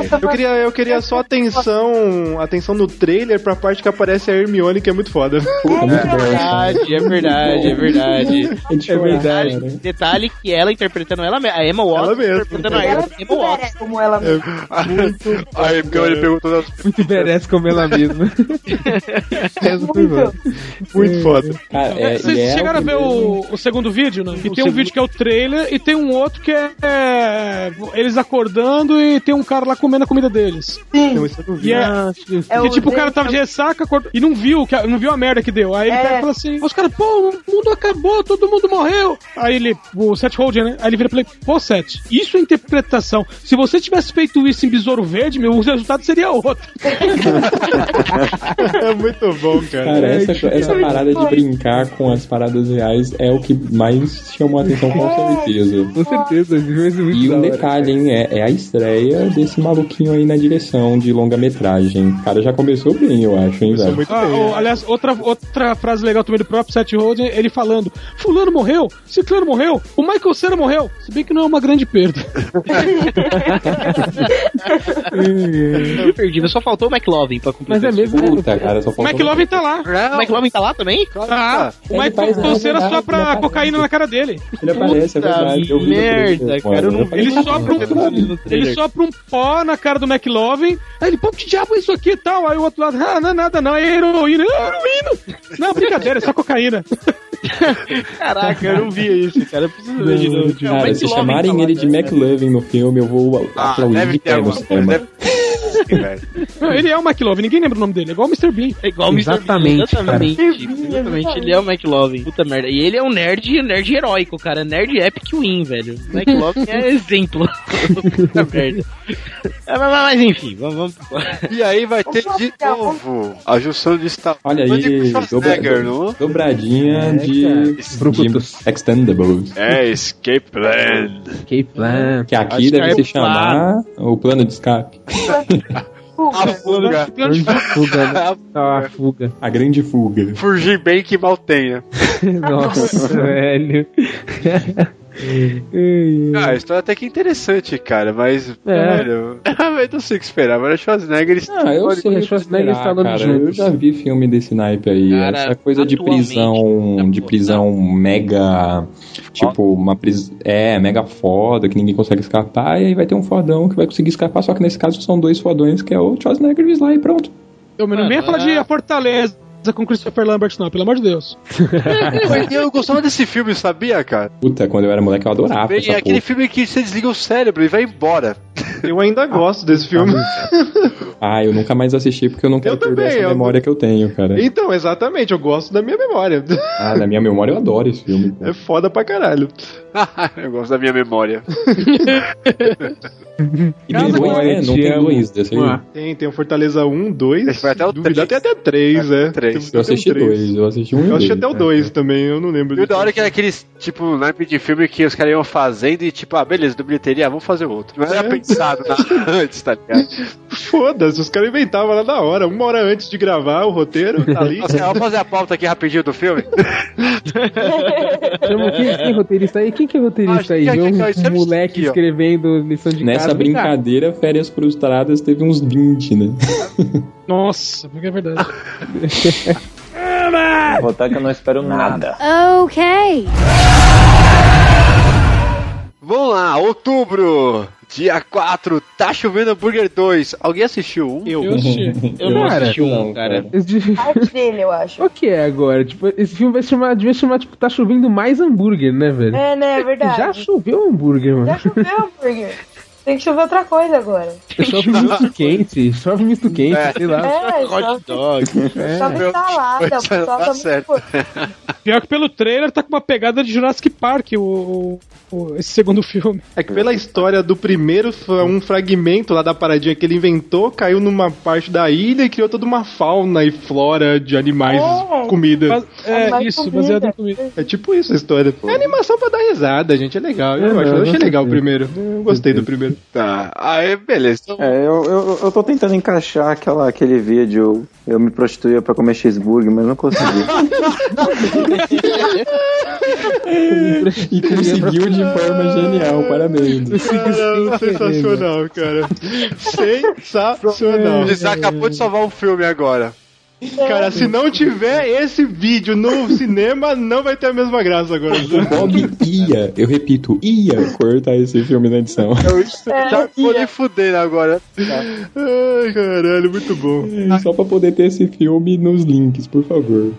queria só atenção no trailer pra parte que aparece a Hermione, que é muito foda. É verdade. Detalhe que ela interpretando a Emma Watson interpretando a Emma Watson como ela mesma. A Hermione perguntou muito merece como ela mesma. Muito foda. Vocês chegaram a ver o segundo vídeo, né? E tem um vídeo que é o trailer e tem um outro que é eles acordando e tem um cara lá comendo a comida deles. Sim. E tipo, o cara tava de ressaca e não viu a merda que deu. Aí ele pega e fala assim, os caras, pô, o mundo acabou, todo mundo morreu. Aí o Seth Rogen, né? Aí ele vira pra ele, pô, Seth, isso é interpretação. Se você tivesse feito isso em Besouro Verde, o resultado seria outro. É muito bom, cara. Cara, essa parada de brincar com as paradas reais é o que mais chamou a atenção, com certeza. Com certeza. E um detalhe, hein, é a estreia desse maluquinho aí na direção de longa-metragem. O cara já começou bem, eu acho, hein, velho. Aliás, outra frase legal também do próprio Seth Rogen, ele falando, fulano morreu, ciclano morreu, o Michael Cera morreu, se bem que não é uma grande perda. Eu perdi, só faltou o McLovin pra cumprir. Mas é mesmo, puta, cara, só o McLovin tá lá. O McLovin tá lá também? O Michael Cera sopra cocaína na cara dele. Ele aparece, é verdade. Merda, cara, eu não vi. Ele sopra um pó na cara do McLovin, aí ele, pô, que diabo é isso aqui e tal? Aí o outro lado, não é nada não, é heroína. Não, brincadeira, é só cocaína. Caraca, eu não via isso, cara. Eu preciso ver de novo. Cara, se chamarem ele de McLovin no filme, eu vou aplaudir de pé no cinema. Não, ele é o McLovin, ninguém lembra o nome dele, é igual o Mr. Bean. É igual o Mr. Bean, exatamente, ele é o McLovin. Puta merda. E ele é um nerd heróico, cara. Nerd epic win, velho. O McLovin é exemplo. Puta merda. Mas enfim, vamos. E aí vai ter de novo a junção de Star Olha aí, dobradinha de Extendables. Escape Plan. Que aqui deve se chamar o plano de escape. A fuga. A grande fuga. Fugir bem que mal tenha. Nossa, velho. A história até que interessante, cara, mas velho, eu não sei o que esperar, mas o Schwarzenegger eu sei, Schwarzenegger falando junto. Eu já vi filme desse naipe aí, cara, essa coisa de prisão mega, tipo, uma prisão mega foda, que ninguém consegue escapar, e aí vai ter um fodão que vai conseguir escapar, só que nesse caso são dois fodões, que é o Schwarzenegger e o Sly, e pronto. Eu não venho falar de A Fortaleza com Christopher Lambert, não, pelo amor de Deus. Eu gostava desse filme, sabia, cara? Puta, quando eu era moleque eu adorava. É aquele filme que você desliga o cérebro e vai embora. Eu ainda gosto desse filme. Eu nunca mais assisti porque eu não quero perder essa memória que eu tenho, cara. Então, exatamente, eu gosto da minha memória. Da minha memória eu adoro esse filme. É foda pra caralho. Eu gosto da minha memória. E tem dois, não tem dois desse aí? Tem o Fortaleza 1, 2. Vai até o 3. Tem até 3, né? Eu assisti 2, eu assisti 1 e 2. Eu assisti até o 2 também, eu não lembro. E da hora que era aqueles, tipo, naipe de filme que os caras iam fazendo e tipo, beleza, do bilheteria, vamos fazer outro. Não era pensado antes, tá ligado? Foda-se, os caras inventavam lá na hora, 1 hora antes de gravar o roteiro, tá ali. Vamos fazer a pauta aqui rapidinho do filme? Quem é roteirista aí? Quem que é roteirista aí? Um moleque escrevendo lição de casa. Nessa brincadeira, Férias Frustradas teve uns 20, né? Nossa, porque é verdade. Vou botar que eu não espero nada. Ok. Vamos lá, outubro, dia 4, Tá Chovendo Hambúrguer 2. Alguém assistiu um? Eu assisti. Eu não assisti um, cara. Parte dele, eu acho. O que é agora? Tipo, esse filme devia chamar, tipo, Tá Chovendo Mais Hambúrguer, né, velho? É verdade. Já choveu hambúrguer, mano. Já choveu hambúrguer. Tem que chover outra coisa agora. Chove misto quente, sei lá. Hot dog. Chove salada, o pessoal tá certo. Pior que pelo trailer tá com uma pegada de Jurassic Park, esse segundo filme. É que pela história do primeiro, um fragmento lá da paradinha que ele inventou, caiu numa parte da ilha e criou toda uma fauna e flora de animais, comida. Baseado em comida. É tipo isso a história. É animação pra dar risada, gente, é legal. Eu achei legal o primeiro. Eu gostei do primeiro. Tá, aí beleza. Eu tô tentando encaixar aquele vídeo, eu me prostituía pra comer cheeseburger, mas não consegui. E conseguiu de forma genial, parabéns. Sensacional, cara. Sensacional. Você acabou de salvar um filme agora. Cara, se não tiver esse vídeo no cinema, não vai ter a mesma graça agora. O Bob eu repito, ia cortar esse filme na edição. Já vou nem fuder agora. Ai, caralho, muito bom. Só pra poder ter esse filme nos links, por favor.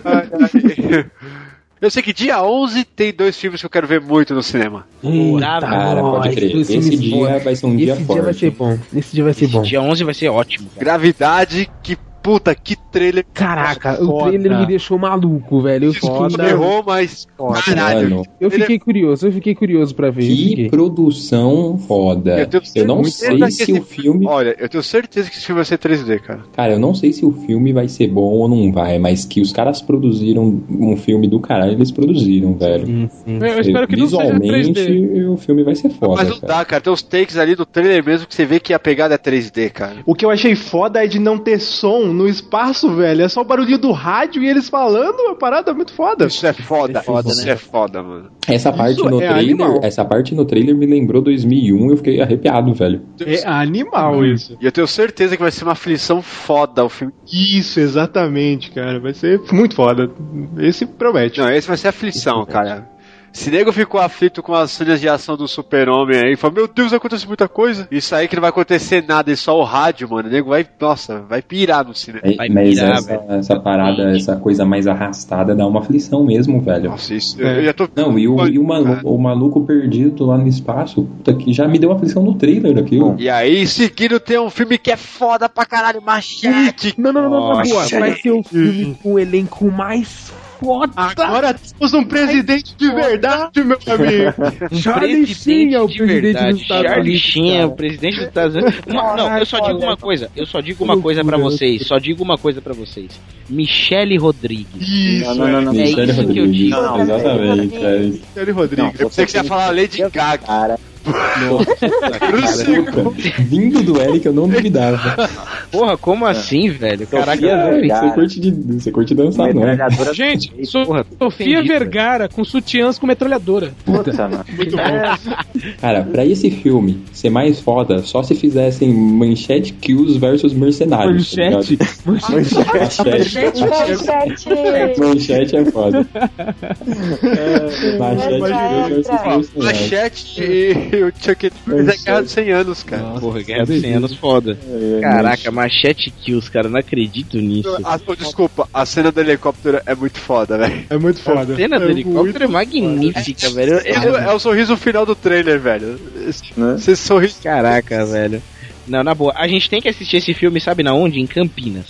Eu sei que dia 11 tem 2 filmes que eu quero ver muito no cinema. Cara, pode crer. Esse dia vai ser um dia forte. Vai ser bom. Esse dia vai ser bom. Dia 11 vai ser ótimo. Cara. Gravidade, que puta, que trailer. Caraca, o trailer me deixou maluco, velho. Errou, mas caralho. Eu fiquei curioso pra ver. Que produção foda. Eu não sei se o filme... Olha, eu tenho certeza que esse filme vai ser 3D, cara. Cara, eu não sei se o filme vai ser bom ou não vai, mas que os caras produziram um filme do caralho, eles produziram, velho. Eu espero que visualmente, não seja 3D. O filme vai ser foda. Mas não dá, cara. Tem os takes ali do trailer mesmo que você vê que a pegada é 3D, cara. O que eu achei foda é de não ter som no espaço, velho. É só o barulhinho do rádio e eles falando, uma parada muito foda. Isso é foda, isso é foda, mano. Essa parte no trailer me lembrou 2001, eu fiquei arrepiado, velho. É animal isso. E eu tenho certeza que vai ser uma aflição foda o filme. Isso, exatamente, cara. Vai ser muito foda. Esse promete. Não, esse vai ser aflição, cara. Se nego ficou aflito com as cenas de ação do Super-Homem aí, fala, meu Deus, acontece muita coisa. Isso aí que não vai acontecer nada, é só o rádio, mano. O nego vai, nossa, vai pirar no cinema. Mas essa parada, essa coisa mais arrastada dá uma aflição mesmo, velho. Nossa, isso, eu já tô... Não, e o maluco perdido lá no espaço, puta, que já me deu aflição no trailer daquilo. E aí, em seguida, tem um filme que é foda pra caralho, Machete. Não, na boa. Vai ser o filme com o elenco mais foda. Agora temos um presidente de verdade, meu amigo. Charlie Sheen é o presidente dos Estados Unidos. Charlie Sheen é o presidente dos Estados Unidos. Não, eu só digo uma coisa. Só digo uma coisa pra vocês. Michelle Rodrigues. Isso. Não. É Michelle isso que eu digo. Não, exatamente. Michelle Rodrigues. Eu pensei que você ia falar Lady Gaga. Cara. Vindo do Eric, eu não duvidava. Porra, como assim, velho? Caraca, você curte dançar, não é? Gente, Sofia Vergara com sutiãs com metralhadora. Puta, muito bom. Cara, pra esse filme ser mais foda, só se fizessem Manchete Kills versus Mercenários. Manchete? Manchete é foda. Manchete e o Chuck Norris é Guerra dos 100 Anos, cara. Nossa, porra, Guerra dos 100 Anos foda. Caraca, Machete Kills, cara, não acredito nisso. Desculpa, a cena do helicóptero é muito foda, velho. É muito foda. A cena do helicóptero é magnífica, velho. É o sorriso final do trailer, velho. Esse sorriso. Caraca, velho. Não, na boa, a gente tem que assistir esse filme, sabe na onde? Em Campinas.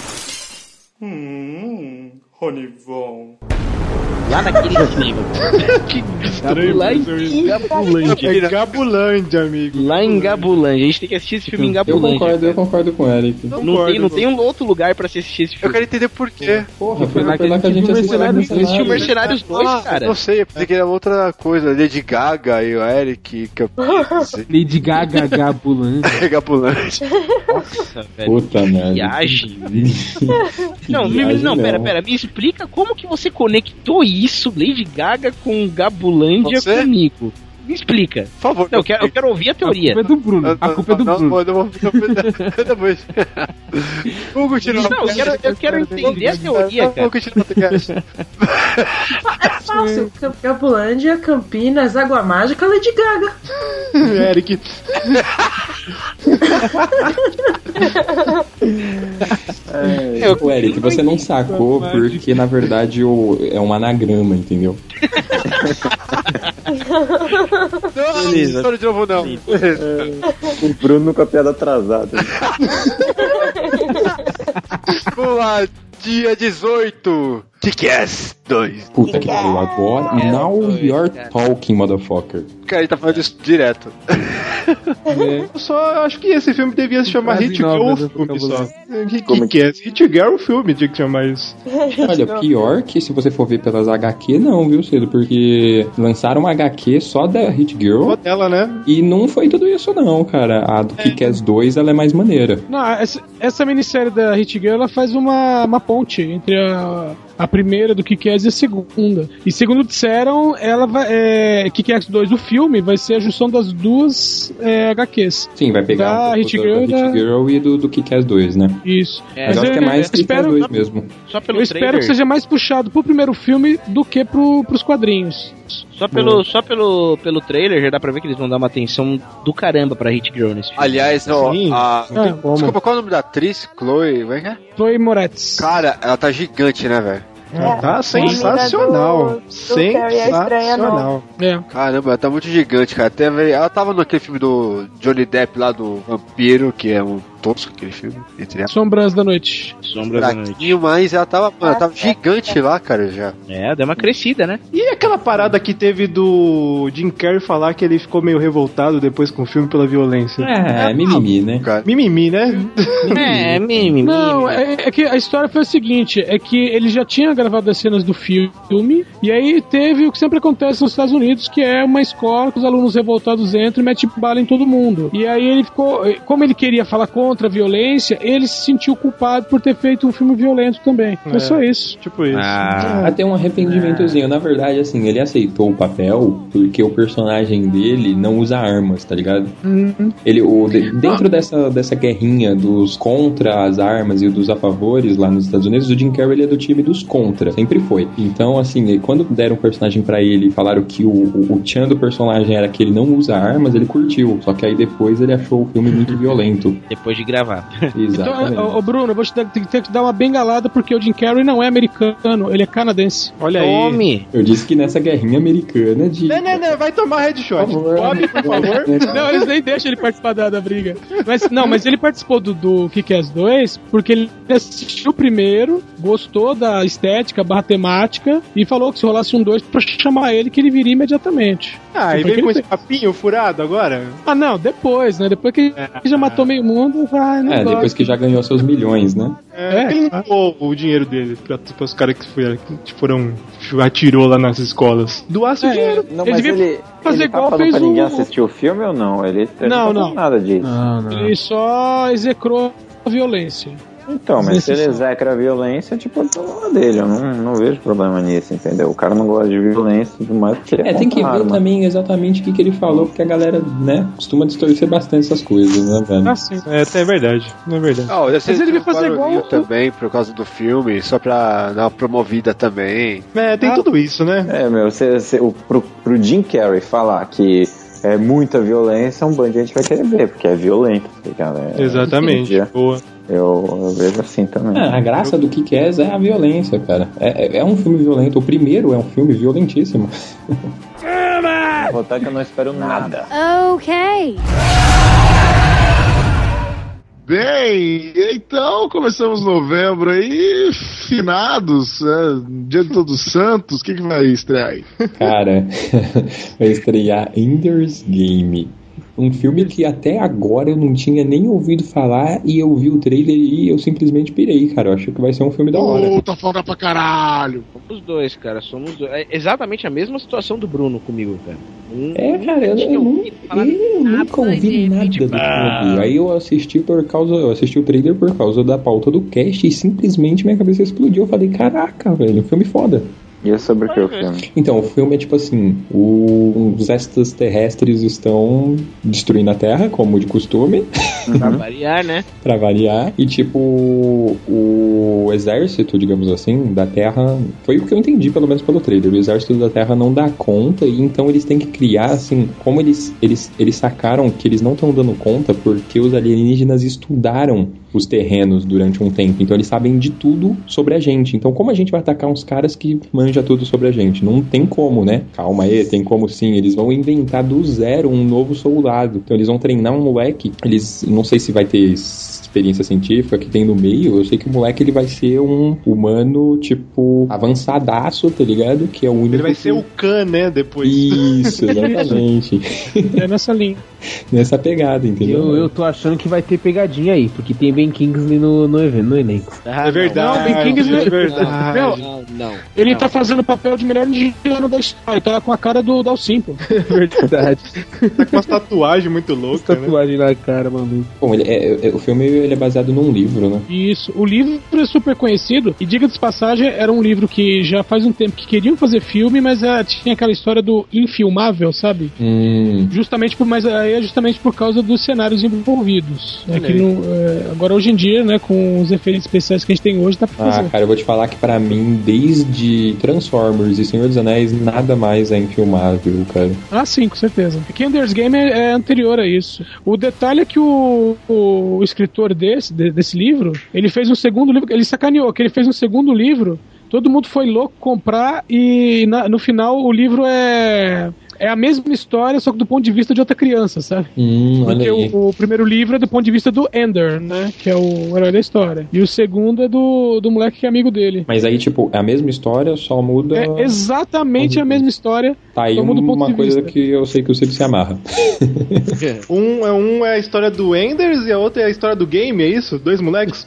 Ronivon. Lá naquele nível. Que estranho. Lá em Gabulândia. É Gabulândia, amigo. Lá em Gabulândia. A gente tem que assistir esse filme em Gabulândia. Eu concordo com o Eric. Não tem um outro lugar pra se assistir esse filme. Eu quero entender por quê. Porra, foi lá que a gente assistiu Mercenários 2, cara. Não sei, eu pensei que era outra coisa. Lady Gaga e o Eric. Lady Gaga, Gabulândia. Gabulândia. Nossa, velho. Puta merda. Viagem. Não, pera. Me explica como que você conectou isso, Lady Gaga com Gabulândia comigo. Me explica. Por favor. Não, eu quero ouvir a teoria. A culpa é do Bruno. Vamos continuar. Não, eu quero entender a teoria, cara. Vamos continuar. É fácil. Gabulândia, Campinas, Água Mágica, Lady Gaga. Eric. O Eric, você não sacou porque na verdade é um anagrama, entendeu? Não, história de novo não. O Bruno com a piada atrasada. Vamos lá, dia 18. Kick-Ass 2. Puta que pariu, agora. Now you're talking, motherfucker. Cara, ele tá falando isso direto. Eu só acho que esse filme devia se chamar Hit Girl filme só. Kick-Ass. Hit Girl filme tinha que chamar isso. Olha, pior que se você for ver pelas HQ, não, viu, Cedo? Porque lançaram uma HQ só da Hit Girl. Só dela, né? E não foi tudo isso, não, cara. A do Kick-Ass 2, ela é mais maneira. Não, essa minissérie da Hit Girl, ela faz uma ponte entre a A primeira do Kick-Ass e a segunda. E segundo disseram, ela vai. Kick-Ass 2, o filme, vai ser a junção das duas HQs. Sim, vai pegar da Hit Girl, Hit Girl e do Kick-Ass 2, né? Isso. Mas eu acho que é mais Kick-Ass 2 mesmo. Eu espero que seja mais puxado pro primeiro filme do que pros quadrinhos. Só pelo trailer já dá pra ver que eles vão dar uma atenção do caramba pra Hit Girl nesse filme. Aliás, desculpa, qual é o nome da atriz? Chloe, vai é? Chloe Moretz. Cara, ela tá gigante, né, velho? Tá sensacional. Sensacional. Caramba, ela tá muito gigante, cara. Ela tava naquele filme do Johnny Depp lá do Vampiro, que é um tosco aquele filme. Sombras da Noite. Mas ela tava gigante lá, cara, já. Deu uma crescida, né? E aquela parada que teve do Jim Carrey falar que ele ficou meio revoltado depois com o filme pela violência? Mimimi, né? Cara. Mimimi, né? Mimimi. Não, é que a história foi a seguinte, é que ele já tinha gravado as cenas do filme, e aí teve o que sempre acontece nos Estados Unidos, que é uma escola que os alunos revoltados entram e metem bala em todo mundo. E aí ele ficou, como ele queria falar contra a violência, ele se sentiu culpado por ter feito um filme violento também. É só isso. Tipo isso. Até um arrependimentozinho. Na verdade, assim, ele aceitou o papel porque o personagem dele não usa armas, tá ligado? Dentro dessa guerrinha dos contra as armas e dos a favores lá nos Estados Unidos, o Jim Carrey ele é do time dos contra, sempre foi. Então, assim, quando deram um personagem pra ele e falaram que o tchan do personagem era que ele não usa armas, ele curtiu. Só que aí depois ele achou o filme muito violento. Depois de gravar. Exatamente. Então, Bruno, eu vou ter que dar uma bengalada porque o Jim Carrey não é americano, ele é canadense. Olha aí. Eu disse que nessa guerrinha americana de... Não, vai tomar headshot. Bob, por favor. Não, eles nem deixam ele participar da briga. Mas ele participou do Kick-Ass 2 porque ele assistiu o primeiro, gostou da estética, temática, e falou que se rolasse um 2 pra chamar ele, que ele viria imediatamente. E veio com esse papinho furado agora? Não, depois, né? Depois que já matou meio mundo, vai, né? Depois que já ganhou seus milhões, né? Ele não doou o dinheiro dele pra os caras que atirou lá nas escolas. Doasse o dinheiro. Não, mas ele igual falando fez pra ninguém assistir o filme ou não? Ele não falou nada disso. Não. Ele só execrou a violência. Então, mas se ele execra a violência, tipo, é problema dele. Eu não vejo problema nisso, entendeu? O cara não gosta de violência e tudo mais, porque ele tem que ver também exatamente o que ele falou, porque a galera, né, costuma distorcer bastante essas coisas, né, velho? Sim. É verdade, não é verdade. Mas ele vai fazer igual também, por causa do filme, só pra dar uma promovida também. Tem tudo isso, né? Pro Jim Carrey falar que é muita violência, um bando de gente vai querer ver, porque é violento, tá ligado? Exatamente, boa. Eu vejo assim também. A graça do Kick-Ass é a violência, cara. É um filme violento. O primeiro é um filme violentíssimo. Vou botar que eu não espero nada. Ok. Bem, então começamos novembro aí, finados, dia de Todos os Santos, o que vai estrear aí? Cara, vai estrear Ender's Game. Um filme que até agora eu não tinha nem ouvido falar e eu vi o trailer e eu simplesmente pirei, cara. Eu acho que vai ser um filme da hora. Tá foda pra caralho. Somos dois, cara. É exatamente a mesma situação do Bruno comigo, cara. Cara, eu nunca ouvi nada do filme. Aí eu assisti o trailer por causa da pauta do cast e simplesmente minha cabeça explodiu. Eu falei, caraca, velho, filme foda. E é sobre o que o filme? Então, o filme é tipo assim, os extraterrestres estão destruindo a Terra, como de costume. Pra variar, né? Pra variar. E tipo, o exército, digamos assim, da Terra, foi o que eu entendi, pelo menos pelo trailer. O exército da Terra não dá conta, e então eles têm que criar, assim, como eles sacaram que eles não estão dando conta porque os alienígenas estudaram os terrenos durante um tempo. Então eles sabem de tudo sobre a gente. Então como a gente vai atacar uns caras que manja tudo sobre a gente? Não tem como, né? Calma aí, tem como sim. Eles vão inventar do zero um novo soldado. Então eles vão treinar um moleque. Eles, não sei se vai ter experiência científica que tem no meio. Eu sei que o moleque ele vai ser um humano, tipo, avançadaço, tá ligado? Que é o único. Ele vai ser o Khan, né? Depois. Isso, exatamente. É nessa linha. Nessa pegada, entendeu? Eu tô achando que vai ter pegadinha aí, porque tem Ben Kingsley no elenco. É verdade. Não, Ben Kingsley é verdade. Meu, ele tá fazendo o papel de melhor indiano da história. Tá com a cara do Dal Simple. Verdade. Tá com umas tatuagens muito loucas, né? Tatuagem na cara, maluco. Bom, o filme ele é baseado num livro, né? Isso. O livro é super conhecido. E diga de passagem, era um livro que já faz um tempo que queriam fazer filme, mas tinha aquela história do infilmável, sabe? Justamente por causa dos cenários envolvidos. Agora, hoje em dia, né, com os efeitos especiais que a gente tem hoje, dá pra fazer. Cara, eu vou te falar que pra mim, desde Transformers e Senhor dos Anéis, nada mais é infilmável, cara. Ah, sim, com certeza. Porque Ender's Game é anterior a isso. O detalhe é que o escritor desse livro, ele fez um segundo livro, ele sacaneou, que ele fez um segundo livro, todo mundo foi louco comprar e no final o livro é a mesma história, só que do ponto de vista de outra criança, sabe? Porque o primeiro livro é do ponto de vista do Ender, né? Que é o herói da história. E o segundo é do moleque que é amigo dele. Mas aí, tipo, é a mesma história, só muda... É exatamente a mesma história. Tá aí uma coisa que eu sei que o Cid se amarra. Um é a história do Enders e a outra é a história do game, é isso? Dois moleques?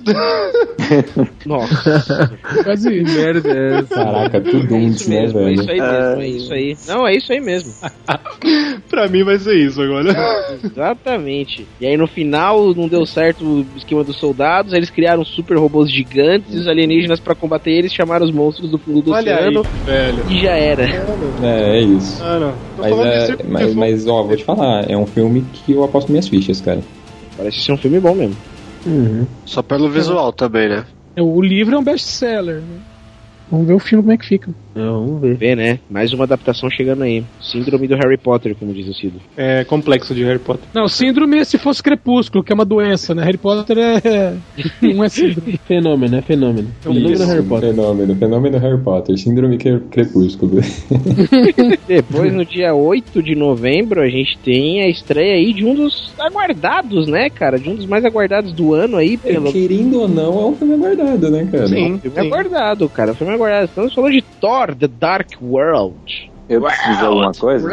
Nossa. Quase merda. Caraca, tudo né, velho? É isso aí mesmo, é isso aí. Não, é isso aí mesmo. Pra mim vai ser isso agora. Exatamente. E aí no final não deu certo o esquema dos soldados, eles criaram super robôs gigantes, os alienígenas pra combater eles chamaram os monstros do fundo do oceano. Aí, velho. E já era. É isso. Não. Mas ó, vou te falar, é um filme que eu aposto minhas fichas, cara. Parece ser um filme bom mesmo. Só pelo visual também, né? O livro é um best-seller, né? Vamos ver o filme como é que fica. Vamos ver, né? Mais uma adaptação chegando aí. Síndrome do Harry Potter, como diz o Cido. É complexo de Harry Potter. Não, síndrome é se fosse Crepúsculo, que é uma doença, né? Harry Potter não é síndrome. Fenômeno. Fenômeno Harry Potter. Fenômeno Harry Potter. Síndrome Crepúsculo. Depois, no dia 8 de novembro, a gente tem a estreia aí de um dos aguardados, né, cara? De um dos mais aguardados do ano aí. Querendo ou não, é um filme aguardado, né, cara? Sim, filme aguardado, cara. Filme aguardado. Estamos falando de Thor, The Dark World. Eu preciso dizer alguma coisa?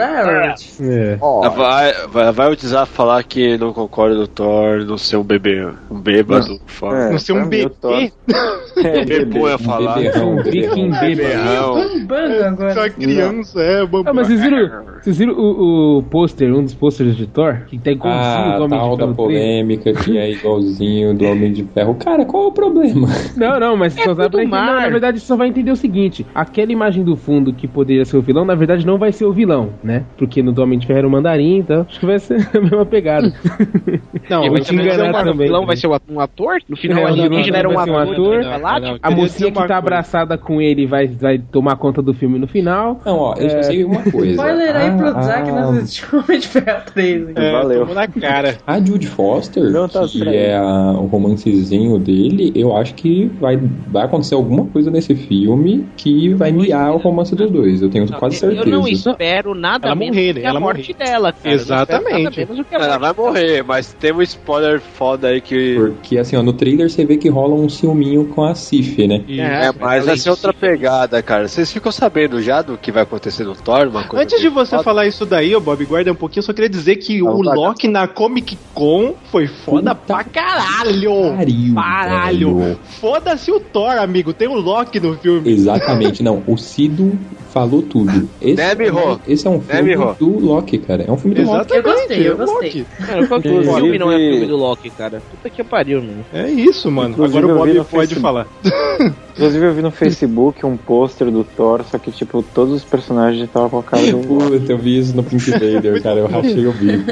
Vai utilizar falar que não concorda do Thor não ser um bebê, um bêbado. Não ser um bebê? Bebê ia falar. Um beberrão. Só criança, mas vocês viram o pôster, um dos pôsteres de Thor? Que tá igualzinho do Homem de Ferro. Da polêmica, que é igualzinho do Homem de Ferro. Cara, qual é o problema? Não, mas só sabe pra entender. Não, na verdade, você só vai entender o seguinte: aquela imagem do fundo que poderia ser o vilão, na verdade não vai ser o vilão, né? Porque no do Homem de Ferro era o Mandarim, então acho que vai ser a mesma pegada. Não, eu vou te enganar também. O vilão vai ser um ator? No final, o alienígena era um ator. A mocinha que tá abraçada com ele vai tomar conta do filme no final. Não, ó, eu só sei uma coisa. Spoiler aí pro Zack não assistiu Homem de Ferro 3. Valeu. Na cara. A Jude Foster, que é o romancezinho dele, eu acho que vai acontecer alguma coisa nesse filme que vai miar o romance dos dois. Eu tenho quase certeza. Eu não espero nada menos que a morte dela, cara. Exatamente. Ela vai morrer, mas tem um spoiler foda aí que... Porque assim, ó, no trailer você vê que rola um ciúminho com a Sif, né? Mas vai ser outra pegada, cara. Vocês ficam sabendo já do que vai acontecer no Thor? Uma coisa Antes de você falar isso daí, Bob, guarda um pouquinho, eu só queria dizer que o Loki na Comic Con foi foda pra caralho. Caralho. Foda-se o Thor, amigo. Tem o Loki no filme. Exatamente, não. O Cido falou tudo. Esse é um filme do Loki, cara. É um filme do Loki. Eu gostei. Cara, o filme não é filme do Loki, cara. Puta que pariu, mano. É isso, mano. Inclusive, agora o Bob pode falar. Inclusive eu vi no Facebook um pôster do Thor, só que tipo, todos os personagens estavam com a cara do... Puta, eu vi isso no Pink Vader, cara. Eu rachei o bico.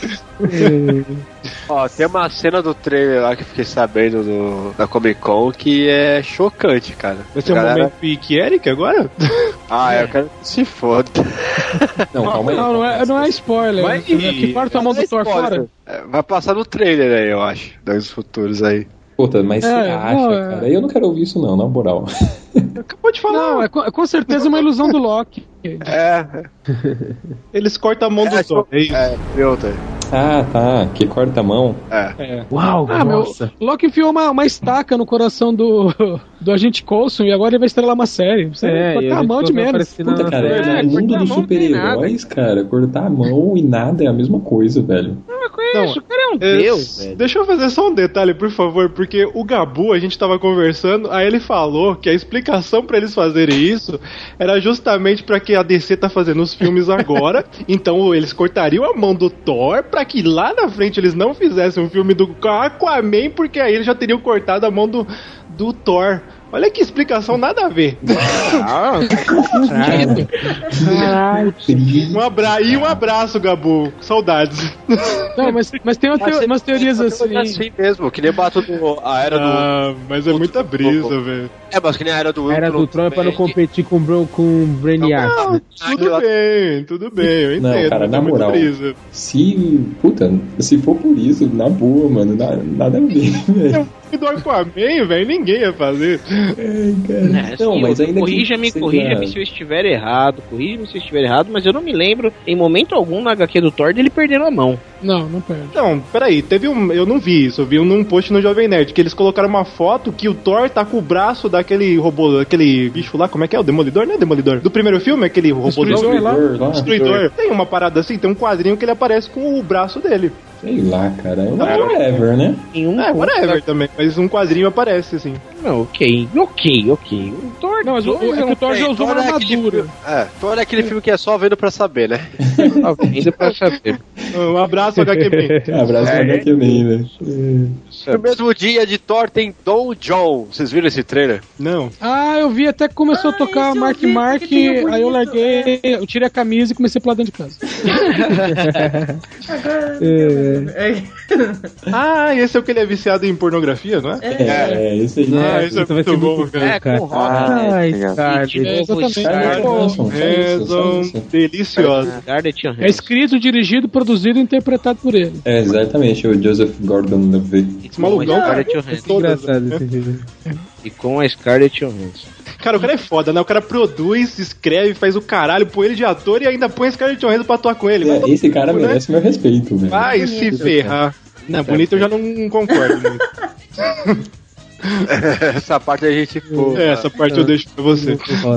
Ó, tem uma cena do trailer lá que eu fiquei sabendo da Comic Con que é chocante, cara. Vai ser um momento Pique Eric agora? Eu quero que se foda. Não, calma aí. Não é spoiler. Que corta a mão do Thor fora. Vai passar no trailer aí, eu acho. Dos futuros aí. Puta, mas você acha, cara? Eu não quero ouvir isso não, na moral. Acabou de falar. Não, é com certeza uma ilusão do Loki. Eles cortam a mão do Thor. É isso. Tá. Que corta a mão. Uau, nossa. Loki enfiou uma estaca no coração do do Agente Coulson e agora ele vai estrelar uma série. Você cortar a mão de menos. Puta, cara, no mundo dos super-heróis, cara, cortar a mão e nada é a mesma coisa, velho. O cara é um deus, velho. Deixa eu fazer só um detalhe, por favor, porque o Gabu, a gente tava conversando, aí ele falou que a explicação pra eles fazerem isso era justamente pra que a DC tá fazendo os filmes agora, então eles cortariam a mão do Thor pra que lá na frente eles não fizessem um filme do Aquaman, porque aí eles já teriam cortado a mão do Thor. Olha que explicação, nada a ver. Um abraço, Gabu. Saudades. Não, mas tem umas teorias assim mesmo, que nem bato a era do... mas é muita brisa, velho. Mas que nem a era do... A era do Tron é pra não competir com o Brainiac. Não, tudo bem, eu entendo. Não, cara, na moral, se for por isso, na boa, mano, nada a ver, velho. Do Aquaman, velho, ninguém ia fazer. Não, mas ainda corrija-me se eu estiver errado, mas eu não me lembro em momento algum na HQ do Thor dele perdendo a mão. Não perde. Não, peraí, eu não vi isso, eu vi num post no Jovem Nerd, que eles colocaram uma foto que o Thor tá com o braço daquele robô, aquele bicho lá, como é que é? O Demolidor, né? Demolidor. Do primeiro filme, aquele robô Destruidor. Tem uma parada assim, tem um quadrinho que ele aparece com o braço dele. Sei lá, cara. É whatever, né? Whatever também. Mas um quadrinho aparece, assim. Não, ok. O Thor... Não, mas o Thor já usou uma armadura. Thor é aquele filme que é só vendo pra saber, né? Vendo pra saber. Um abraço, HQ-Man. Abraço, HQ-Man, velho. No mesmo dia de Thor tem Don John. Vocês viram esse trailer? Não. Eu vi até que começou a tocar Mark, aí eu larguei, eu tirei a camisa e comecei pra lá dentro de casa. Esse é o que ele é viciado em pornografia, não é? Esse aí. Esse é muito bom, cara. Delicioso. É escrito, dirigido, produzido e interpretado por ele. Exatamente, o Joseph Gordon-Levitt. Esse malugão, cara, engraçado esse vídeo. E com a Scarlett Johansson. Cara, o cara é foda, né? O cara produz, escreve, faz o caralho, põe ele de ator e ainda põe a Scarlett Johansson pra atuar com ele. Esse cara merece meu respeito, velho. Vai se ferrar. Não, bonito eu já não concordo muito. Essa parte a gente... essa parte eu deixo pra você.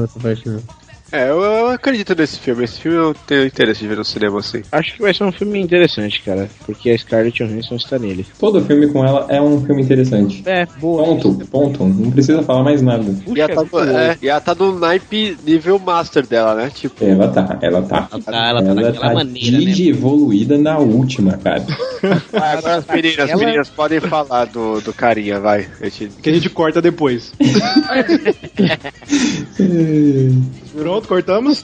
Eu acredito nesse filme. Esse filme eu tenho interesse de ver no cinema, assim. Acho que vai ser um filme interessante, cara. Porque a Scarlett Johansson está nele. Todo filme com ela é um filme interessante. Boa. Ponto. Não precisa falar mais nada. E ela tá no naipe nível master dela, né? Tipo... Ela tá naquela maneira, né? Evoluída na última, cara. Agora as meninas podem falar do carinha, vai. Que a gente corta depois. Pronto, cortamos?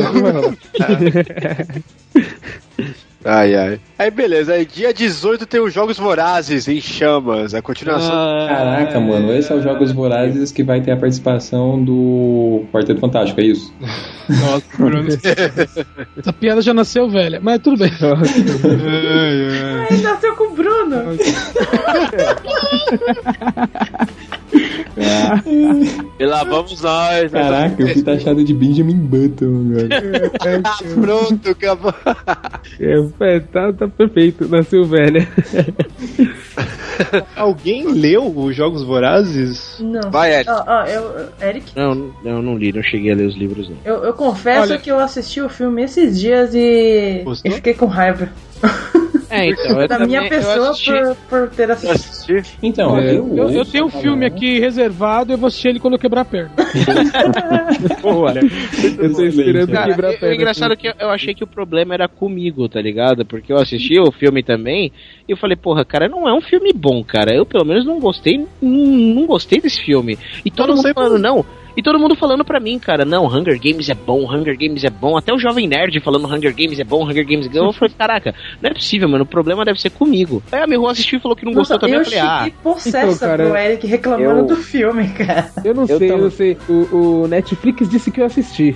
Ai. Aí beleza, aí dia 18 tem os Jogos Vorazes em chamas, a continuação. Caraca, mano, esse é os Jogos Vorazes que vai ter a participação do Quarteto Fantástico, é isso? Nossa, Bruno. Essa piada já nasceu velha, mas tudo bem. Ai, nasceu com o Bruno. E lá vamos nós. Caraca, eu fui taxado de Benjamin Button agora. Pronto, acabou. Tá perfeito, nasceu velha. Alguém leu os Jogos Vorazes? Não. Vai, Eric. Eric? Não, não li, não cheguei a ler os livros, não. Eu confesso que eu assisti o filme esses dias e fiquei com raiva. Então, da minha pessoa por ter assistido. Então, eu tenho um filme aqui reservado, eu vou assistir ele quando eu quebrar a perna. Olha, eu tô esperando quebrar a perna. O engraçado é que eu achei que o problema era comigo, tá ligado? Porque eu assisti o filme também e eu falei, porra, cara, não é um filme bom, cara. Eu pelo menos não gostei desse filme. E todo mundo falando, não. E todo mundo falando pra mim, cara, não, Hunger Games é bom, até o Jovem Nerd falando Hunger Games é bom, Hunger Games é bom. Eu falei, caraca, não é possível, mano, o problema deve ser comigo. Aí a minha rua assistiu e falou que não gostou também, eu falei, fiquei possessa pro Eric reclamando do filme, cara. Eu não sei, o Netflix disse que eu assisti.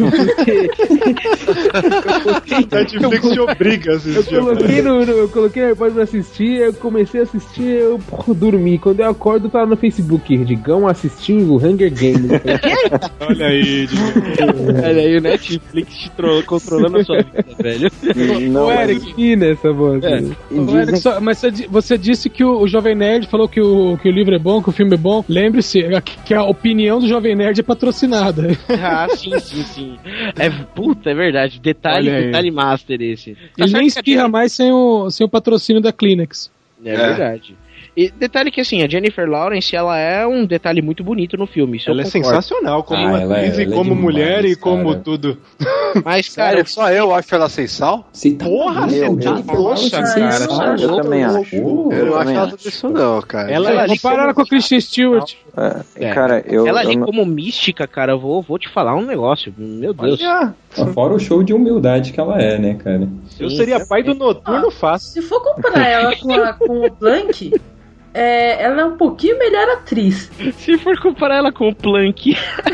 Netflix te obriga a assistir. Eu coloquei no iPod pra assistir, eu comecei a assistir, eu dormi. Quando eu acordo, tava no Facebook, Digão assistiu o Hunger Games. Olha aí, Olha aí o Netflix controlando a sua vida, velho. Não, Eric, nessa voz. Mas você disse que o Jovem Nerd falou que o livro é bom, que o filme é bom. Lembre-se que a opinião do Jovem Nerd é patrocinada. Ah, sim. É verdade. Detalhe master esse. Ele nem espirra mais sem o patrocínio da Kleenex. É verdade. E detalhe que, assim, a Jennifer Lawrence, ela é um detalhe muito bonito no filme. Ela é sensacional como atriz e como mulher e como tudo. Mas, cara... Só eu acho ela sem sal? Porra, nossa, cara. Eu também acho. Eu não acho nada disso não, cara. Compara ela com a Kristen Stewart. Cara, ela ali como mística, cara, eu vou te falar um negócio. Meu Deus. Fora o show de humildade que ela é, né, cara? Eu seria pai do Noturno fácil. Se for comparar ela com o Blank... ela é um pouquinho melhor atriz. Se for comparar ela com o Plank.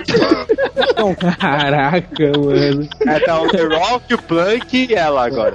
Caraca, mano. Tá o The Rock, o Plank e ela agora.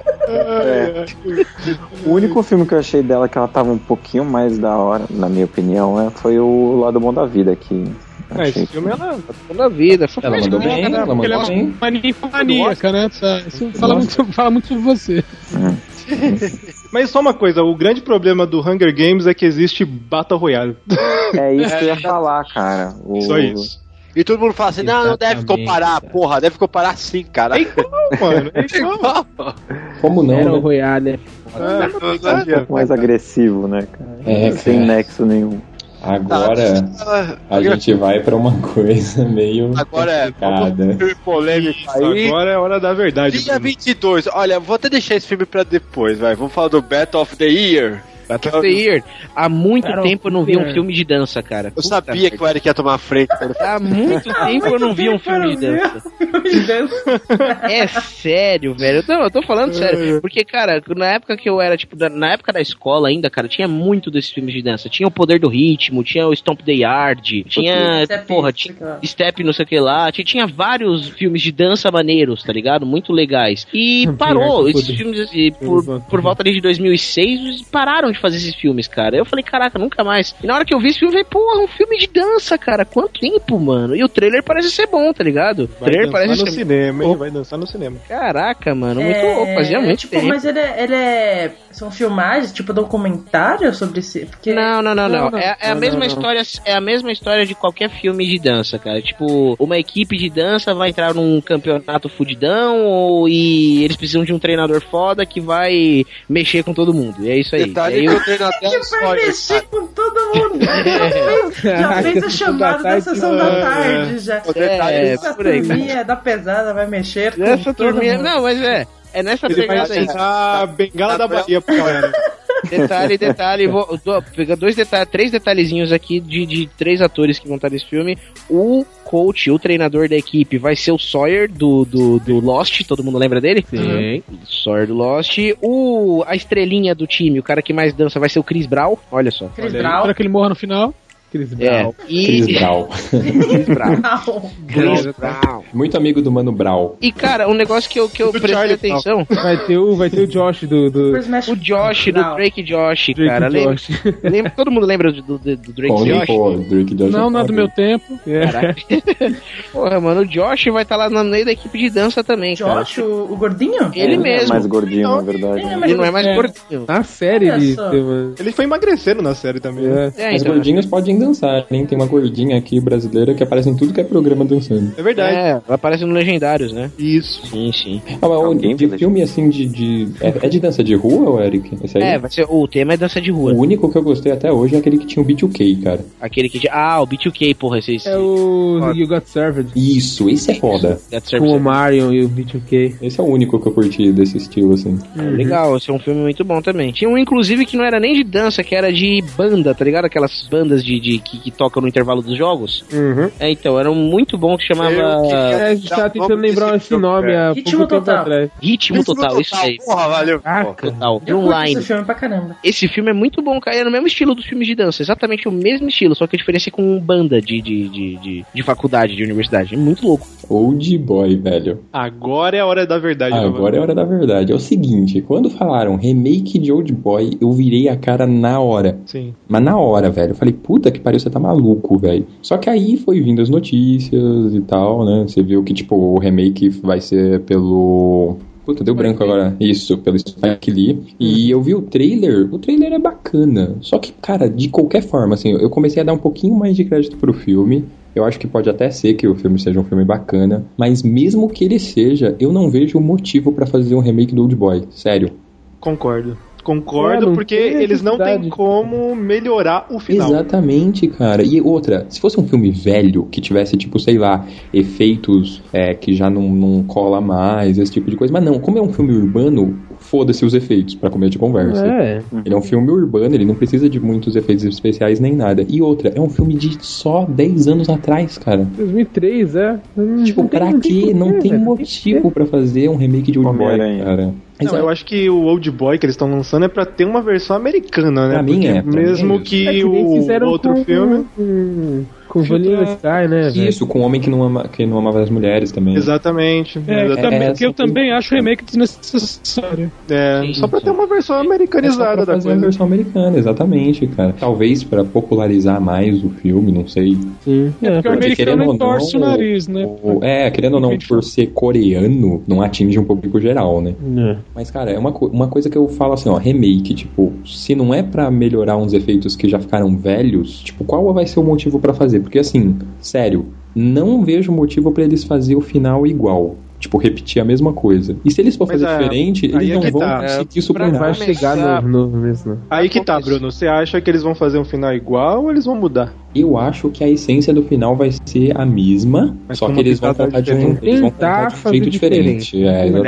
O único filme que eu achei dela que ela tava um pouquinho mais da hora, na minha opinião, foi o Lado Bom da Vida, que... Esse filme ela da vida. Ela mandou bem, ela mandou bem. Maníaca, né? Isso fala muito sobre você. Mas só uma coisa, o grande problema do Hunger Games é que existe Battle Royale. É isso que eu ia falar, cara. Só isso. E todo mundo fala assim, não deve comparar, cara. Porra, deve comparar sim, cara. É igual, mano, é igual. Como não, Battle Royale, né? Um pouco mais agressivo, né, cara? Sem nexo nenhum. Agora a gente vai pra uma coisa meio complicada. Polêmico aí. Agora é hora da verdade. Dia 22. Olha, vou até deixar esse filme pra depois, vai. Vamos falar do Battle of the Year. Battle of the Year. Há muito tempo eu não vi um filme de dança, cara. Eu sabia que o Eric ia tomar a frente. Há muito tempo eu não vi um filme de dança. É sério, velho. Não, eu tô falando sério. Porque, cara, na época que eu era, tipo, na época da escola ainda, cara, tinha muito desses filmes de dança. Tinha o Poder do Ritmo, tinha o Stomp the Yard, tinha, Step não sei o que lá. Tinha vários filmes de dança maneiros, tá ligado? Muito legais. E parou. Esses filmes, por volta ali de 2006, pararam de fazer esses filmes, cara. Eu falei, caraca, nunca mais. E na hora que eu vi esse filme, eu falei, porra, um filme de dança, cara. Quanto tempo, mano? E o trailer parece ser bom, tá ligado? O trailer parece no cinema, hein? Vai dançar no cinema. Caraca, mano, muito louco. Fazia muito tempo. Mas ele é... São filmagens, tipo documentário sobre esse... Porque... Não. É a mesma história. É a mesma história de qualquer filme de dança, cara. Tipo, uma equipe de dança vai entrar num campeonato fudidão e eles precisam de um treinador foda que vai mexer com todo mundo. E é isso aí. Detalhe que o treinador vai mexer com todo mundo. Já fez a chamada da sessão da tarde, já. Essa turminha da pesada vai mexer com essa turminha. Não, mas é nessa pegada aí. A bengala da Bahia pra galera. Detalhe, vou pegar três detalhezinhos aqui de três atores que vão estar nesse filme. O coach, o treinador da equipe vai ser o Sawyer do Lost, todo mundo lembra dele? Sim. Sawyer do Lost. A estrelinha do time, o cara que mais dança vai ser o Chris Brown, olha só. Chris Brown. Será que ele morra no final? Chris Brown. Muito amigo do Mano Brown. E, cara, um negócio que eu prestei atenção... Vai ter o Josh do... O Josh, do Drake Josh, cara. Todo mundo lembra do Drake Josh? Drake Josh não é do meu tempo. Caraca. Porra, mano, o Josh vai estar lá no meio da equipe de dança também, cara. Josh, o gordinho? Ele mesmo. É mais gordinho, na verdade. Ele não é mais gordinho. Na série ele foi emagrecendo na série também. Os gordinhos podem dançar, hein? Tem uma gordinha aqui brasileira que aparece em tudo que é programa dançando. É verdade. Ela aparece no Legendários, né? Isso. Sim. De filme assim é de dança de rua, Eric? Esse aí? Vai ser, o tema é dança de rua. O único que eu gostei até hoje é aquele que tinha o B2K, cara. Aquele que tinha... o B2K, porra, esse é o You Got Served. Isso, esse é foda. Com o Marion e o B2K. Esse é o único que eu curti desse estilo, assim. Legal, esse é um filme muito bom também. Tinha um, inclusive, que não era nem de dança, que era de banda, tá ligado? Aquelas bandas que tocam no intervalo dos jogos. Então, era um muito bom que chamava... a gente tava tentando lembrar esse nome há pouco tempo atrás. Ritmo Total, isso aí. Porra, valeu. Total. Online. Esse filme pra caramba. Esse filme é muito bom, cara. É no mesmo estilo dos filmes de dança. Exatamente o mesmo estilo, só que a diferença é com banda de faculdade, de universidade. É muito louco. Old Boy, velho. Agora é a hora da verdade. Agora é a hora da verdade. É o seguinte, quando falaram remake de Old Boy, eu virei a cara na hora. Sim. Mas na hora, velho. Eu falei, puta, que pariu, você tá maluco, velho. Só que aí foi vindo as notícias e tal, né? Você viu que, tipo, o remake vai ser pelo... Puta, deu branco agora. Isso, pelo Spike Lee. E eu vi o trailer é bacana. Só que, cara, de qualquer forma, assim, eu comecei a dar um pouquinho mais de crédito pro filme. Eu acho que pode até ser que o filme seja um filme bacana. Mas mesmo que ele seja, eu não vejo motivo pra fazer um remake do Old Boy. Sério. Concordo, porque eles não têm como melhorar o final. Exatamente, cara. E outra, se fosse um filme velho, que tivesse, tipo, sei lá, efeitos que já não cola mais, esse tipo de coisa. Mas não, como é um filme urbano, foda-se os efeitos pra comer de conversa. Ele é um filme urbano, ele não precisa de muitos efeitos especiais nem nada. E outra, é um filme de só 10 anos atrás, cara. 2003, Tipo, pra quê? Não tem motivo pra fazer um remake de Old Boy, cara. Não, eu acho que o Old Boy que eles estão lançando é pra ter uma versão americana, né? Pra mim é. Mesmo que o outro filme... Com Vanilla Sky, né? Isso, com o homem que não amava as mulheres também. Exatamente. Eu também acho o remake desnecessário. Só pra ter uma versão americanizada da coisa. Uma versão americana, exatamente, cara. Talvez pra popularizar mais o filme, não sei. Sim. Porque o americano entorce o nariz, né? Querendo ou não, por ser coreano, não atinge um público geral, né? Mas, cara, é uma coisa que eu falo assim, ó, remake, tipo, se não é pra melhorar uns efeitos que já ficaram velhos, tipo, qual vai ser o motivo pra fazer? Porque, assim, sério, não vejo motivo pra eles fazer o final igual. Tipo, repetir a mesma coisa. E se eles for fazer diferente, eles não vão conseguir superar. Não vai chegar no mesmo. Aí que tá, Bruno. Você acha que eles vão fazer um final igual ou eles vão mudar? Eu acho que a essência do final vai ser a mesma, só que eles vão contar de um jeito diferente.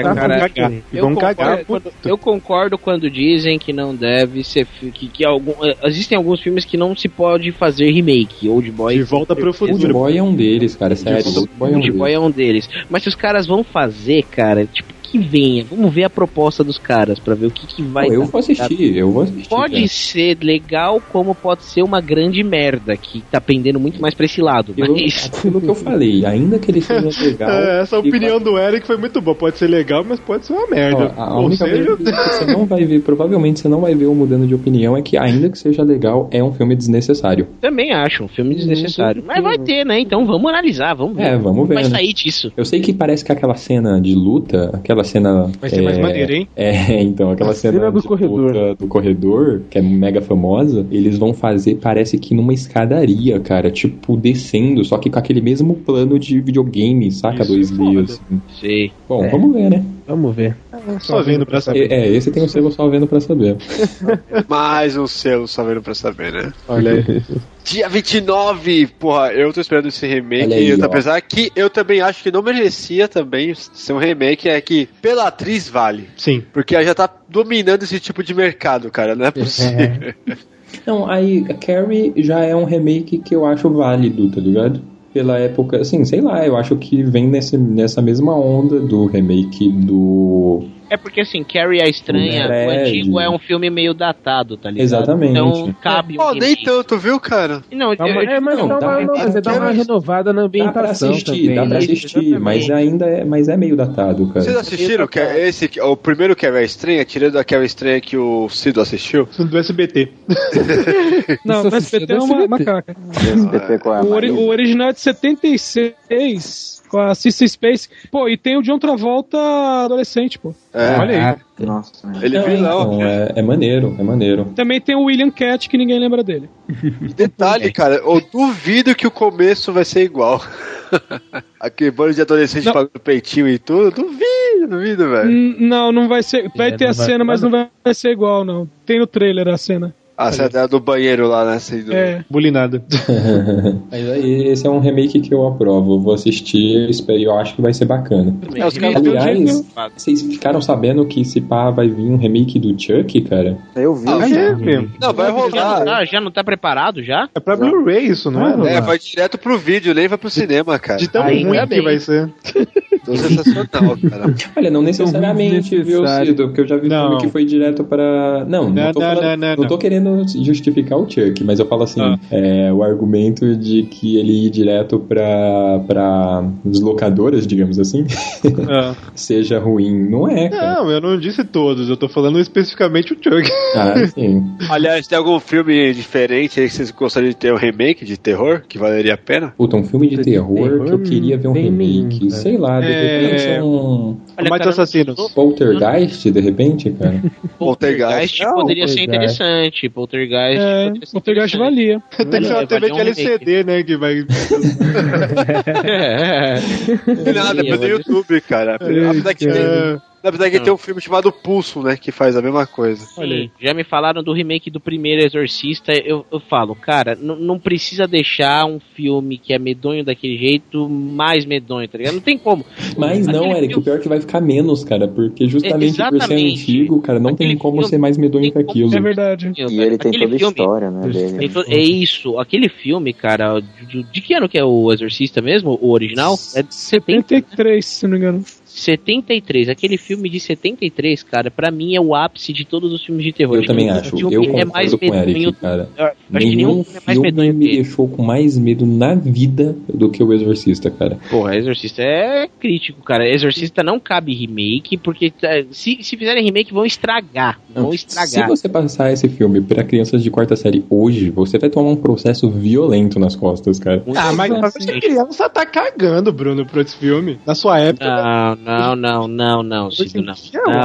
Eu concordo quando dizem que não deve ser... existem alguns filmes que não se pode fazer remake. Old Boy... De Volta pro Futuro. Old Boy é um deles, cara, sério. Old Boy é um deles. Mas se os caras vão fazer, cara, tipo, que venha. Vamos ver a proposta dos caras pra ver o que vai dar. Eu vou assistir. Pode ser legal, como pode ser uma grande merda, que tá pendendo muito mais pra esse lado. Mas... Aquilo que eu falei, ainda que ele seja legal... essa opinião do Eric foi muito boa. Pode ser legal, mas pode ser uma merda. A única coisa que você não vai ver, provavelmente você não vai ver eu mudando de opinião, é que ainda que seja legal, é um filme desnecessário. Também acho, um filme desnecessário. Mas vai ter, né? Então vamos analisar, vamos ver. Vamos ver. Vai sair disso. Eu sei que parece que aquela cena de luta, aquela cena... Vai ser mais maneiro, hein? Então, aquela cena do corredor, que é mega famosa, eles vão fazer, parece que numa escadaria, cara, tipo, descendo, só que com aquele mesmo plano de videogame, saca? 2D, assim. Sim. Bom, vamos ver, né? Vamos ver. Só vendo pra saber. Esse tem o selo Só Vendo Pra Saber. Mais um selo Só Vendo Pra Saber, né? Olha aí. Dia 29, porra, eu tô esperando esse remake, aí, apesar que eu também acho que não merecia também ser um remake, é que pela atriz vale. Sim. Porque ela já tá dominando esse tipo de mercado, cara, não é possível. Não, aí, a Carrie já é um remake que eu acho válido, tá ligado? Pela época, assim, sei lá, eu acho que vem nessa mesma onda do remake do... É porque, assim, Carrie a Estranha, o antigo é um filme meio datado, tá ligado? Exatamente. Então, cabe nem tanto, viu, cara? Não, mas dá uma renovada na ambientação. Dá pra assistir, mas é meio datado, cara. Vocês assistiram o primeiro Carrie a Estranha, tirando a Carrie Estranha que o Cido assistiu? Do SBT. Não, o SBT é uma macaca. O original é de 76... com a Sissy Space. Pô, e tem o John Travolta adolescente, pô. Olha aí. Nossa. Ele vilão. É maneiro. Também tem o William Cat, que ninguém lembra dele. Detalhe, cara, eu duvido que o começo vai ser igual. Aquele bando de adolescente pagando peitinho e tudo. Duvido, velho. Não vai ser. Vai ter a cena, mas não vai ser igual, não. Tem no trailer a cena. A cena do banheiro lá, né? Bulinada. Mas aí, esse é um remake que eu aprovo. Eu vou assistir e eu acho que vai ser bacana. Aliás, vocês ficaram sabendo que esse pá vai vir um remake do Chuck, cara? Eu vi. Não, vai rolar. Já não tá preparado, já? É pra Blu-ray isso, não é? Vai direto pro vídeo, nem vai pro cinema, cara. De tão ruim que vai ser. Tô sensacional, cara. Olha, não necessariamente, viu, Cido? Porque eu já vi filme que foi direto pra... Não tô querendo justificar o Chuck, mas eu falo assim, o argumento de que ele ir direto pra locadoras, digamos assim, seja ruim. Não é, cara. Não, eu não disse todos, eu tô falando especificamente o Chuck. Ah, sim. Aliás, tem algum filme diferente aí que vocês gostariam de ter um remake de terror que valeria a pena? Puta, um filme de terror que eu queria ver um remake. Sei lá, de repente Mais Assassinos. Poltergeist, de repente, cara. Poltergeist poderia ser interessante. Poltergeist valia. Tem que ser uma TV de LCD, né? Que vai. Nada, depois do YouTube, cara. Apesar que tem um filme chamado Pulso, né? Que faz a mesma coisa. Sim, já me falaram do remake do primeiro Exorcista. Eu falo, cara, não precisa deixar um filme que é medonho daquele jeito mais medonho, tá ligado? Não tem como. Mas não, Eric, o pior é que vai ficar menos, cara. Porque justamente por ser antigo, cara, não tem como ser mais medonho que aquilo. É verdade. E ele tem toda a história, né, dele. É isso. Aquele filme, cara, de que ano que é o Exorcista mesmo? O original? É de 73, se não me engano. 73, aquele filme de 73, cara, pra mim é o ápice de todos os filmes de terror. Eu também acho, eu concordo com o Eric, cara. Nenhum filme me deixou com mais medo na vida do que o Exorcista, cara. Porra, Exorcista é crítico, cara. Exorcista não cabe remake, porque se fizerem remake vão estragar. Se você passar esse filme pra crianças de quarta série hoje, você vai tomar um processo violento nas costas, cara. Mas a criança tá cagando, Bruno, por esse filme. Na sua época... Não, Cido, não.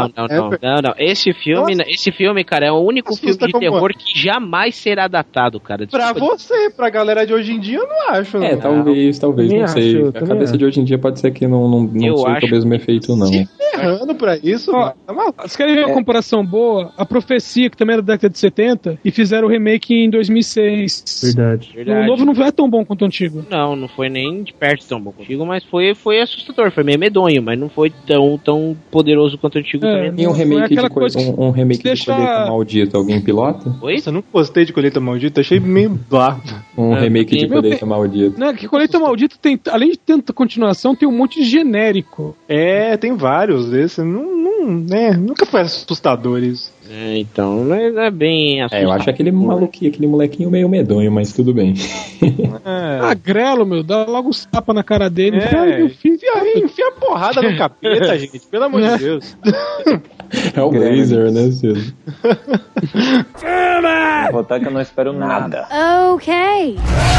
Esse filme, cara, é o único filme de terror que jamais será datado, cara. Pra você, pra galera de hoje em dia, eu não acho. Talvez, não sei. A cabeça de hoje em dia pode ser que não surta o mesmo efeito, não. Se ferrando pra isso, tá maluco. Vocês querem ver uma comparação boa? A Profecia, que também era da década de 70, e fizeram o remake em 2006. Verdade. O novo não é tão bom quanto o antigo. Não foi nem de perto tão bom quanto o antigo, mas foi assustador, foi meio medonho, mas não foi tão poderoso quanto o antigo também. E um remake de Colheita Maldita, alguém pilota? Oi? Eu não gostei de Colheita Maldita, achei meio blá. Remake de Colheita Maldita. Não, que Colheita Maldita tem, além de tanta continuação, tem um monte de genérico. Tem vários desses. Nunca foi assustador isso. Então, não é bem assustador. Eu acho aquele molequinho meio medonho, mas tudo bem. Magrelo, meu, dá logo os tapas na cara dele. Enfia porrada no capeta, gente, pelo amor de Deus. É o Blazer, né, Cido? Vou botar que eu não espero nada. Ok.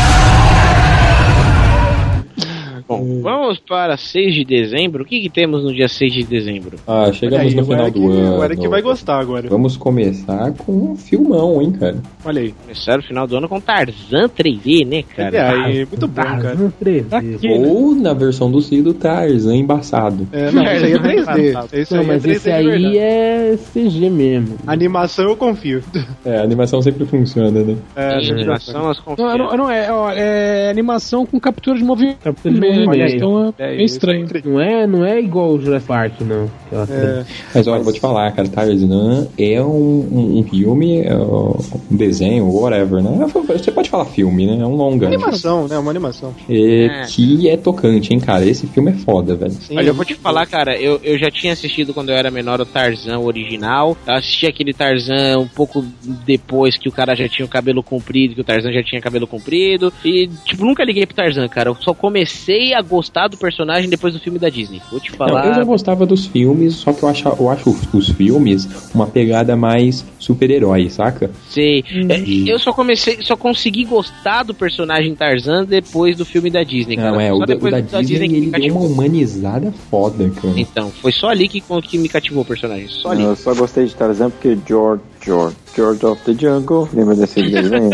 Bom, vamos para 6 de dezembro. O que temos no dia 6 de dezembro? Chegamos no final do ano. O Eric vai gostar agora. Vamos começar com um filmão, hein, cara? Olha aí. Começaram o final do ano com Tarzan 3D, né, cara? Muito bom, cara. 3D. Ou na versão do Cido, Tarzan embaçado. Esse aí é 3D. Mas esse aí é CG mesmo. A animação eu confio. A animação sempre funciona, né? A animação as confio. Não é animação com captura de movimento. Então é bem estranho. Não é igual o Jurassic Park, não. Mas olha, vou te falar, cara, Tarzan é um filme, um desenho, whatever, né? Você pode falar filme, né? É um longa. Animação, né? Uma animação. Que é tocante, hein, cara? Esse filme é foda, velho. Sim, olha, eu vou te falar, cara, eu já tinha assistido quando eu era menor o Tarzan original. Eu assisti aquele Tarzan um pouco depois que o cara já tinha o cabelo comprido, que o Tarzan já tinha cabelo comprido. E, nunca liguei pro Tarzan, cara. Eu só comecei a gostar do personagem depois do filme da Disney. Vou te falar. Não, eu já gostava dos filmes, só que eu acho os filmes uma pegada mais super-herói, saca? Sei. Eu só consegui gostar do personagem Tarzan depois do filme da Disney, cara. Não, o da Disney ele deu uma humanizada foda, cara. Então, foi só ali que me cativou o personagem. Só ali. Eu só gostei de Tarzan porque George of the Jungle. Lembra desse desenho?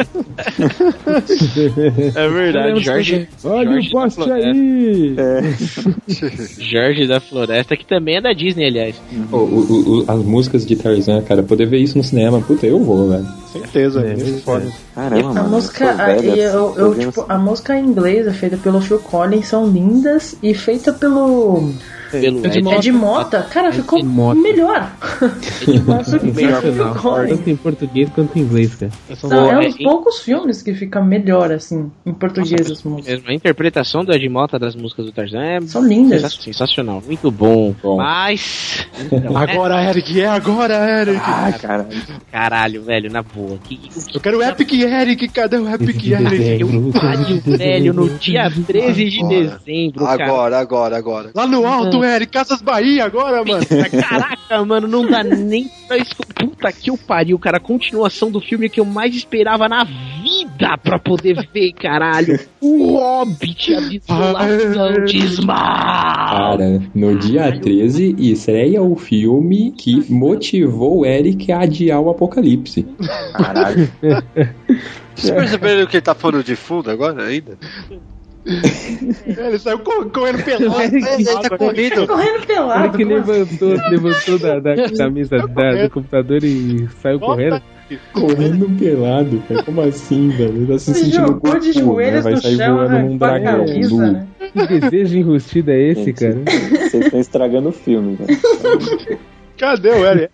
É verdade, Jorge. Olha o poste aí! Jorge da Floresta, que também é da Disney, aliás. As músicas de Tarzan, cara, poder ver isso no cinema, puta, eu vou, velho. Certeza, foda. Caramba, a música, a música em inglês é feita pelo Phil Collins, são lindas, e feita pelo pelo Ed Mota, cara, ficou melhor. Tanto em português quanto em inglês, cara. Não, é um dos poucos filmes que fica melhor, assim, em português as músicas. A interpretação do Ed Mota das músicas do Tarzan são lindas. Sensacional, muito bom. Mas... Agora, Eric, agora, Eric. Ah, caralho, velho, na boa. Eu quero o Epic Eric, cadê o Epic Eric? Eu pariu, velho, no dia 13 de dezembro, agora. Lá no alto, Eric, Casas Bahia agora, mano. Caraca, mano, não dá nem pra escutar. Puta que eu pariu, cara. A continuação do filme que eu mais esperava na vida pra poder ver, caralho. O Hobbit, a desolação de Smaug. Cara, no dia 13 estreia o filme que motivou o Eric a adiar o apocalipse. Caralho. Vocês perceberam que ele tá falando de fundo agora ainda? Ele saiu correndo pelado. Ele tá correndo. Correndo pelado. Ele que levantou da camisa do computador e saiu correndo. Correndo pelado, cara. Como assim, velho? Ele tá se sentindo jogou de joelhos vai no sair chão, voando num dragão camisa, nu. né? Que desejo enrustido é esse, cara? Vocês estão estragando o filme, cara. Cadê o Eric?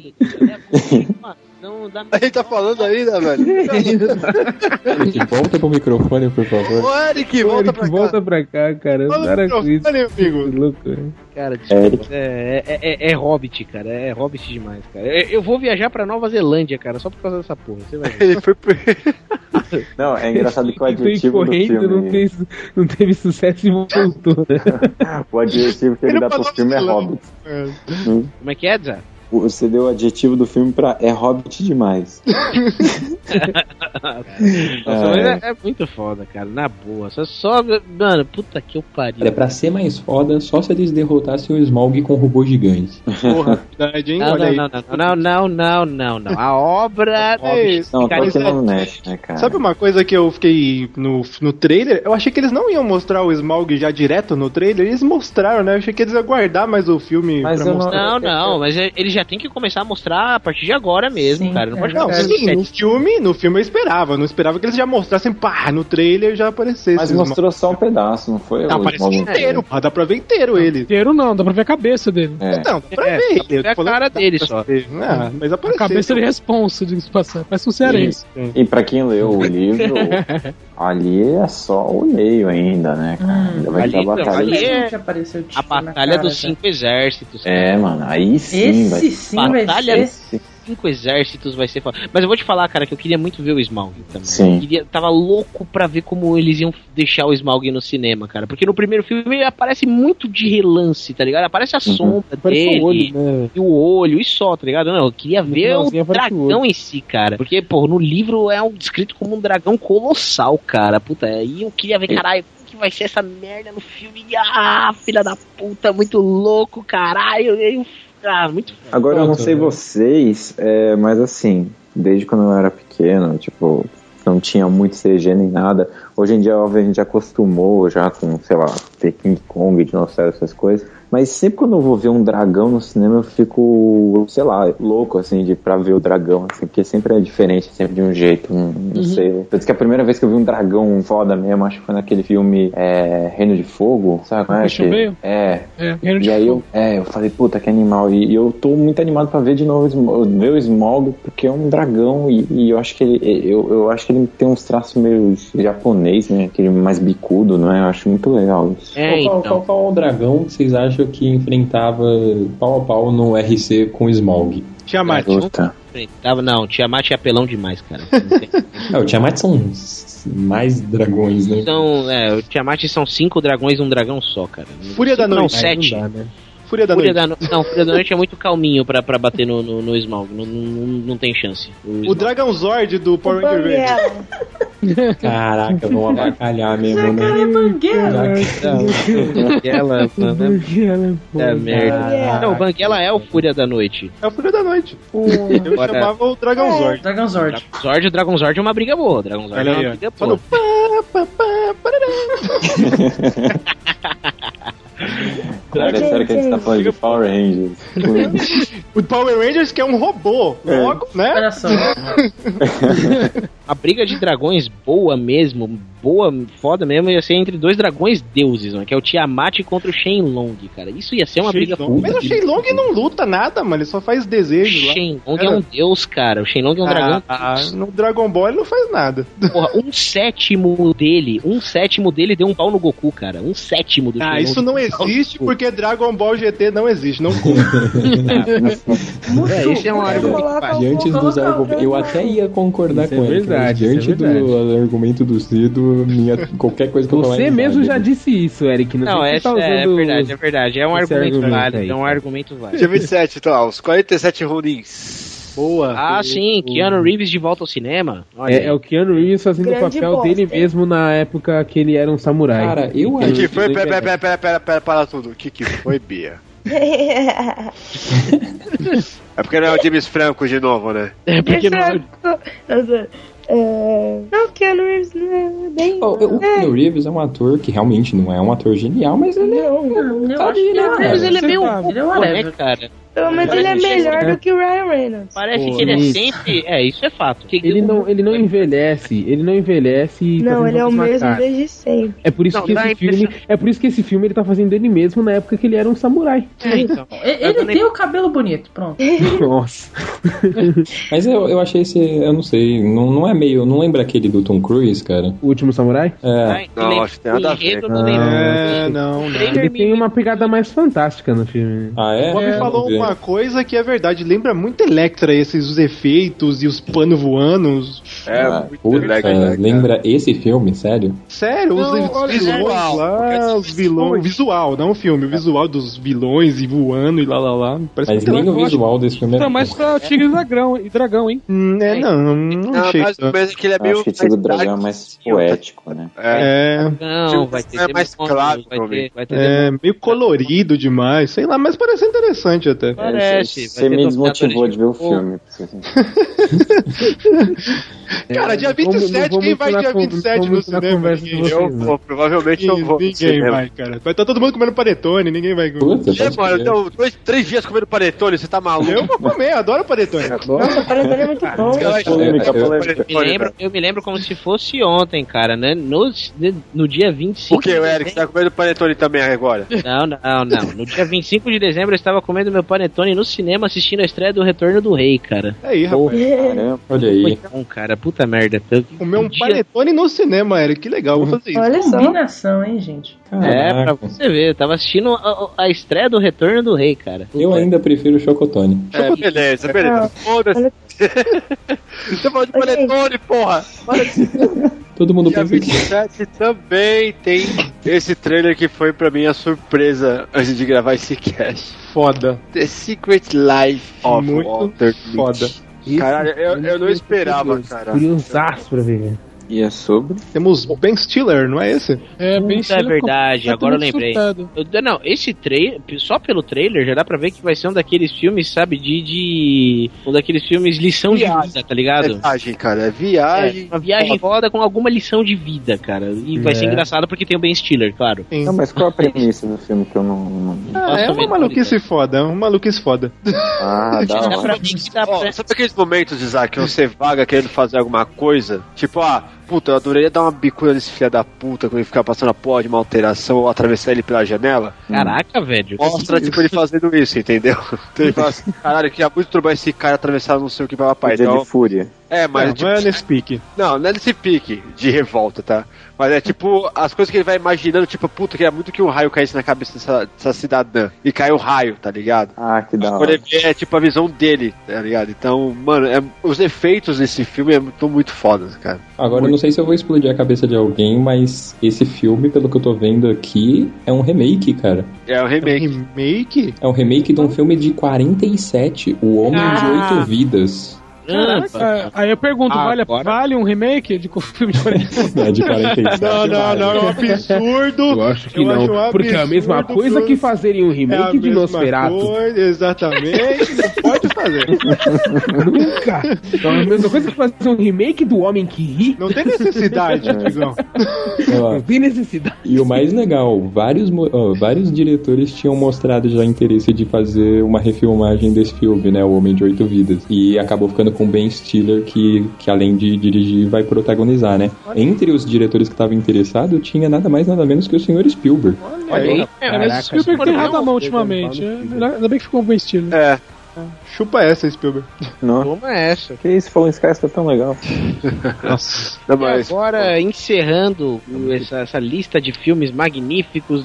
Não dá Ele tá falando ainda, velho. Eric, volta pro microfone, por favor. Ô, Eric, volta pra cá, cara. Para com isso. Louco, né? Cara, desculpa, é Hobbit, cara. É Hobbit demais, cara. Eu vou viajar pra Nova Zelândia, cara, só por causa dessa porra. Você vai ver. Ele foi Não, é engraçado que o adjetivo do filme... não teve sucesso e voltou, né? O adjetivo que ele dá pro filme é Hobbit. Como é que é, Zé? Você deu o adjetivo do filme pra é Hobbit demais. Nossa, é muito foda, cara, na boa. Só, mano, puta que eu pariu. É pra ser mais foda só se eles derrotassem o Smaug com o robô gigante. Porra, verdade, hein? Não. A obra. Não, tô aqui no Nash, né, cara? Sabe uma coisa que eu fiquei no trailer? Eu achei que eles não iam mostrar o Smaug já direto no trailer. Eles mostraram, né? Eu achei que eles iam guardar mais o filme mas pra mostrar. Não, mas eles já tem que começar a mostrar a partir de agora mesmo, cara. Não pode no filme eu esperava. Não esperava que eles já mostrassem, pá, no trailer já aparecesse. Mas mostrou só um pedaço, não foi? Não, apareceu inteiro, pá, dá pra ver inteiro ele. Inteiro não, dá pra ver a cabeça dele. Não, dá pra ver ele. É a cara dele só. Mas apareceu. A cabeça de responsa, diga-se passar. Parece um cearense. E pra quem leu o livro, ali é só o meio ainda, né, cara? Ainda vai ter a batalha. Ali é a batalha dos 5 exércitos. Mano, aí sim vai batalha dos 5 exércitos vai ser foda. Mas eu vou te falar, cara, que eu queria muito ver o Smaug também. Sim. Tava louco pra ver como eles iam deixar o Smaug no cinema, cara. Porque no primeiro filme ele aparece muito de relance, tá ligado? Aparece a sombra dele, o olho, né? E o olho, e só, tá ligado? Não, eu queria ver o dragão em si, cara. Porque, pô, no livro é descrito como um dragão colossal, cara. Puta, aí eu queria ver, caralho, que vai ser essa merda no filme. Filha da puta, muito louco, caralho. Muito foda. Agora eu não sei vocês, mas assim, desde quando eu era pequeno, tipo, não tinha muito CG nem nada. Hoje em dia, óbvio, a gente já acostumou já com, sei lá, ter King Kong, dinossauro, essas coisas. Mas sempre quando eu vou ver um dragão no cinema, eu fico, sei lá, louco, assim, pra ver o dragão, assim, porque sempre é diferente, sempre de um jeito, não sei. Tanto que a primeira vez que eu vi um dragão foda mesmo, acho que foi naquele filme Reino de Fogo, sabe? Reino de Fogo. Eu falei, puta, que animal. E eu tô muito animado pra ver de novo ver o Smaug, porque é um dragão e eu acho que eu acho que ele tem uns traços meio japonês, né? Aquele mais bicudo, não é? Eu acho muito legal isso. Qual é o dragão que vocês acham que enfrentava pau a pau no RC com o Smaug? Tiamat. Não, Tiamat é apelão demais, cara. O Tiamat são mais dragões, né? O Tiamat são 5 dragões, um dragão só, cara. Fúria da Noite. Não, 7. Fúria da Noite. Fúria da Noite é muito calminho pra bater no Smaug. Não tem chance. O Dragon Zord do Power Ranger. Caraca, vão abacalhar mesmo, né? Banguela, mano. É merda. Não, o Banguela é o Fúria da Noite. É o Fúria da Noite. Eu chamava o Dragon Zord. O Dragon Zord é uma briga boa. Dragon Zord é uma briga boa. Cara, é sério que a gente tá falando de Power Rangers. O Power Rangers que é um robô, logo, né? Olha só. A briga de dragões boa mesmo, foda mesmo, ia ser entre dois dragões deuses, mano, que é o Tiamat contra o Shenlong, cara. Isso ia ser uma briga foda. Mas o Shenlong não luta nada, mano, ele só faz desejos lá. O Shenlong é um deus, cara. O Shenlong é um dragão. No Dragon Ball ele não faz nada. Porra, um sétimo dele deu um pau no Goku, cara. Um sétimo do Shenlong. Isso não existe porque Dragon Ball GT não existe, não conta. Isso é um argumento. Diante dos argumentos, eu até ia concordar com ele. Diante do argumento do Cido, qualquer coisa que eu falar. Você mesmo já disse isso, Eric. Não, é verdade. É um argumento válido. É um argumento válido. Dia 27, então, os 47 Ronins. Boa. Sim, Keanu Reeves de volta ao cinema. É o Keanu Reeves fazendo o papel dele mesmo na época que ele era um samurai. Cara, eu acho que foi. Pera, para tudo. O que foi, Bia? É porque não é o James Franco de novo, né? É porque não. Não, o Keanu Reeves não é bem. O Keanu Reeves é um ator que realmente não é um ator genial, mas ele é um. Ele é meio. Ele é um né, cara? Mas ele é melhor do que o Ryan Reynolds. Parece que ele é sempre. Isso é fato. Ele não envelhece. Ele não envelhece. Não, ele é o mesmo desde sempre. É por isso que esse filme ele tá fazendo ele mesmo na época que ele era um samurai. Então. Ele tem o cabelo bonito, pronto. Nossa. Mas eu achei esse. Eu não sei. Não é meio. Não lembra aquele do Tom Cruise, cara? O Último Samurai? Não, acho que tem nada a ver. Não. Ele tem uma pegada mais fantástica no filme. Ah, é? O Bob falou uma coisa que é verdade, lembra muito Electra, os efeitos e os panos voando. Muito Electra. Lembra esse filme, sério? Sério, os vilões lá, os vilões. O visual, não o filme, o visual dos vilões e voando e lá. Mas nem o visual desse filme é mais pra Tigre e Dragão, hein? Não achei. Mas que ele é meio. Acho que Tigre e Dragão é mais poético, né? Não, vai ter. É mais claro, vai ter meio colorido demais, sei lá, mas parece interessante até. Parece. Você me desmotivou de ver o filme. Cara, dia 27, quem vai dia 27 no cinema? Eu vou, provavelmente eu vou. Ninguém vai, cara. Vai estar todo mundo comendo panetone, ninguém vai comer. Mano, então, 3 dias comendo panetone, você tá maluco? Eu vou comer, adoro panetone. Nossa, panetone é muito bom. Eu me lembro como se fosse ontem, cara, né? No dia 25. Por que, Eric? Você tá comendo panetone também agora? Não. No dia 25 de dezembro eu estava comendo meu panetone no cinema assistindo a estreia do Retorno do Rei, cara. Aí, rapaz. Olha aí. Foi bom, cara. Puta merda. Comer um panetone no cinema, Eric. Que legal, vou fazer isso. Olha só. Combinação, hein, gente? Pra você ver. Eu tava assistindo a estreia do Retorno do Rei, cara. Eu ainda prefiro o Chocotone. Beleza. Foda-se. Você falou de panetone, porra. Todo mundo pensa que 27 também tem esse trailer que foi pra mim a surpresa antes de gravar esse cast. Foda. The Secret Life of Walter foda. Caralho, eu não esperava, cara. Curiosaço pra ver. E é sobre? Temos Ben Stiller, não é esse? Ben Stiller. É verdade, agora eu lembrei. Não, esse trailer, só pelo trailer já dá pra ver que vai ser um daqueles filmes, sabe, um daqueles filmes lição de vida, tá ligado? É viagem, cara, é viagem. Uma viagem foda com alguma lição de vida, cara. E vai ser engraçado porque tem o Ben Stiller, claro. Não, mas qual a premissa do filme que eu não... é uma maluquice foda, dá pra mim que dá pra... Sabe aqueles momentos, Isaac, que você vaga querendo fazer alguma coisa? Tipo, puta, eu adoraria dar uma bicuda nesse filho da puta quando ele ficar passando a porra de uma alteração ou atravessar ele pela janela. Caraca, velho. Mostra, tipo, ele fazendo isso, entendeu? Então ele fala assim, caralho, eu queria muito turbar esse cara atravessar não sei o que pra papai. Então, de fúria. Mas não é nesse pique. Não é nesse pique de revolta, tá? Mas é tipo, as coisas que ele vai imaginando, tipo, puta, queria muito que um raio caísse na cabeça dessa cidadã. E caiu o raio, tá ligado? Que da hora. É tipo a visão dele, tá ligado? Então, mano, os efeitos desse filme estão muito fodas, cara. Agora, eu não sei se eu vou explodir a cabeça de alguém, mas esse filme, pelo que eu tô vendo aqui, é um remake, cara. É um remake. Remake? É um remake de um filme de 47, O Homem de 8 Vidas. Caraca, aí eu pergunto, vale um remake de filme de 47? É de 47. Não, é um absurdo. Eu acho que não, porque é a mesma coisa que fazerem um remake de Nosferatu. Exatamente, não pode fazer. Nunca. Então é a mesma coisa que fazer um remake do Homem que Ri. Não tem necessidade, Tigão. Não tem necessidade. E o mais legal, vários diretores tinham mostrado já interesse de fazer uma refilmagem desse filme, né? O Homem de 8 Vidas. E acabou ficando com Ben Stiller, que além de dirigir, vai protagonizar, né? Entre os diretores que estavam interessados, tinha nada mais, nada menos que o Sr. Spielberg. Olha aí. Mas o Spielberg tem errado a mão ultimamente. Ainda bem que ficou com Ben Stiller. Chupa essa, Spielberg. Não. Toma essa. Que isso, Fallen Skies tá tão legal. Nossa. E agora, encerrando essa lista de filmes magníficos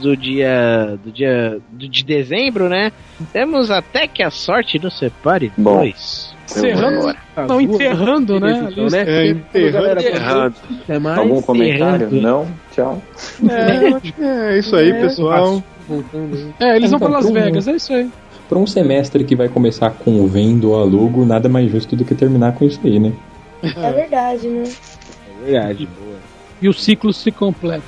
de dezembro, né? Temos Até que a Sorte nos Separe. Bom. Encerrando, não, enterrando, né? Enterrando. Algum comentário? Não? Tchau. É isso aí, pessoal. Eles vão pra Las Vegas, é isso aí. Para um semestre que vai começar com venda ou alugo, nada mais justo do que terminar com isso aí, né? É verdade, né? É verdade, boa. E o ciclo se completa.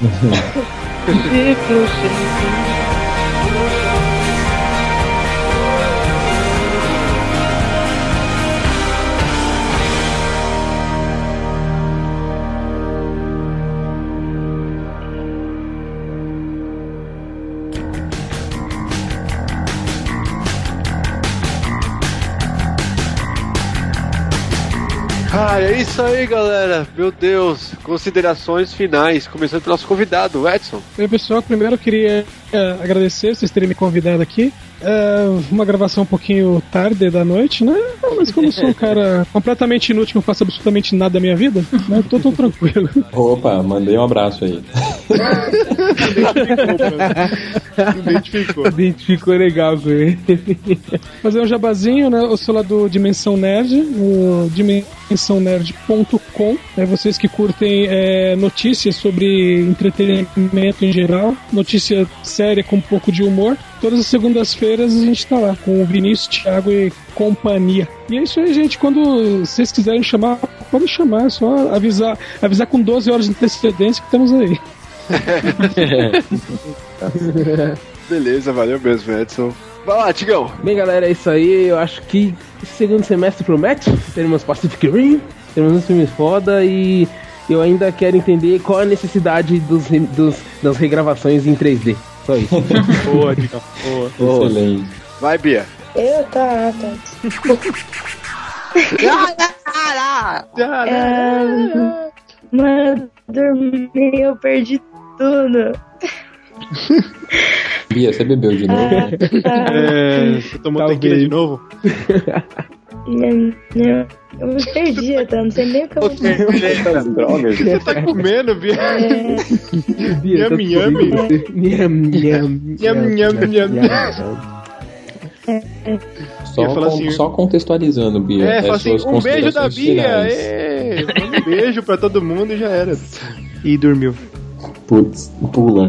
É isso aí, galera. Meu Deus. Considerações finais. Começando pelo nosso convidado, Edson. Bem, pessoal, primeiro eu queria agradecer vocês terem me convidado aqui. Uma gravação um pouquinho tarde da noite, né? Mas como eu sou um cara completamente inútil, não faço absolutamente nada da minha vida, né? Tô tranquilo. Opa, mandei um abraço aí. Identificou legal com ele. Fazer um jabazinho, né? Eu sou lá do Dimensão Nerd, o dimensãonerd.com. Vocês que curtem notícias sobre entretenimento em geral, notícia séria com um pouco de humor. Todas as segundas-feiras a gente tá lá com o Vinícius, Thiago e companhia. E é isso aí, gente. Quando vocês quiserem chamar, podem chamar. É só avisar com 12 horas de antecedência que estamos aí. Beleza, valeu mesmo, Edson. Vai lá, Tigão. Bem, galera, é isso aí. Eu acho que esse segundo semestre promete. Teremos Pacific Rim, teremos uns filmes foda e eu ainda quero entender qual a necessidade das regravações em 3D. Só isso. Boa, Tigão. Boa. Excelente. Vai, Bia. Tá. Mano, dormi, eu perdi tudo. Bia, você bebeu de novo? Você tomou tequila de novo? Eu me perdi, não sei nem o que eu vou fazer. Drogas. O que você tá comendo, Bia? Só contextualizando, Bia. Fala assim, um beijo da Bia. Um beijo pra todo mundo e já era. E dormiu. Putz, pula.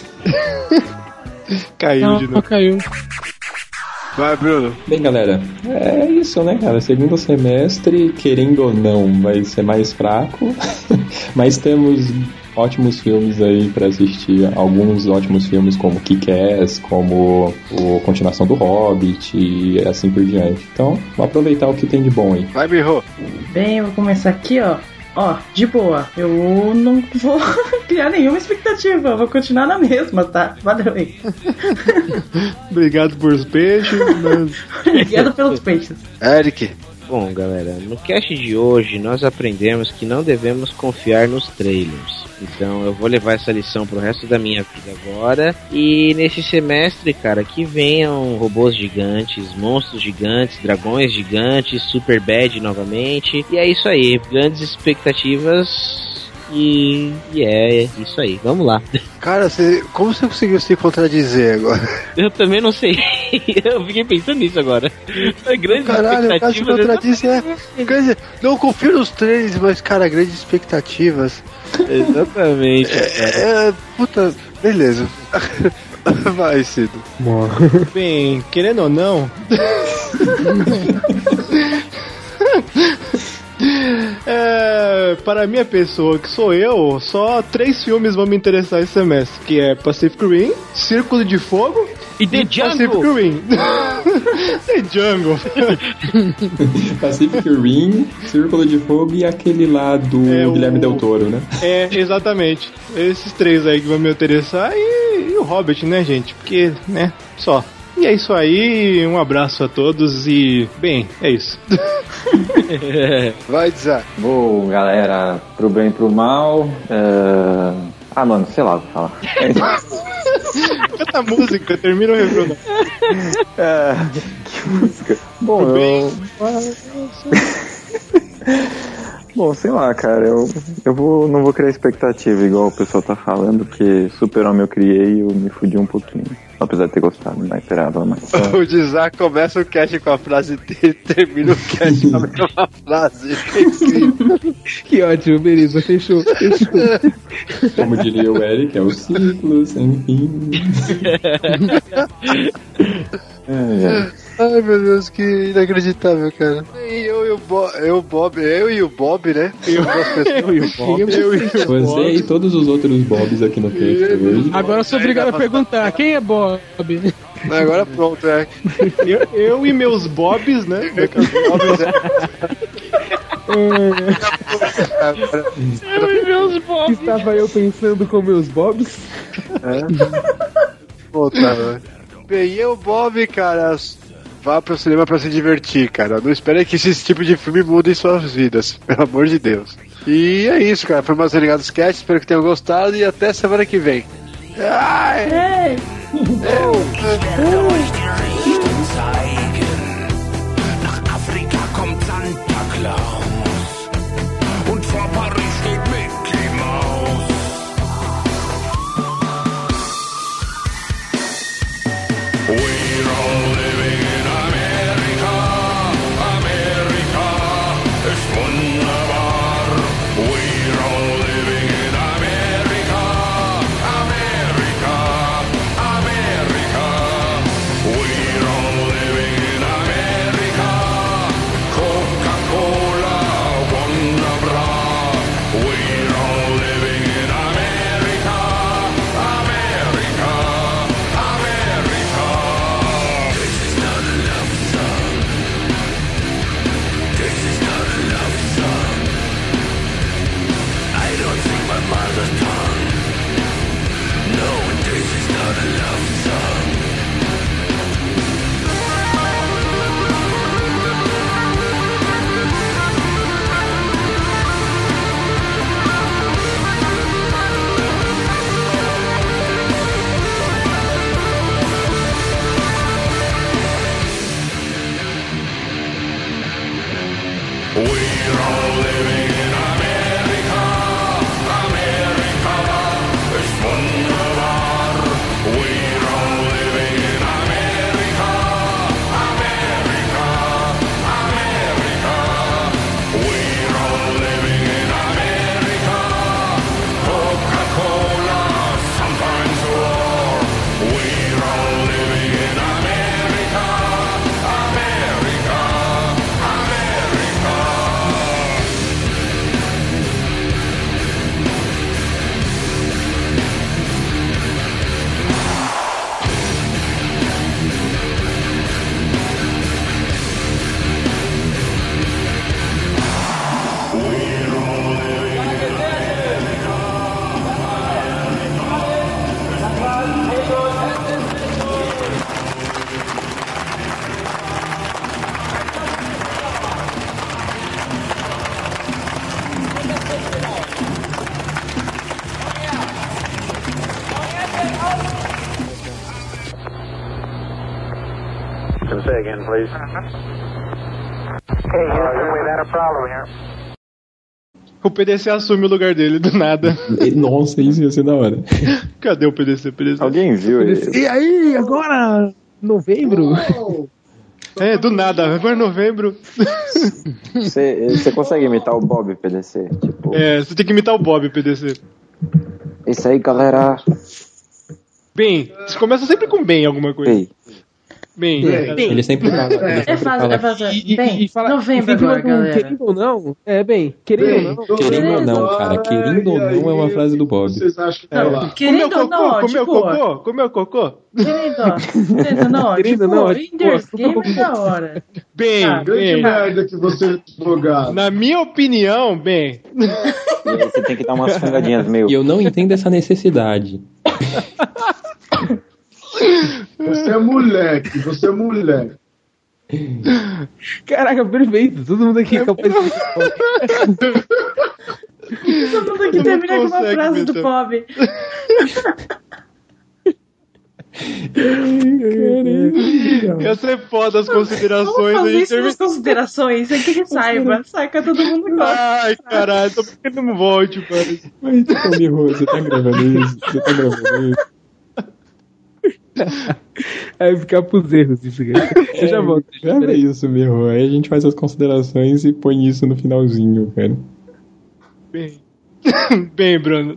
Caiu de novo. Caiu. Vai, Bruno. Bem, galera, é isso, né, cara? Segundo semestre, querendo ou não, vai ser mais fraco, mas temos ótimos filmes aí pra assistir. Alguns ótimos filmes como Kick-Ass, como a continuação do Hobbit e assim por diante. Então, vamos aproveitar o que tem de bom aí. Vai, Birro. Bem, eu vou começar aqui, ó. De boa, eu não vou criar nenhuma expectativa, eu vou continuar na mesma, tá? Valeu aí. Obrigado por os peixes. Obrigado pelos peixes. Eric. Bom, galera, no cast de hoje nós aprendemos que não devemos confiar nos trailers. Então eu vou levar essa lição pro resto da minha vida agora. E nesse semestre, cara, que venham robôs gigantes, monstros gigantes, dragões gigantes, Super Bad novamente. E é isso aí, grandes expectativas. E é isso aí, vamos lá. Cara, como você conseguiu se contradizer agora? Eu também não sei. Eu fiquei pensando nisso agora. Grandes expectativas. Cara, se contradiz quer dizer, não confio nos trailers, mas, cara, grandes expectativas. Exatamente. Puta, beleza. Vai, Cido. Bem, querendo ou não. Para a minha pessoa, que sou eu, só 3 filmes vão me interessar esse semestre, que é Pacific Rim, Círculo de Fogo e The Jungle. Pacific Rim. The Jungle. Pacific Rim, Círculo de Fogo e aquele lá do Guilherme Del Toro, né? Exatamente. Esses 3 aí que vão me interessar e o Hobbit, né, gente? Porque, né, só. E é isso aí, um abraço a todos e, bem, é isso. Vai, Zé. Bom, galera, pro bem e pro mal. Mano, sei lá, vou falar. Canta a música, termina o refrão. Que música? Bom, Bom, sei lá, cara, eu não vou criar expectativa igual o pessoal tá falando, porque Super-Homem eu criei e eu me fudi um pouquinho. Apesar de ter gostado, não esperava mais. O Dizar começa o cast com a frase dele, termina o cast com a mesma frase. Que ótimo, beleza, fechou. Como diria o Eric, é o ciclo sem fim. Ai, meu Deus, que inacreditável, cara. E eu e o Bob, né? Eu e o Bob. Você e todos os outros Bobs aqui no texto hoje. Agora eu sou obrigado a perguntar, quem é Bob? Agora pronto, Eu e meus Bobs, né? Eu e meus Bobs. Estava eu pensando com meus Bobs. Puta, bem, e o Bob, cara, vá pro cinema pra se divertir, cara. Não espere que esse tipo de filme mude suas vidas, pelo amor de Deus. E é isso, cara. Foi mais Renegados Cast, espero que tenham gostado e até semana que vem. Ai! Nach Afrika kommt Santa Claus und vor Paris steht Mickey Mouse. We're all living in America, America ist wunderbar. We're all living in America, America, America. We're all living in America. Coca-Cola, Wonderbra. We're all living in America, America, America. This is not a love song. This is not a love song. I don't sing my mother tongue. No, this is not a love song. We're all living in America, America ist wunderbar. We're all living in America, America, America. We're all living in America. Coca-Cola, sometimes war. We're all living in America, America, America. Say again, please. Hey, Houston, we've had a problem here. O PDC assume o lugar dele, do nada. Nossa, isso ia ser da hora. Cadê o PDC? Alguém viu ele? E aí, agora, novembro? Do nada, agora novembro. Você consegue imitar o Bob, PDC? Tipo... você tem que imitar o Bob, PDC. Isso aí, galera. Bem, você começa sempre com bem alguma coisa. Ei. Bem. Ele sempre fala. É fácil. Bem, novembro agora, galera. Querendo ou não, querendo ou não. Querendo ou não, cara, querendo ou não é uma frase do Bob. Vocês acham que é lá? Querendo ou não, Comeu cocô? Querendo ou não, Windows Gamer da hora. Bem. Grande merda que você é advogado. Na minha opinião, bem. E aí você tem que dar umas fungadinhas meio. E eu não entendo essa necessidade. Você é moleque. Caraca, perfeito. Todo mundo aqui é capaz de... Todo mundo aqui termina com uma frase do Bob. Ia ser foda as considerações. Vamos fazer isso nas considerações. Você quer que saiba. Saca todo mundo igual. Ai, caralho, tô porque não volte, mano. Mas, você tá gravando isso? Vai ficar pros erros isso, cara. Eu já volto. Grava isso, Mirro. Aí a gente faz as considerações e põe isso no finalzinho, cara. Bem, Bruno.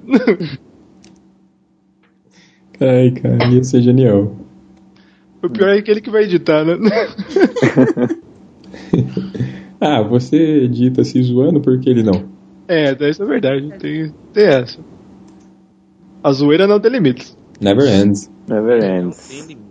Ai, cara, ia ser genial. O pior é aquele que vai editar, né? Você edita se zoando, por que ele não? Isso é verdade. Tem essa. A zoeira não tem limites. Never ends. Never ends.